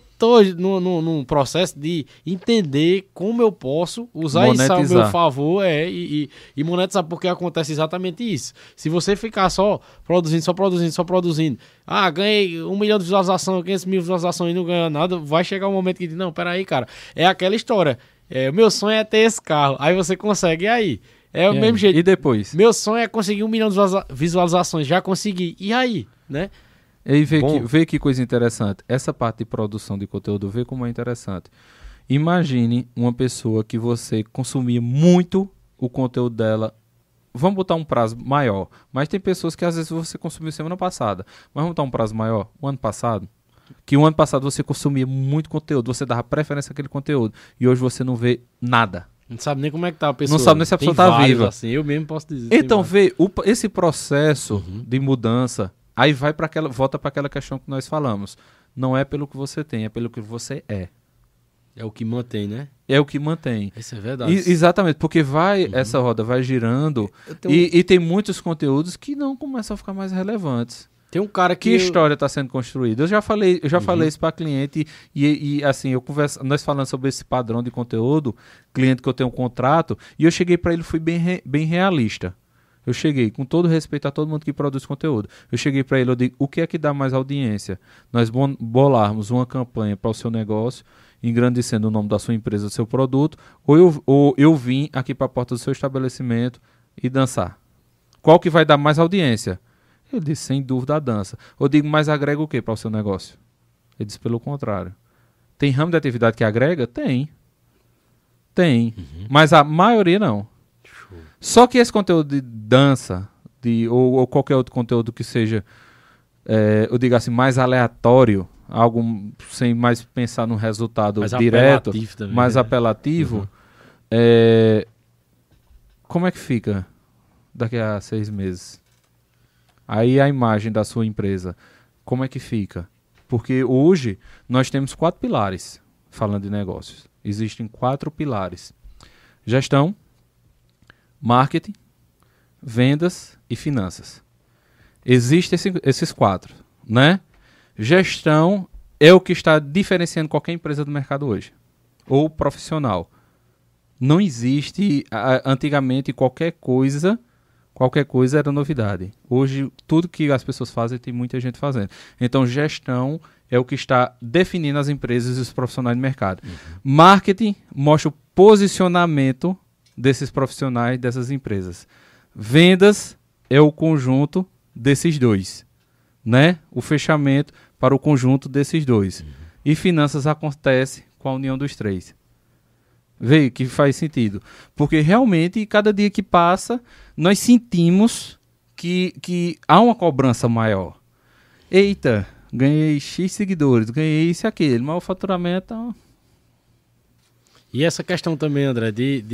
[SPEAKER 1] num processo de entender como eu posso usar isso ao meu favor e monetizar, porque acontece exatamente isso. Se você ficar só produzindo, ganhei 1 milhão de visualizações, 500 mil visualizações e não ganha nada, vai chegar um momento que diz, não, peraí, cara, é aquela história, o meu sonho é ter esse carro, aí você consegue, e aí? É o mesmo jeito.
[SPEAKER 2] E depois?
[SPEAKER 1] Meu sonho é conseguir 1 milhão de visualizações, já consegui, e aí, né?
[SPEAKER 2] E vê que coisa interessante. Essa parte de produção de conteúdo, vê como é interessante. Imagine uma pessoa que você consumia muito o conteúdo dela. Vamos botar um prazo maior. Mas tem pessoas que às vezes você consumiu semana passada. Mas vamos botar um prazo maior. O ano passado. Que o ano passado você consumia muito conteúdo. Você dava preferência àquele conteúdo. E hoje você não vê nada.
[SPEAKER 1] Não sabe nem como é que tá a pessoa.
[SPEAKER 2] Não sabe nem se a pessoa tá viva.
[SPEAKER 1] Assim, eu mesmo posso dizer.
[SPEAKER 2] Então vê, esse processo de mudança... Aí volta para aquela questão que nós falamos. Não é pelo que você tem, é pelo que você é.
[SPEAKER 1] É o que mantém, né?
[SPEAKER 2] É o que mantém.
[SPEAKER 1] Isso é verdade.
[SPEAKER 2] Exatamente, porque essa roda vai girando e tem muitos conteúdos que não começam a ficar mais relevantes.
[SPEAKER 1] Tem um cara
[SPEAKER 2] que história está sendo construída? Eu já falei isso para cliente e assim, nós falando sobre esse padrão de conteúdo, cliente que eu tenho um contrato, e eu cheguei para ele, fui bem realista. Eu cheguei, com todo respeito a todo mundo que produz conteúdo, eu cheguei para ele, eu digo, o que é que dá mais audiência? Nós bolarmos uma campanha para o seu negócio, engrandecendo o nome da sua empresa, do seu produto, ou eu vim aqui para a porta do seu estabelecimento e dançar? Qual que vai dar mais audiência? Ele disse, sem dúvida, a dança. Eu digo, mas agrega o que para o seu negócio? Ele disse, pelo contrário. Tem ramo de atividade que agrega? Tem. Mas a maioria não. Show. Só que esse conteúdo de dança, ou qualquer outro conteúdo que seja, eu digo assim, mais aleatório, algo sem mais pensar no resultado mais direto, também, mais apelativo, como é que fica daqui a 6 meses? Aí a imagem da sua empresa, como é que fica? Porque hoje nós temos 4 pilares, falando de negócios. Existem 4 pilares. Gestão, marketing, vendas e finanças. Existem esses 4, né? Gestão é o que está diferenciando qualquer empresa do mercado hoje. Ou profissional. Não existe, antigamente, qualquer coisa era novidade. Hoje, tudo que as pessoas fazem, tem muita gente fazendo. Então, gestão é o que está definindo as empresas e os profissionais de mercado. Marketing mostra o posicionamento desses profissionais, dessas empresas. Vendas é o conjunto desses dois, né? O fechamento para o conjunto desses dois. E finanças acontece com a união dos 3. Veio que faz sentido. Porque realmente, cada dia que passa, nós sentimos que há uma cobrança maior. Eita, ganhei X seguidores, ganhei isso e aquele, mas o faturamento...
[SPEAKER 1] E essa questão também, André,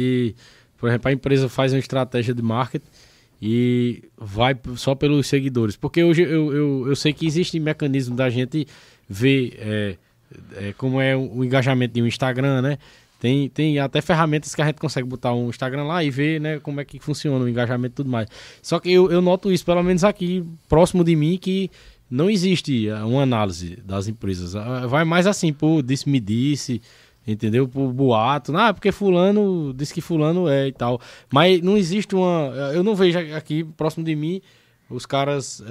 [SPEAKER 1] por exemplo, a empresa faz uma estratégia de marketing e vai só pelos seguidores. Porque hoje eu sei que existe mecanismo da gente ver como é o engajamento de um Instagram, né? Tem até ferramentas que a gente consegue botar um Instagram lá e ver, né, como é que funciona o engajamento e tudo mais. Só que eu noto isso, pelo menos aqui, próximo de mim, que não existe uma análise das empresas. Vai mais assim, por disse-me-disse, entendeu? Por boato. Porque fulano disse que fulano é e tal. Mas não existe eu não vejo aqui, próximo de mim, os caras...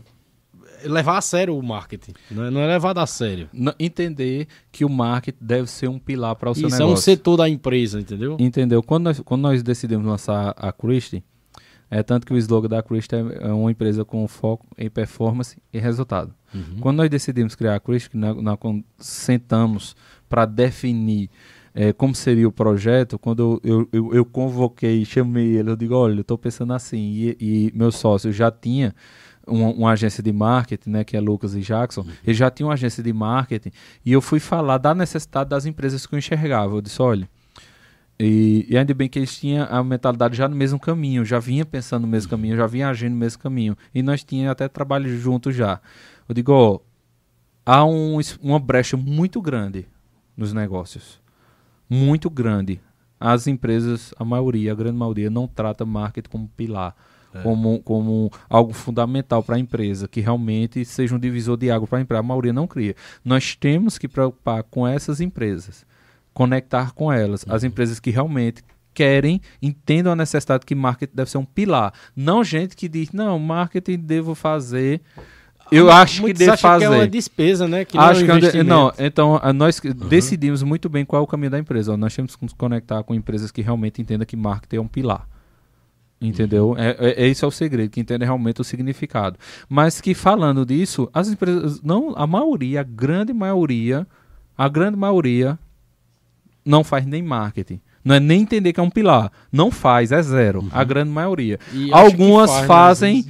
[SPEAKER 1] levar a sério o marketing, não é levado a sério.
[SPEAKER 2] Entender que o marketing deve ser um pilar para o seu negócio.
[SPEAKER 1] Isso é um setor da empresa, entendeu?
[SPEAKER 2] Entendeu? Quando nós decidimos lançar a Christie, tanto que o slogan da Christie é uma empresa com foco em performance e resultado. Quando nós decidimos criar a Christie, nós sentamos para definir como seria o projeto, quando eu convoquei, chamei ele, eu digo, olha, eu estou pensando assim, e meu sócio já tinha uma agência de marketing, né, que é Lucas e Jackson, eles já tinham uma agência de marketing, e eu fui falar da necessidade das empresas que eu enxergava. Eu disse, olha, e ainda bem que eles tinham a mentalidade já no mesmo caminho, já vinha pensando no mesmo caminho, já vinha agindo no mesmo caminho, e nós tínhamos até trabalho juntos já. Eu digo, há uma brecha muito grande nos negócios, muito grande. As empresas, a grande maioria, não trata marketing como pilar, como algo fundamental para a empresa, que realmente seja um divisor de água para a empresa. A maioria não cria. Nós temos que preocupar com essas empresas, conectar com elas, as empresas que realmente querem, entendam a necessidade que marketing deve ser um pilar. Não gente que diz, não, marketing devo fazer... Eu acho que deve fazer. Que é
[SPEAKER 1] uma despesa, né? Que
[SPEAKER 2] acho não é um investimento. Não, então nós decidimos muito bem qual é o caminho da empresa. Nós temos que nos conectar com empresas que realmente entendam que marketing é um pilar. Entendeu? Esse é o segredo, que entendem realmente o significado. Mas que falando disso, as empresas, não, a grande maioria não faz nem marketing. Não é nem entender que é um pilar. Não faz, é zero. A grande maioria. E algumas fazem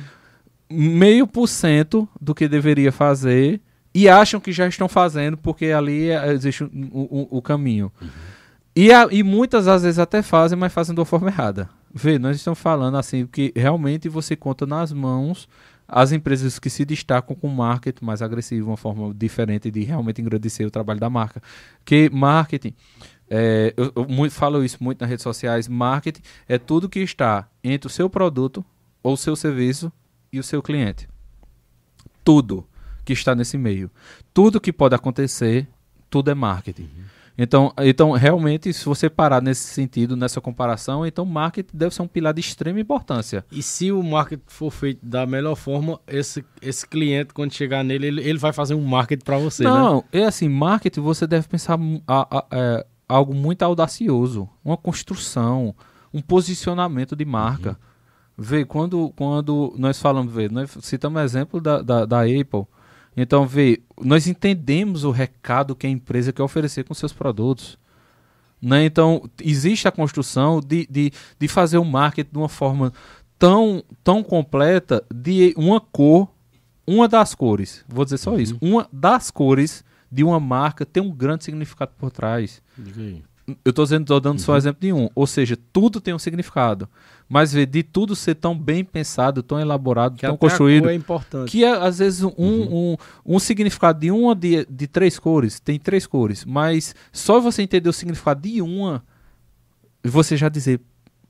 [SPEAKER 2] 0,5% do que deveria fazer e acham que já estão fazendo porque ali existe o caminho. E muitas às vezes até fazem, mas fazem de uma forma errada. Vê, nós estamos falando assim que realmente você conta nas mãos as empresas que se destacam com marketing mais agressivo, uma forma diferente de realmente engrandecer o trabalho da marca. Que marketing, eu falo isso muito nas redes sociais, marketing é tudo que está entre o seu produto ou o seu serviço e o seu cliente. Tudo que está nesse meio. Tudo que pode acontecer, tudo é marketing. Então, realmente, se você parar nesse sentido, nessa comparação, então marketing deve ser um pilar de extrema importância.
[SPEAKER 1] E se o marketing for feito da melhor forma, esse cliente, quando chegar nele, ele vai fazer um marketing para você, né?
[SPEAKER 2] Não, é assim, marketing você deve pensar algo muito audacioso, uma construção, um posicionamento de marca. Vê, quando nós falamos, nós citamos o exemplo da Apple. Então, nós entendemos o recado que a empresa quer oferecer com seus produtos. Né? Então, existe a construção de fazer o marketing de uma forma tão completa de uma das cores, vou dizer só isso, uma das cores de uma marca tem um grande significado por trás. Eu estou dando só exemplo de um. Ou seja, tudo tem um significado. Mas de tudo ser tão bem pensado, tão elaborado,
[SPEAKER 1] que
[SPEAKER 2] tão construído,
[SPEAKER 1] é importante.
[SPEAKER 2] que às vezes um significado de 3 cores, tem 3 cores, mas só você entender o significado de uma, você já dizer,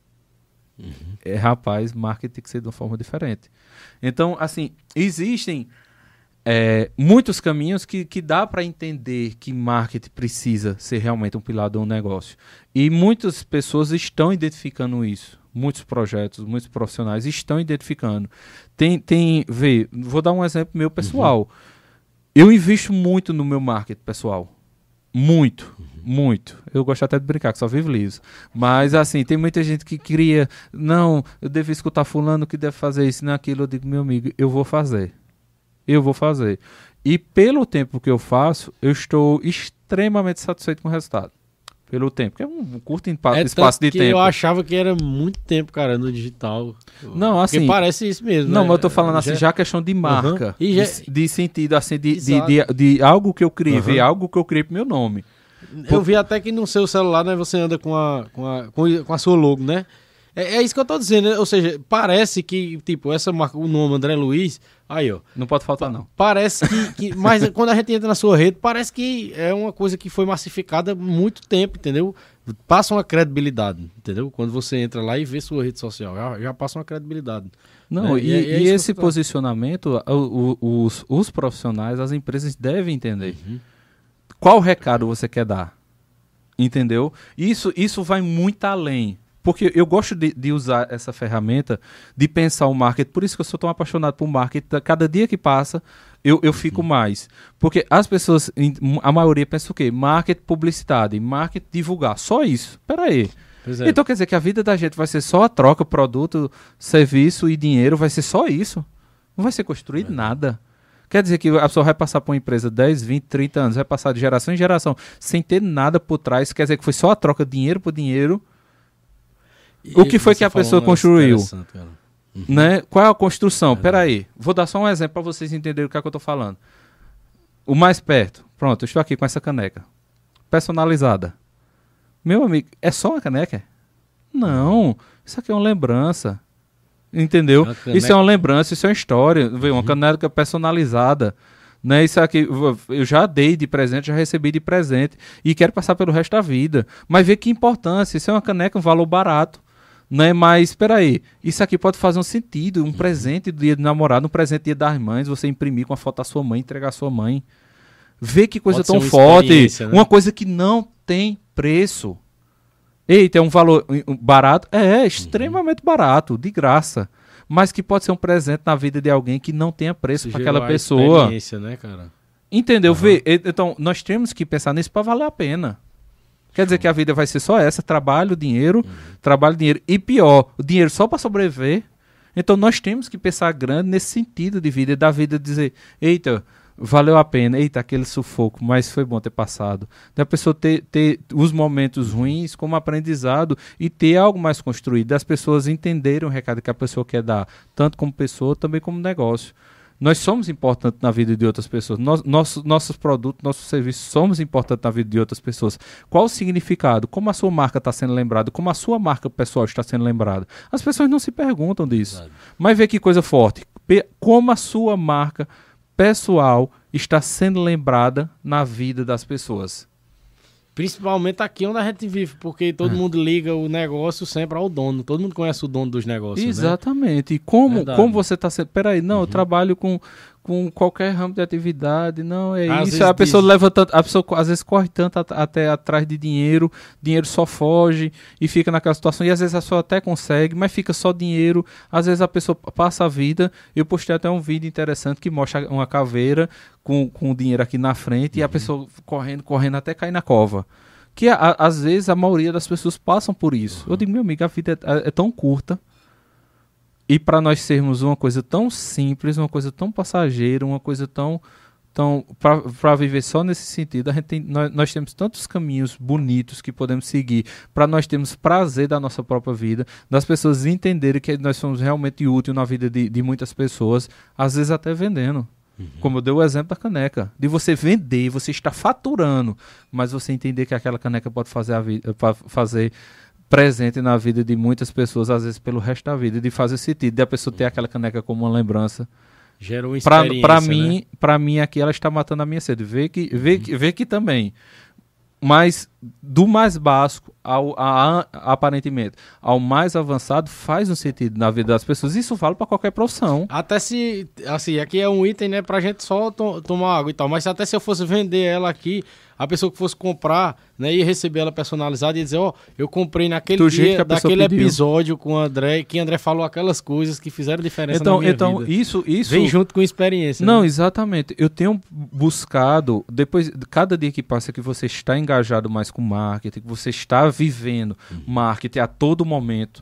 [SPEAKER 2] rapaz, marketing tem que ser de uma forma diferente. Então, assim, existem muitos caminhos que dá para entender que marketing precisa ser realmente um pilar de um negócio. E muitas pessoas estão identificando isso. Muitos projetos, muitos profissionais estão identificando. Vou dar um exemplo meu pessoal. Eu invisto muito no meu marketing pessoal. Muito. Eu gosto até de brincar, que só vivo liso. Mas, assim, tem muita gente que cria, não, eu devo escutar fulano que deve fazer isso e naquilo. Eu digo, meu amigo, eu vou fazer. E pelo tempo que eu faço, eu estou extremamente satisfeito com o resultado. Pelo tempo, que é um curto espaço de tempo.
[SPEAKER 1] Eu achava que era muito tempo, cara, no digital.
[SPEAKER 2] Não, assim...
[SPEAKER 1] Porque parece isso mesmo,
[SPEAKER 2] Não,
[SPEAKER 1] né?
[SPEAKER 2] mas eu tô falando assim, já a questão de marca. De sentido, assim, de algo que eu criei, ver algo que eu criei pro meu nome.
[SPEAKER 1] Eu vi até que no seu celular, né, você anda com a sua logo, né? É isso que eu tô dizendo, né? Ou seja, parece que, tipo, essa marca, o nome André Luiz, aí, ó.
[SPEAKER 2] Não pode faltar, não.
[SPEAKER 1] Parece que mas quando a gente entra na sua rede, parece que é uma coisa que foi massificada há muito tempo, entendeu? Passa uma credibilidade, entendeu? Quando você entra lá e vê sua rede social, já passa uma credibilidade.
[SPEAKER 2] Não, e esse posicionamento, os profissionais, as empresas devem entender. Qual recado você quer dar? Entendeu? Isso vai muito além. Porque eu gosto de usar essa ferramenta, de pensar o marketing. Por isso que eu sou tão apaixonado por marketing. Cada dia que passa, eu fico mais. Porque as pessoas, a maioria pensa o quê? Marketing, publicidade, marketing, divulgar. Só isso. Peraí. Então quer dizer que a vida da gente vai ser só a troca, produto, serviço e dinheiro. Vai ser só isso. Não vai ser construído nada. Quer dizer que a pessoa vai passar por uma empresa 10, 20, 30 anos, vai passar de geração em geração, sem ter nada por trás. Quer dizer que foi só a troca, dinheiro por dinheiro. O que foi que a pessoa construiu? Né? Qual é a construção? Peraí, vou dar só um exemplo para vocês entenderem o que é que eu estou falando. O mais perto. Pronto, eu estou aqui com essa caneca. Personalizada. Meu amigo, é só uma caneca? Não, isso aqui é uma lembrança. Entendeu? Isso é uma lembrança, isso é uma história. Uma caneca personalizada. Né, isso aqui eu já dei de presente, já recebi de presente e quero passar pelo resto da vida. Mas vê que importância, isso é uma caneca, um valor barato. Né? Mas espera aí, isso aqui pode fazer um sentido, um presente do dia do namorado, um presente do dia das mães, você imprimir com a foto da sua mãe, entregar à sua mãe. Vê que coisa tão forte, né? Uma coisa que não tem preço. Eita, é um valor barato? É extremamente barato, de graça. Mas que pode ser um presente na vida de alguém que não tenha preço para aquela pessoa.
[SPEAKER 1] Experiência, né, cara?
[SPEAKER 2] Entendeu? Vê? Então, nós temos que pensar nisso para valer a pena. Quer dizer que a vida vai ser só essa, trabalho, dinheiro, e pior, o dinheiro só para sobreviver. Então, nós temos que pensar grande nesse sentido de vida, da vida dizer, eita, valeu a pena, eita, aquele sufoco, mas foi bom ter passado. Da pessoa ter os momentos ruins como aprendizado e ter algo mais construído, das pessoas entenderem o recado que a pessoa quer dar, tanto como pessoa, também como negócio. Nós somos importantes na vida de outras pessoas. Nossos produtos, nossos serviços, somos importantes na vida de outras pessoas. Qual o significado? Como a sua marca está sendo lembrada? Como a sua marca pessoal está sendo lembrada? As pessoas não se perguntam disso. Verdade. Mas vê que coisa forte. como a sua marca pessoal está sendo lembrada na vida das pessoas.
[SPEAKER 1] Principalmente aqui onde a gente vive, porque todo mundo liga o negócio sempre ao dono. Todo mundo conhece o dono dos negócios,
[SPEAKER 2] exatamente.
[SPEAKER 1] Né?
[SPEAKER 2] E como você está sendo... Peraí, não, eu trabalho com qualquer ramo de atividade, não, às isso. A pessoa leva tanto, a pessoa às vezes corre tanto até atrás de dinheiro só foge e fica naquela situação. E às vezes a pessoa até consegue, mas fica só dinheiro. Às vezes a pessoa passa a vida. Eu postei até um vídeo interessante que mostra uma caveira com o dinheiro aqui na frente e a pessoa correndo até cair na cova. Que às vezes a maioria das pessoas passam por isso. Eu digo, meu amigo, a vida é tão curta. E para nós sermos uma coisa tão simples, uma coisa tão passageira, uma coisa tão para viver só nesse sentido, nós temos tantos caminhos bonitos que podemos seguir para nós termos prazer da nossa própria vida, das pessoas entenderem que nós somos realmente úteis na vida de muitas pessoas, às vezes até vendendo. Como eu dei o exemplo da caneca, de você vender, você está faturando, mas você entender que aquela caneca pode fazer presente na vida de muitas pessoas, às vezes pelo resto da vida, de fazer sentido, de a pessoa ter aquela caneca como uma lembrança.
[SPEAKER 1] Gerou experiência,
[SPEAKER 2] para mim aqui ela está matando a minha sede. Vê que também. Mas do mais básico aparentemente ao mais avançado faz um sentido na vida das pessoas. Isso vale para qualquer profissão.
[SPEAKER 1] Até se, assim, aqui é um item, né, pra gente só tomar água e tal, mas até se eu fosse vender ela aqui, a pessoa que fosse comprar, né, ia receber ela personalizada e ia dizer, eu comprei naquele dia, daquele episódio com o André, que o André falou aquelas coisas que fizeram diferença na minha vida.
[SPEAKER 2] Então, isso...
[SPEAKER 1] Vem junto com a experiência.
[SPEAKER 2] Não,
[SPEAKER 1] né?
[SPEAKER 2] Exatamente. Eu tenho buscado, depois, cada dia que passa que você está engajado mais com marketing, que você está vivendo marketing a todo momento,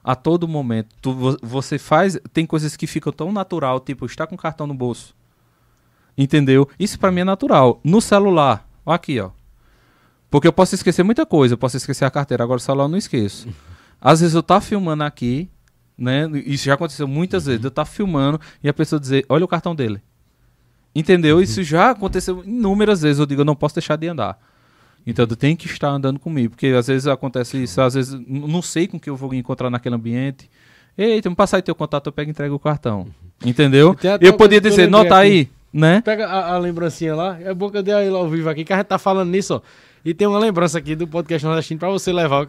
[SPEAKER 2] você faz, tem coisas que ficam tão natural, tipo, estar com cartão no bolso. Entendeu? Isso pra mim é natural. No celular, ó aqui, ó. Porque eu posso esquecer muita coisa, eu posso esquecer a carteira, agora o celular eu não esqueço. Às vezes eu tá filmando aqui, né? Isso já aconteceu muitas vezes, eu tá filmando e a pessoa dizer, olha o cartão dele. Entendeu? Isso já aconteceu inúmeras vezes, eu digo, eu não posso deixar de andar. Então eu tenho que estar andando comigo, porque às vezes acontece isso, às vezes não sei com que eu vou encontrar naquele ambiente. Eita, me passa aí teu contato, eu pego e entrego o cartão. Entendeu? Eu podia dizer, nota aí, né?
[SPEAKER 1] Pega a lembrancinha lá, é bom que eu dei aí ao vivo aqui, que a gente tá falando nisso, ó. E tem uma lembrança aqui do podcast nordestino pra você levar.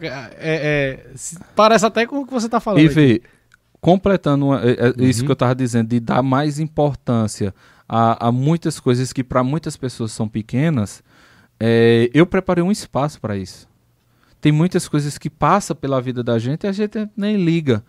[SPEAKER 1] Parece até com o que você tá falando.
[SPEAKER 2] E vê, completando isso que eu tava dizendo, de dar mais importância a muitas coisas que para muitas pessoas são pequenas, eu preparei um espaço para isso. Tem muitas coisas que passam pela vida da gente e a gente nem liga.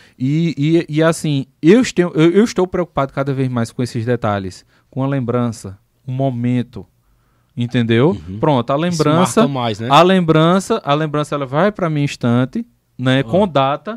[SPEAKER 2] E assim, eu estou preocupado cada vez mais com esses detalhes, com a lembrança, o momento, entendeu? Pronto, a lembrança,
[SPEAKER 1] mais, né?
[SPEAKER 2] a lembrança ela vai para minha estante, né, com data.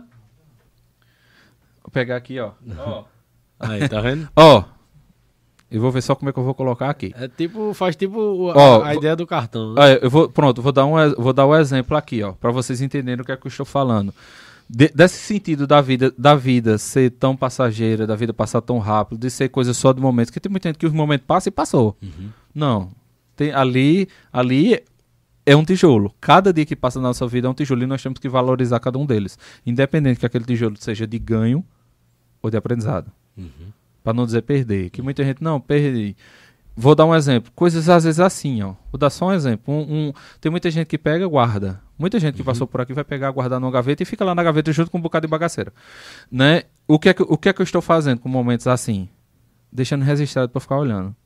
[SPEAKER 2] Vou pegar aqui, ó.
[SPEAKER 1] Aí, tá vendo?
[SPEAKER 2] Ó, eu vou ver só como é que eu vou colocar aqui.
[SPEAKER 1] Faz tipo a ideia do cartão.
[SPEAKER 2] Né? Vou dar um exemplo aqui, ó, para vocês entenderem o que é que eu estou falando. Desse sentido da vida ser tão passageira, da vida passar tão rápido, de ser coisa só de momento, porque tem muita gente que o momento passa e passou. Não. Ali é um tijolo. Cada dia que passa na nossa vida é um tijolo e nós temos que valorizar cada um deles. Independente que aquele tijolo seja de ganho ou de aprendizado. Para não dizer perder. Que muita gente, não, perdi. Vou dar um exemplo. Coisas às vezes assim, ó. Vou dar só um exemplo. Tem muita gente que pega e guarda. Muita gente que passou por aqui vai pegar, guardar numa gaveta e fica lá na gaveta junto com um bocado de bagaceira. Né? O que é que eu estou fazendo com momentos assim? Deixando registrado para ficar olhando.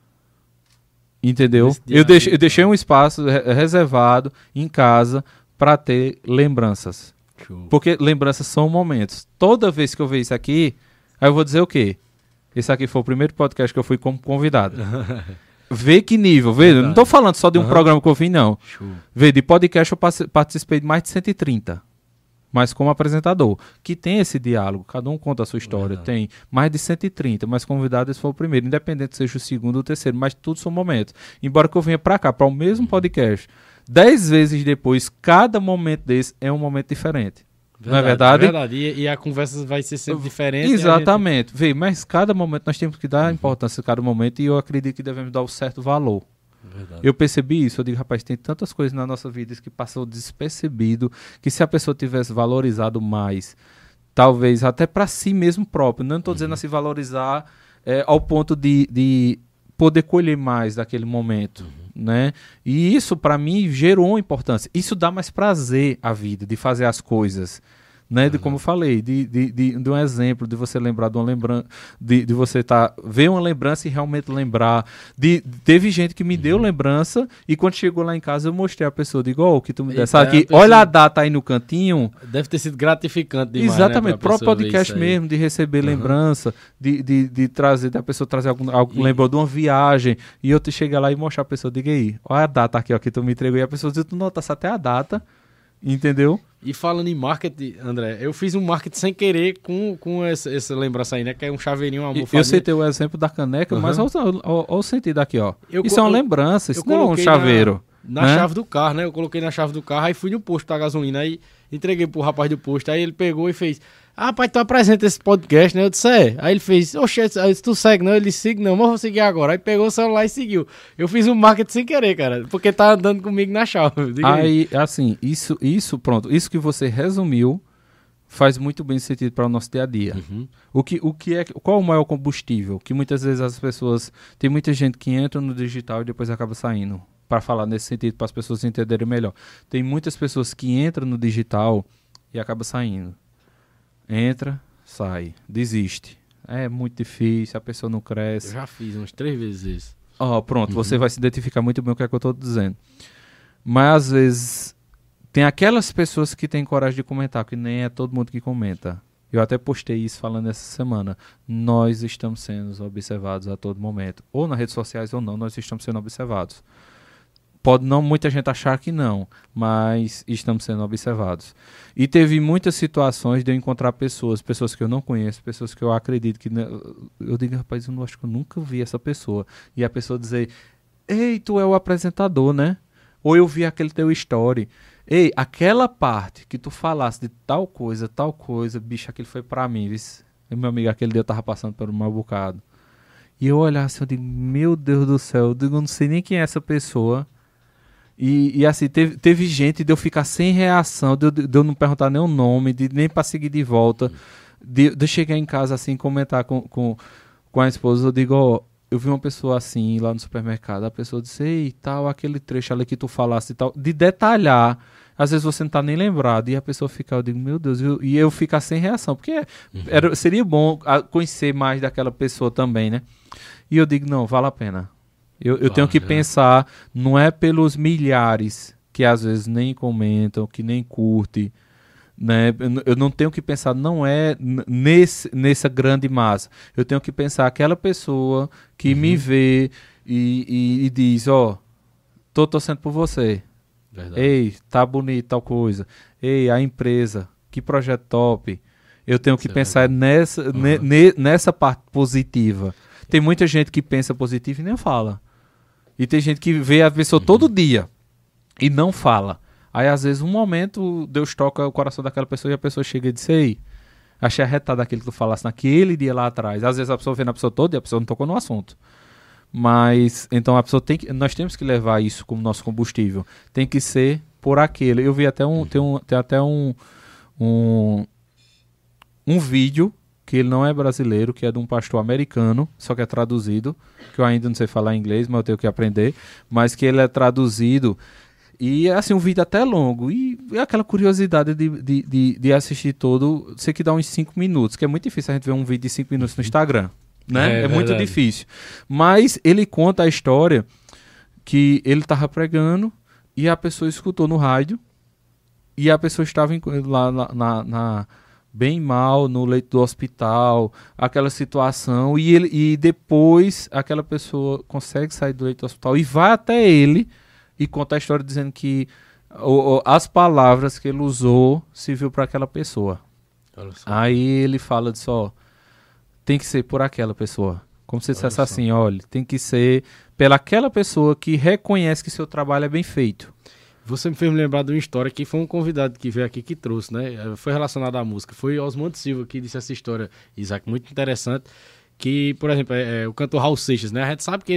[SPEAKER 2] Entendeu? Eu deixei um espaço reservado em casa para ter lembranças.
[SPEAKER 1] Show.
[SPEAKER 2] Porque lembranças são momentos. Toda vez que eu ver isso aqui, aí eu vou dizer o quê? Esse aqui foi o primeiro podcast que eu fui como convidado. Vê que nível, vê? Eu não tô falando só de um programa que eu vim, não.
[SPEAKER 1] Show.
[SPEAKER 2] Vê, de podcast eu participei de mais de 130. Mas como apresentador, que tem esse diálogo, cada um conta a sua história. Tem mais de 130, mas convidado esse foi o primeiro. Independente seja o segundo ou o terceiro, mas tudo são momentos. Embora que eu venha pra cá, para o mesmo podcast, 10 vezes depois, cada momento desse é um momento diferente. Não é verdade?
[SPEAKER 1] É verdade. E a conversa vai ser sempre diferente.
[SPEAKER 2] Exatamente. Vê, mas cada momento nós temos que dar importância a cada momento e eu acredito que devemos dar o certo valor.
[SPEAKER 1] Verdade.
[SPEAKER 2] Eu percebi isso, eu digo, rapaz, tem tantas coisas na nossa vida que passou despercebido, que se a pessoa tivesse valorizado mais, talvez até para si mesmo próprio. Não estou dizendo assim valorizar ao ponto de poder colher mais daquele momento, né? E isso para mim gerou importância. Isso dá mais prazer à vida, de fazer as coisas, né? De como eu falei, de um exemplo, de você lembrar de uma lembrança, de você ver uma lembrança e realmente lembrar. Teve gente que me deu lembrança e quando chegou lá em casa eu mostrei a pessoa, digo, o que tu me desse aqui, olha a data aí no cantinho.
[SPEAKER 1] Deve ter sido gratificante demais.
[SPEAKER 2] Exatamente,
[SPEAKER 1] né,
[SPEAKER 2] próprio podcast mesmo, de receber lembrança, de trazer, da pessoa trazer algo lembrou de uma viagem, e eu te chegar lá e mostrar a pessoa, diga aí, olha a data aqui, ó, que tu me entregou, e a pessoa diz, tu notasse até a data, entendeu?
[SPEAKER 1] E falando em marketing, André, eu fiz um marketing sem querer com essa lembrança aí, né? Que é um chaveirinho, uma almofadinha.
[SPEAKER 2] Eu citei o exemplo da caneca, mas olha o sentido aqui, ó. Isso é uma lembrança, isso não é um chaveiro.
[SPEAKER 1] Na chave do carro, né? Eu coloquei na chave do carro, aí fui no posto da gasolina, aí entreguei pro rapaz do posto, aí ele pegou e fez, rapaz, tu apresenta esse podcast, né? Eu disse, Aí ele fez, oxe, tu segue, não? Ele segue, não, mas eu vou seguir agora. Aí pegou o celular e seguiu. Eu fiz um marketing sem querer, cara, porque tá andando comigo na chave.
[SPEAKER 2] Aí, assim, isso, pronto, isso que você resumiu faz muito bem sentido para o nosso dia a dia. Qual é o maior combustível? Que muitas vezes as pessoas, tem muita gente que entra no digital e depois acaba saindo. Para falar nesse sentido, para as pessoas entenderem melhor. Tem muitas pessoas que entram no digital e acabam saindo. Entra, sai, desiste. É muito difícil, a pessoa não cresce.
[SPEAKER 1] Eu já fiz umas 3 vezes isso.
[SPEAKER 2] Pronto, você vai se identificar muito bem com o que é que eu estou dizendo. Mas às vezes tem aquelas pessoas que têm coragem de comentar, que nem é todo mundo que comenta. Eu até postei isso falando essa semana. Nós estamos sendo observados a todo momento. Ou nas redes sociais ou não, nós estamos sendo observados. Pode não muita gente achar que não, mas estamos sendo observados. E teve muitas situações de eu encontrar pessoas que eu não conheço, pessoas que eu acredito que... Eu digo, rapaz, eu não acho que eu nunca vi essa pessoa. E a pessoa dizer, ei, tu é o apresentador, né? Ou eu vi aquele teu story. Ei, aquela parte que tu falasse de tal coisa, bicho, aquilo foi pra mim, viu? E meu amigo, aquele dia eu tava passando por um mau bocado. E eu olhar assim, eu digo, meu Deus do céu, eu digo, eu não sei nem quem é essa pessoa. E assim, teve gente de eu ficar sem reação, de eu não perguntar nem o nome, nem pra seguir de volta, de eu chegar em casa assim, comentar com a esposa, eu digo, eu vi uma pessoa assim lá no supermercado, a pessoa disse, ei, tal, aquele trecho ali que tu falasse e tal, de detalhar, às vezes você não tá nem lembrado, e a pessoa fica, eu digo, meu Deus, e eu ficar sem reação, porque seria bom conhecer mais daquela pessoa também, né? E eu digo, não, vale a pena. Eu tenho que pensar, não é pelos milhares que às vezes nem comentam, que nem curtem, né? Eu não tenho que pensar, não é nessa grande massa. Eu tenho que pensar aquela pessoa que me vê e diz, tô torcendo por você. Verdade. Ei, tá bonito tal coisa. Ei, a empresa, que projeto top. Eu tenho que pensar nessa parte positiva. Tem muita gente que pensa positivo e nem fala. E tem gente que vê a pessoa todo dia e não fala. Aí, às vezes, um momento, Deus toca o coração daquela pessoa e a pessoa chega e diz, ei, achei arretado aquilo que tu falasse naquele dia lá atrás. Às vezes a pessoa vê na pessoa toda e a pessoa não tocou no assunto. Mas, então, a pessoa nós temos que levar isso como nosso combustível. Tem que ser por aquele. Eu vi até tem até um vídeo que ele não é brasileiro, que é de um pastor americano, só que é traduzido, que eu ainda não sei falar inglês, mas eu tenho que aprender, mas que ele é traduzido, e assim, um vídeo até longo, e aquela curiosidade de assistir todo, sei que dá uns 5 minutos, que é muito difícil a gente ver um vídeo de 5 minutos no Instagram, né? É muito difícil. Mas ele conta a história que ele estava pregando, e a pessoa escutou no rádio, e a pessoa estava lá bem mal no leito do hospital, aquela situação, e depois aquela pessoa consegue sair do leito do hospital e vai até ele e conta a história dizendo que as palavras que ele usou serviu para aquela pessoa. Aí ele fala disso, tem que ser por aquela pessoa. Como se dissesse assim, olha, tem que ser pelaquela pessoa que reconhece que seu trabalho é bem feito.
[SPEAKER 1] Você me fez me lembrar de uma história que foi um convidado que veio aqui que trouxe, né? Foi relacionado à música. Foi Osmando Silva que disse essa história, Isaac, muito interessante. Que, por exemplo, o cantor Raul Seixas, né? A gente sabe que ele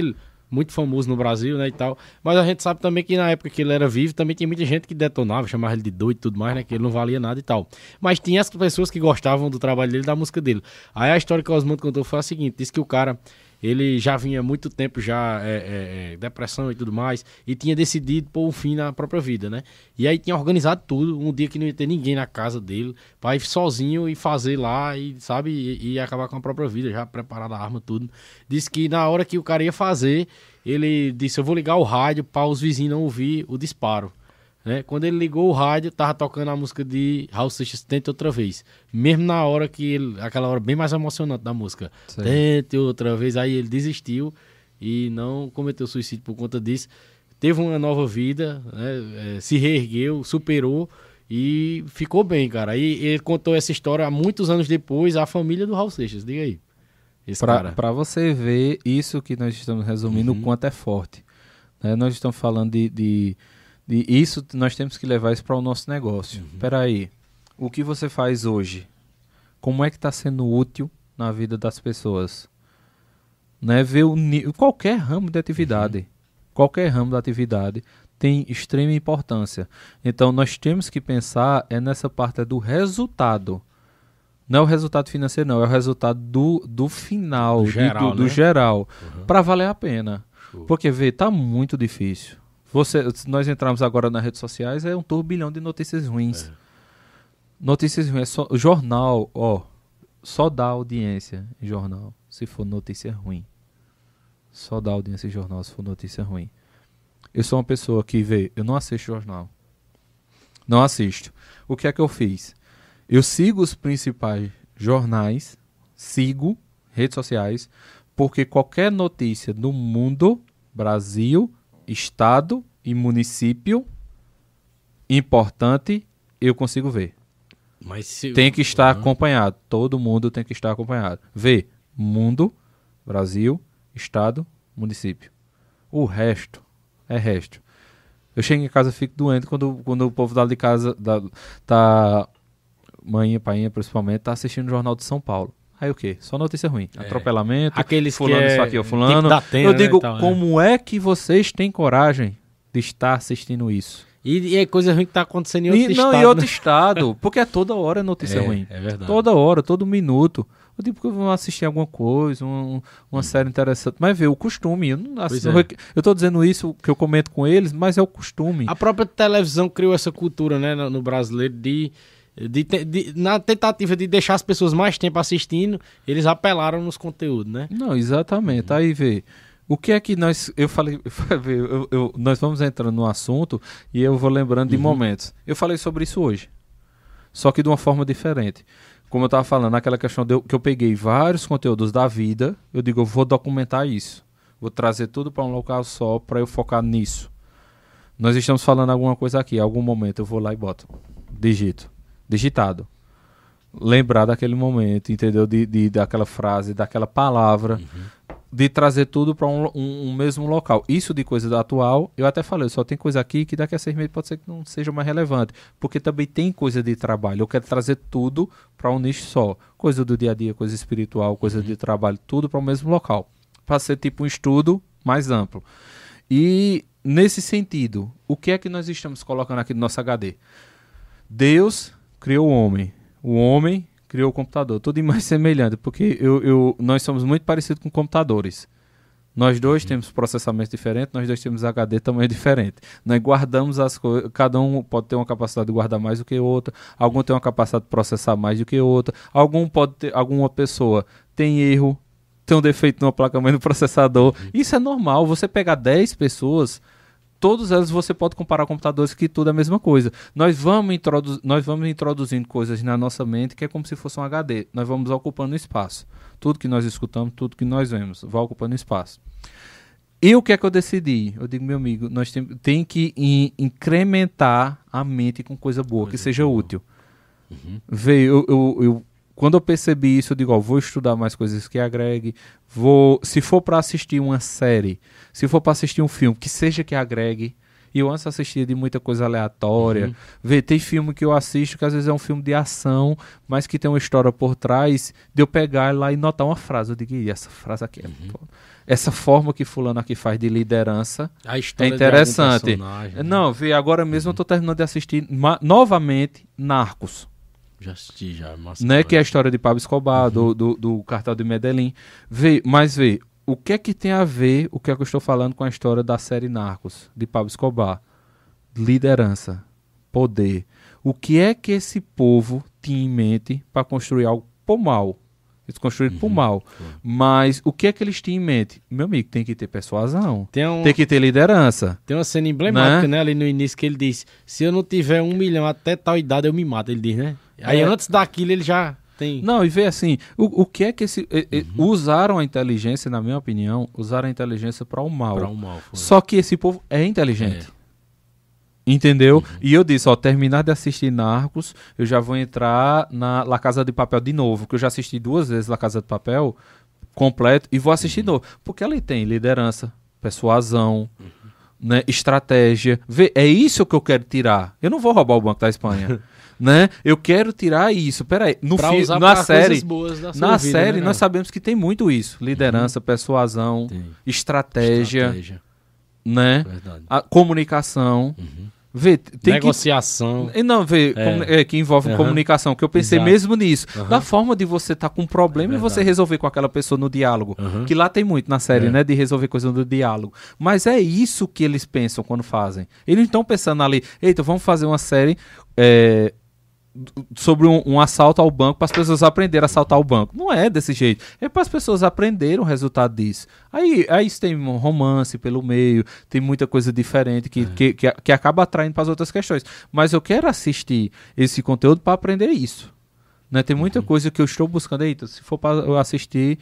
[SPEAKER 1] muito famoso no Brasil, né, e tal. Mas a gente sabe também que na época que ele era vivo, também tinha muita gente que detonava, chamava ele de doido e tudo mais, né, que ele não valia nada e tal. Mas tinha as pessoas que gostavam do trabalho dele, da música dele. Aí a história que o Osmundo contou foi a seguinte, disse que o cara, ele já vinha há muito tempo já, depressão e tudo mais, e tinha decidido pôr um fim na própria vida, né? E aí tinha organizado tudo, um dia que não ia ter ninguém na casa dele, pra ir sozinho e fazer lá, e sabe, e acabar com a própria vida, já preparada a arma, tudo. Disse que na hora que o cara ia fazer, ele disse, eu vou ligar o rádio para os vizinhos não ouvir o disparo. Né? Quando ele ligou o rádio, tava tocando a música de Raul Seixas, Tente Outra Vez. Mesmo na hora que ele, aquela hora bem mais emocionante da música. Sim. Tente Outra Vez. Aí ele desistiu e não cometeu suicídio por conta disso. Teve uma nova vida, né? Se reergueu, superou e ficou bem, cara. Aí ele contou essa história há muitos anos depois à família do Raul Seixas. Diga aí.
[SPEAKER 2] Para você ver isso que nós estamos resumindo, o quanto é forte. Né? Nós estamos falando de isso, nós temos que levar isso para o nosso negócio. Espera aí, o que você faz hoje? Como é que está sendo útil na vida das pessoas? Né? Ver qualquer ramo de atividade, qualquer ramo da atividade tem extrema importância. Então nós temos que pensar nessa parte do resultado. Não é o resultado financeiro, não, é o resultado do final, do geral, para valer a pena. Porque, tá muito difícil. Se nós entrarmos agora nas redes sociais, é um turbilhão de notícias ruins. Notícias ruins, o jornal, só dá audiência em jornal se for notícia ruim. Só dá audiência em jornal se for notícia ruim. Eu sou uma pessoa que eu não assisto jornal. Não assisto. O que é que eu fiz? Eu sigo os principais jornais, sigo redes sociais, porque qualquer notícia do mundo, Brasil, estado e município importante, eu consigo ver. Mas tem que estar acompanhado. Todo mundo tem que estar acompanhado. Vê mundo, Brasil, estado, município. O resto é resto. Eu chego em casa e fico doente quando o povo dali de casa tá... Mãe, painha principalmente, tá assistindo o Jornal de São Paulo. Aí o quê? Só notícia ruim. Atropelamento,
[SPEAKER 1] aqueles
[SPEAKER 2] fulano isso aqui, fulano. Eu digo, né, como é que vocês têm coragem de estar assistindo isso?
[SPEAKER 1] E é coisa ruim que tá acontecendo em outro estado.
[SPEAKER 2] Não, em outro estado. Porque toda hora é notícia ruim.
[SPEAKER 1] É verdade.
[SPEAKER 2] Toda hora, todo minuto. Eu digo, porque eu vou assistir alguma coisa, uma série interessante. Mas o costume. Eu tô dizendo isso que eu comento com eles, mas é o costume.
[SPEAKER 1] A própria televisão criou essa cultura, né, no brasileiro na tentativa de deixar as pessoas mais tempo assistindo, eles apelaram nos conteúdos, né?
[SPEAKER 2] Não, exatamente. Aí o que é que nós... Eu falei... nós vamos entrando no assunto e eu vou lembrando de momentos. Eu falei sobre isso hoje, só que de uma forma diferente. Como eu estava falando, aquela questão que eu peguei vários conteúdos da vida, eu digo, eu vou documentar isso. Vou trazer tudo para um local só para eu focar nisso. Nós estamos falando alguma coisa aqui, em algum momento eu vou lá e boto. Digitado. Lembrar daquele momento, entendeu? Daquela frase, daquela palavra, de trazer tudo para um mesmo local. Isso de coisa atual, eu até falei, só tem coisa aqui que daqui a 6 meses pode ser que não seja mais relevante, porque também tem coisa de trabalho. Eu quero trazer tudo para um nicho só. Coisa do dia a dia, coisa espiritual, coisa de trabalho, tudo para o mesmo local. Para ser tipo um estudo mais amplo. E nesse sentido, o que é que nós estamos colocando aqui no nosso HD? Deus criou o homem criou o computador, tudo mais semelhante, porque nós somos muito parecidos com computadores. Nós dois temos processamento diferente, nós dois temos HD tamanho diferente. Nós guardamos as coisas, cada um pode ter uma capacidade de guardar mais do que outra, algum tem uma capacidade de processar mais do que outra, alguma pessoa tem erro, tem um defeito numa placa-mãe no processador. Isso é normal, você pegar 10 pessoas... Todas elas você pode comparar computadores que tudo é a mesma coisa. Nós vamos introduzindo coisas na nossa mente que é como se fosse um HD. Nós vamos ocupando espaço. Tudo que nós escutamos, tudo que nós vemos, vai ocupando espaço. E o que é que eu decidi? Eu digo, meu amigo, nós tem que incrementar a mente com coisa boa, que seja útil. Quando eu percebi isso, eu digo, vou estudar mais coisas que agregue, se for para assistir uma série, se for para assistir um filme, que seja que agregue, E eu antes assistia de muita coisa aleatória. Vê, tem filme que eu assisto que às vezes é um filme de ação, mas que tem uma história por trás, de eu pegar lá e notar uma frase. Eu digo, "Ih, essa frase aqui essa forma que fulano aqui faz de liderança
[SPEAKER 1] A
[SPEAKER 2] é
[SPEAKER 1] história
[SPEAKER 2] interessante."
[SPEAKER 1] de algum personagem,
[SPEAKER 2] Não, vê, agora mesmo eu tô terminando de assistir novamente Narcos.
[SPEAKER 1] Já assisti, já. Massa,
[SPEAKER 2] Né, que é a história de Pablo Escobar, do cartel de Medellín. Vê, o que é que tem a ver o que é que eu estou falando com a história da série Narcos, de Pablo Escobar? Liderança, poder. O que é que esse povo tinha em mente para construir algo por mal? Eles construíram por mal. Mas o que é que eles tinham em mente? Meu amigo, tem que ter persuasão. Tem que ter liderança.
[SPEAKER 1] Tem uma cena emblemática, né? Ali no início que ele diz, se eu não tiver 1 milhão até tal idade, eu me mato. Ele diz, né? Aí antes daquilo ele já tem...
[SPEAKER 2] Não, e vê assim, o que é que usaram a inteligência, na minha opinião, usaram a inteligência para o mal.
[SPEAKER 1] Pra um mal, foi.
[SPEAKER 2] Só que esse povo é inteligente. Entendeu? E eu disse, terminar de assistir Narcos, eu já vou entrar na La Casa de Papel de novo, que eu já assisti 2 vezes La Casa de Papel completo e vou assistir de novo. Porque ela tem liderança, persuasão, né, estratégia. Vê, é isso que eu quero tirar. Eu não vou roubar o Banco da Espanha. Né? Eu quero tirar isso. Peraí, na série,
[SPEAKER 1] né,
[SPEAKER 2] nós sabemos que tem muito isso: liderança, persuasão, estratégia, né? A comunicação. Vê, tem
[SPEAKER 1] negociação.
[SPEAKER 2] Que envolve comunicação, que eu pensei mesmo nisso. Da forma de você estar com um problema e você resolver com aquela pessoa no diálogo. Que lá tem muito na série, né? De resolver coisas no diálogo. Mas é isso que eles pensam quando fazem. Eles não estão pensando ali, eita, vamos fazer uma série sobre um assalto ao banco para as pessoas aprenderem a assaltar o banco. Não é desse jeito. É para as pessoas aprenderem o resultado disso. Aí tem um romance pelo meio, tem muita coisa diferente que acaba atraindo para as outras questões. Mas eu quero assistir esse conteúdo para aprender isso. Né? Tem muita coisa que eu estou buscando. Eita, se for para eu assistir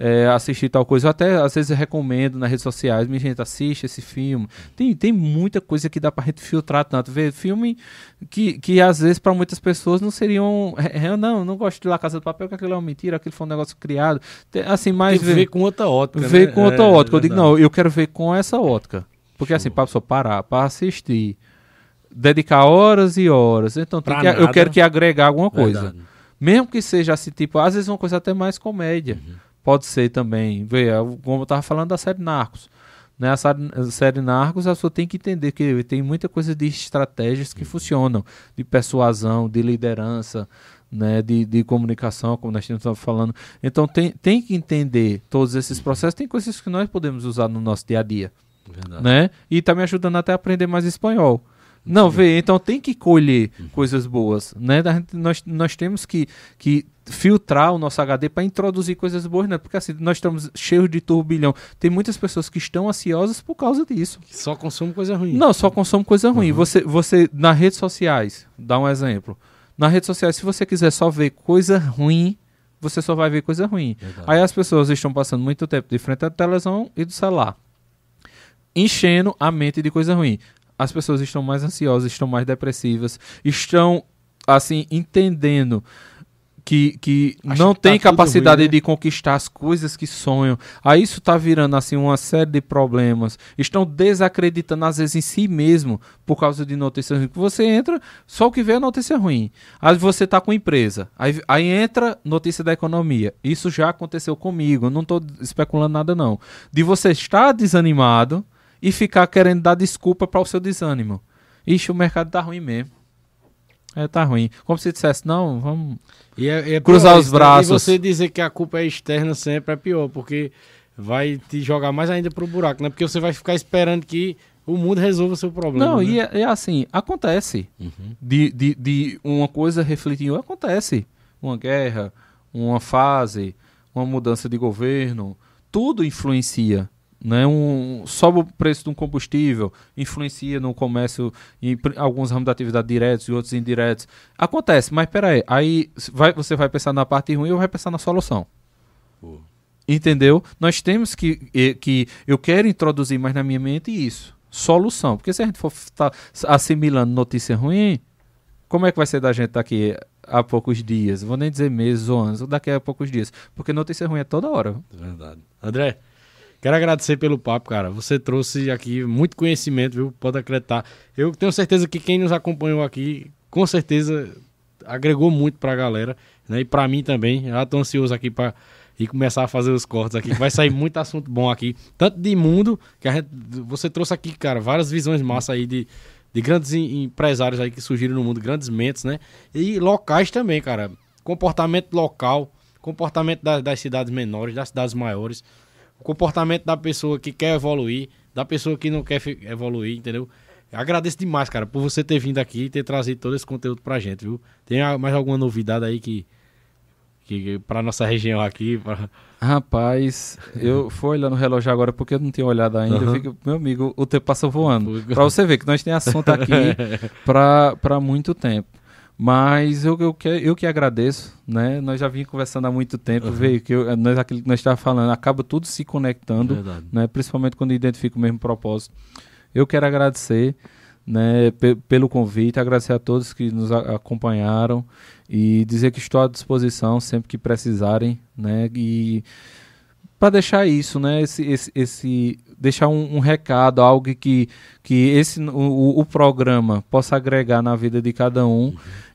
[SPEAKER 2] tal coisa, eu até às vezes eu recomendo nas redes sociais. Minha gente, assiste esse filme. Tem muita coisa que dá pra gente filtrar tanto. Ver filme que às vezes para muitas pessoas não seriam... Eu não gosto de La Casa de Papel, que aquilo é uma mentira, aquilo foi um negócio criado. Assim, mas
[SPEAKER 1] ver com outra ótica.
[SPEAKER 2] Ver com outra ótica. Eu digo, não, eu quero ver com essa ótica. Porque assim, para a pessoa parar, para assistir, dedicar horas e horas. Então eu quero que agregar alguma coisa.
[SPEAKER 1] Verdade.
[SPEAKER 2] Mesmo que seja assim, tipo, às vezes uma coisa até mais comédia. Pode ser também. Vê, como eu estava falando da série Narcos. Né? A série Narcos, a pessoa tem que entender que tem muita coisa de estratégias que funcionam. De persuasão, de liderança, né? De comunicação, como nós estamos falando. Então tem que entender todos esses processos. Tem coisas que nós podemos usar no nosso dia a dia.
[SPEAKER 1] Verdade.
[SPEAKER 2] Né? E está me ajudando até a aprender mais espanhol. Não, vê, então tem que colher coisas boas, né? Nós temos que filtrar o nosso HD para introduzir coisas boas, né? Porque assim, nós estamos cheios de turbilhão. Tem muitas pessoas que estão ansiosas por causa disso.
[SPEAKER 1] Só consome coisa ruim.
[SPEAKER 2] Não, só consome coisa ruim. Você, nas redes sociais, dá um exemplo. Nas redes sociais, se você quiser só ver coisa ruim, você só vai ver coisa ruim.
[SPEAKER 1] Verdade.
[SPEAKER 2] Aí as pessoas estão passando muito tempo de frente à televisão e do celular, enchendo a mente de coisa ruim. As pessoas estão mais ansiosas, estão mais depressivas, estão, assim, entendendo que não tem capacidade de conquistar as coisas que sonham. Aí isso está virando, assim, uma série de problemas. Estão desacreditando, às vezes, em si mesmo, por causa de notícias ruins. Você entra, só o que vê é notícia ruim. Aí você está com empresa. Aí entra notícia da economia. Isso já aconteceu comigo. Eu não estou especulando nada, não. De você estar desanimado e ficar querendo dar desculpa para o seu desânimo. Ixi, o mercado tá ruim mesmo. Tá ruim. Como se dissesse, não, vamos cruzar os braços.
[SPEAKER 1] E você dizer que a culpa é externa sempre é pior, porque vai te jogar mais ainda pro buraco, né? Porque você vai ficar esperando que o mundo resolva o seu problema.
[SPEAKER 2] Não,
[SPEAKER 1] né?
[SPEAKER 2] e é assim, acontece. De uma coisa refletir em outra, acontece. Uma guerra, uma fase, uma mudança de governo, tudo influencia. Né? Sobe o preço de um combustível, influencia no comércio, em alguns ramos da atividade diretos e outros indiretos. Acontece, mas peraí, aí você vai pensar na parte ruim ou vai pensar na solução. Entendeu? Nós temos que eu quero introduzir mais na minha mente isso, solução, porque se a gente for estar assimilando notícia ruim, como é que vai ser da gente daqui a poucos dias? Vou nem dizer meses ou anos, daqui a poucos dias, porque notícia ruim é toda hora.
[SPEAKER 1] Verdade. André, Quero agradecer pelo papo, cara. Você trouxe aqui muito conhecimento, viu? Pode acreditar. Eu tenho certeza que quem nos acompanhou aqui, com certeza, agregou muito pra galera, né? E pra mim também. Já tô ansioso aqui pra ir começar a fazer os cortes aqui. Vai sair muito assunto bom aqui. Tanto de mundo, você trouxe aqui, cara, várias visões massas aí de grandes empresários aí que surgiram no mundo, grandes mentes, né? E locais também, cara. Comportamento local, comportamento das cidades menores, das cidades maiores. O comportamento da pessoa que quer evoluir, da pessoa que não quer evoluir, entendeu? Eu agradeço demais, cara, por você ter vindo aqui e ter trazido todo esse conteúdo pra gente, viu? Tem mais alguma novidade aí que pra nossa região aqui?
[SPEAKER 2] Rapaz, eu fui olhando o relógio agora porque eu não tinha olhado ainda. Eu vi que, meu amigo, o tempo passa voando. Pra você ver que nós temos assunto aqui pra muito tempo. Mas eu que agradeço, né? Nós já vimos conversando há muito tempo, veio que aquilo que nós estávamos falando, acaba tudo se conectando, né? Principalmente quando identifica o mesmo propósito. Eu quero agradecer, né, pelo convite, agradecer a todos que nos acompanharam e dizer que estou à disposição sempre que precisarem, né? E para deixar isso, né? Deixar um recado, algo que o programa possa agregar na vida de cada um.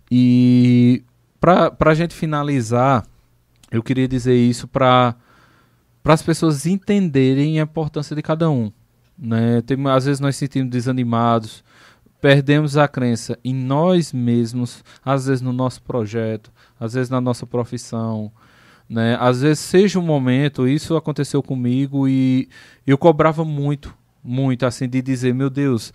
[SPEAKER 2] E para a gente finalizar, eu queria dizer isso para as pessoas entenderem a importância de cada um, né? Às vezes nós sentimos desanimados, perdemos a crença em nós mesmos, às vezes no nosso projeto, às vezes na nossa profissão, né? Às vezes seja um momento, isso aconteceu comigo e eu cobrava muito, assim, de dizer, meu Deus,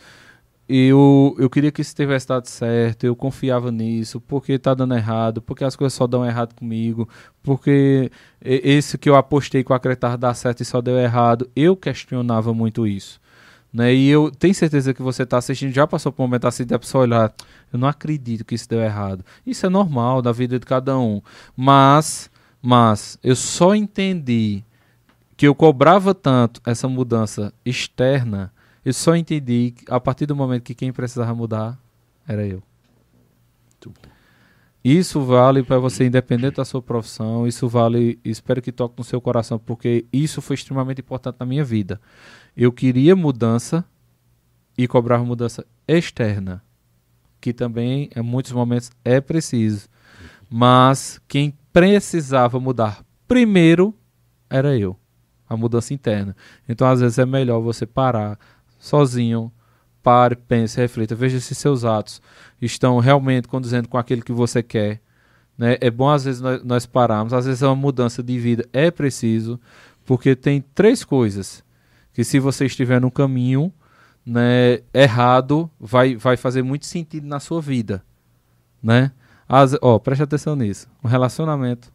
[SPEAKER 2] eu queria que isso tivesse dado certo, eu confiava nisso, porque tá dando errado, porque as coisas só dão errado comigo, porque esse que eu apostei que eu acreditava dar certo e só deu errado, eu questionava muito isso, né? E eu tenho certeza que você está assistindo, já passou por um momento assim, de a pessoa olhar, eu não acredito que isso deu errado. Isso é normal da vida de cada um, mas eu só entendi que eu cobrava tanto essa mudança externa. Eu só entendi a partir do momento que quem precisava mudar era eu. Isso vale para você, independente da sua profissão. Isso vale, espero que toque no seu coração, porque isso foi extremamente importante na minha vida. Eu queria mudança e cobrava mudança externa, que também, em muitos momentos, é preciso. Mas quem precisava mudar primeiro era eu. A mudança interna. Então, às vezes, é melhor você parar sozinho, pare, pense, reflita, veja se seus atos estão realmente condizendo com aquilo que você quer, né? É bom às vezes nós pararmos, às vezes é uma mudança de vida, é preciso, porque tem 3 coisas que se você estiver no caminho, né, errado, vai fazer muito sentido na sua vida, né? Preste atenção nisso, um relacionamento,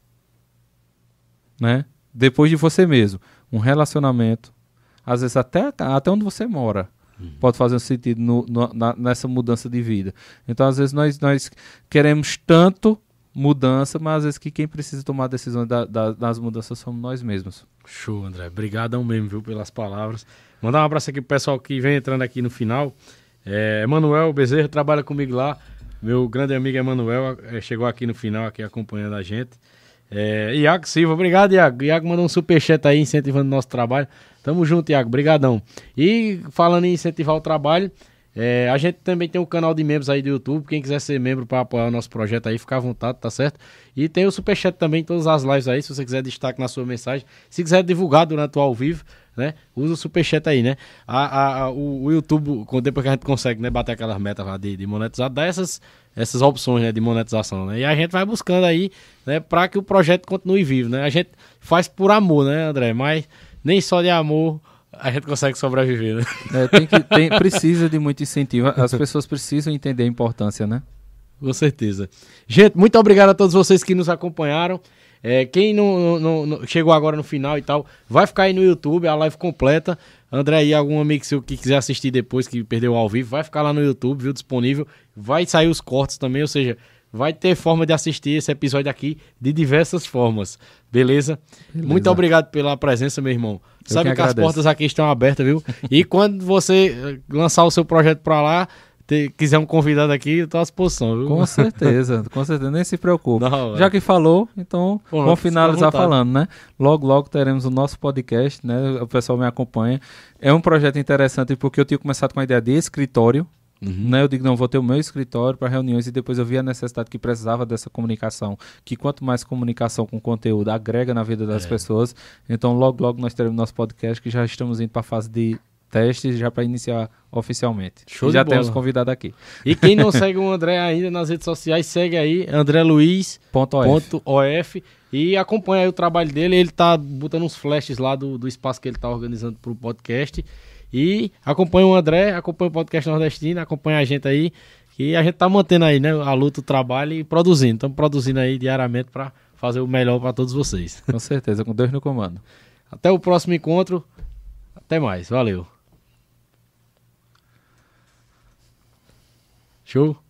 [SPEAKER 2] né? Depois de você mesmo, um relacionamento, às vezes até onde você mora, pode fazer um sentido nessa mudança de vida. Então, às vezes, nós queremos tanto mudança, mas às vezes que quem precisa tomar decisões das mudanças somos nós mesmos.
[SPEAKER 1] Show, André. Obrigadão mesmo, viu, pelas palavras. Mandar um abraço aqui pro pessoal que vem entrando aqui no final. Emanuel Bezerra trabalha comigo lá. Meu grande amigo Emanuel chegou aqui no final, aqui acompanhando a gente. Iago Silva, obrigado, Iago. Iago mandou um superchat aí, incentivando o nosso trabalho. Tamo junto, Iago, brigadão. E falando em incentivar o trabalho, a gente também tem um canal de membros aí do YouTube. Quem quiser ser membro para apoiar o nosso projeto aí, fica à vontade, tá certo? E tem o superchat também, todas as lives aí, se você quiser destaque na sua mensagem. Se quiser divulgar durante o ao vivo, né? Usa o superchat aí, né? O YouTube, depois que a gente consegue, né, bater aquelas metas lá de monetizar, dá essas opções, né, de monetização, né? E a gente vai buscando aí, né, para que o projeto continue vivo, né? A gente faz por amor, né, André? Mas nem só de amor a gente consegue sobreviver, né?
[SPEAKER 2] Precisa de muito incentivo. As pessoas precisam entender a importância, né?
[SPEAKER 1] Com certeza. Gente, muito obrigado a todos vocês que nos acompanharam. Quem não chegou agora no final e tal, vai ficar aí no YouTube, a live completa. André aí, algum amigo seu que quiser assistir depois, que perdeu ao vivo, vai ficar lá no YouTube, viu, disponível. Vai sair os cortes também, ou seja, vai ter forma de assistir esse episódio aqui de diversas formas. Beleza? Muito obrigado pela presença, meu irmão. Sabe que as portas aqui estão abertas, viu? E quando você lançar o seu projeto pra lá, quiser um convidado aqui, eu tô à disposição, viu?
[SPEAKER 2] Com certeza, nem se preocupe.
[SPEAKER 1] Não,
[SPEAKER 2] Já que falou, então vamos finalizar
[SPEAKER 1] fica à vontade.
[SPEAKER 2] falando, né? Logo teremos o nosso podcast, né? O pessoal me acompanha. É um projeto interessante porque eu tinha começado com a ideia de escritório, né? Eu digo, não, vou ter o meu escritório para reuniões e depois eu vi a necessidade que precisava dessa comunicação, que quanto mais comunicação com conteúdo agrega na vida das pessoas. Então logo nós teremos nosso podcast, que já estamos indo para a fase de testes já para iniciar oficialmente.
[SPEAKER 1] Show
[SPEAKER 2] já
[SPEAKER 1] de bola.
[SPEAKER 2] temos convidado aqui.
[SPEAKER 1] E quem não segue o André ainda nas redes sociais, segue aí, andreluiz.of e acompanha aí o trabalho dele. Ele tá botando uns flashes lá do espaço que ele tá organizando pro podcast. E acompanha o André, acompanha o podcast nordestino, acompanha a gente aí. E a gente tá mantendo aí, né, a luta, o trabalho e produzindo. Estamos produzindo aí diariamente para fazer o melhor para todos vocês.
[SPEAKER 2] Com certeza, com Deus no comando.
[SPEAKER 1] Até o próximo encontro. Até mais. Valeu. Show.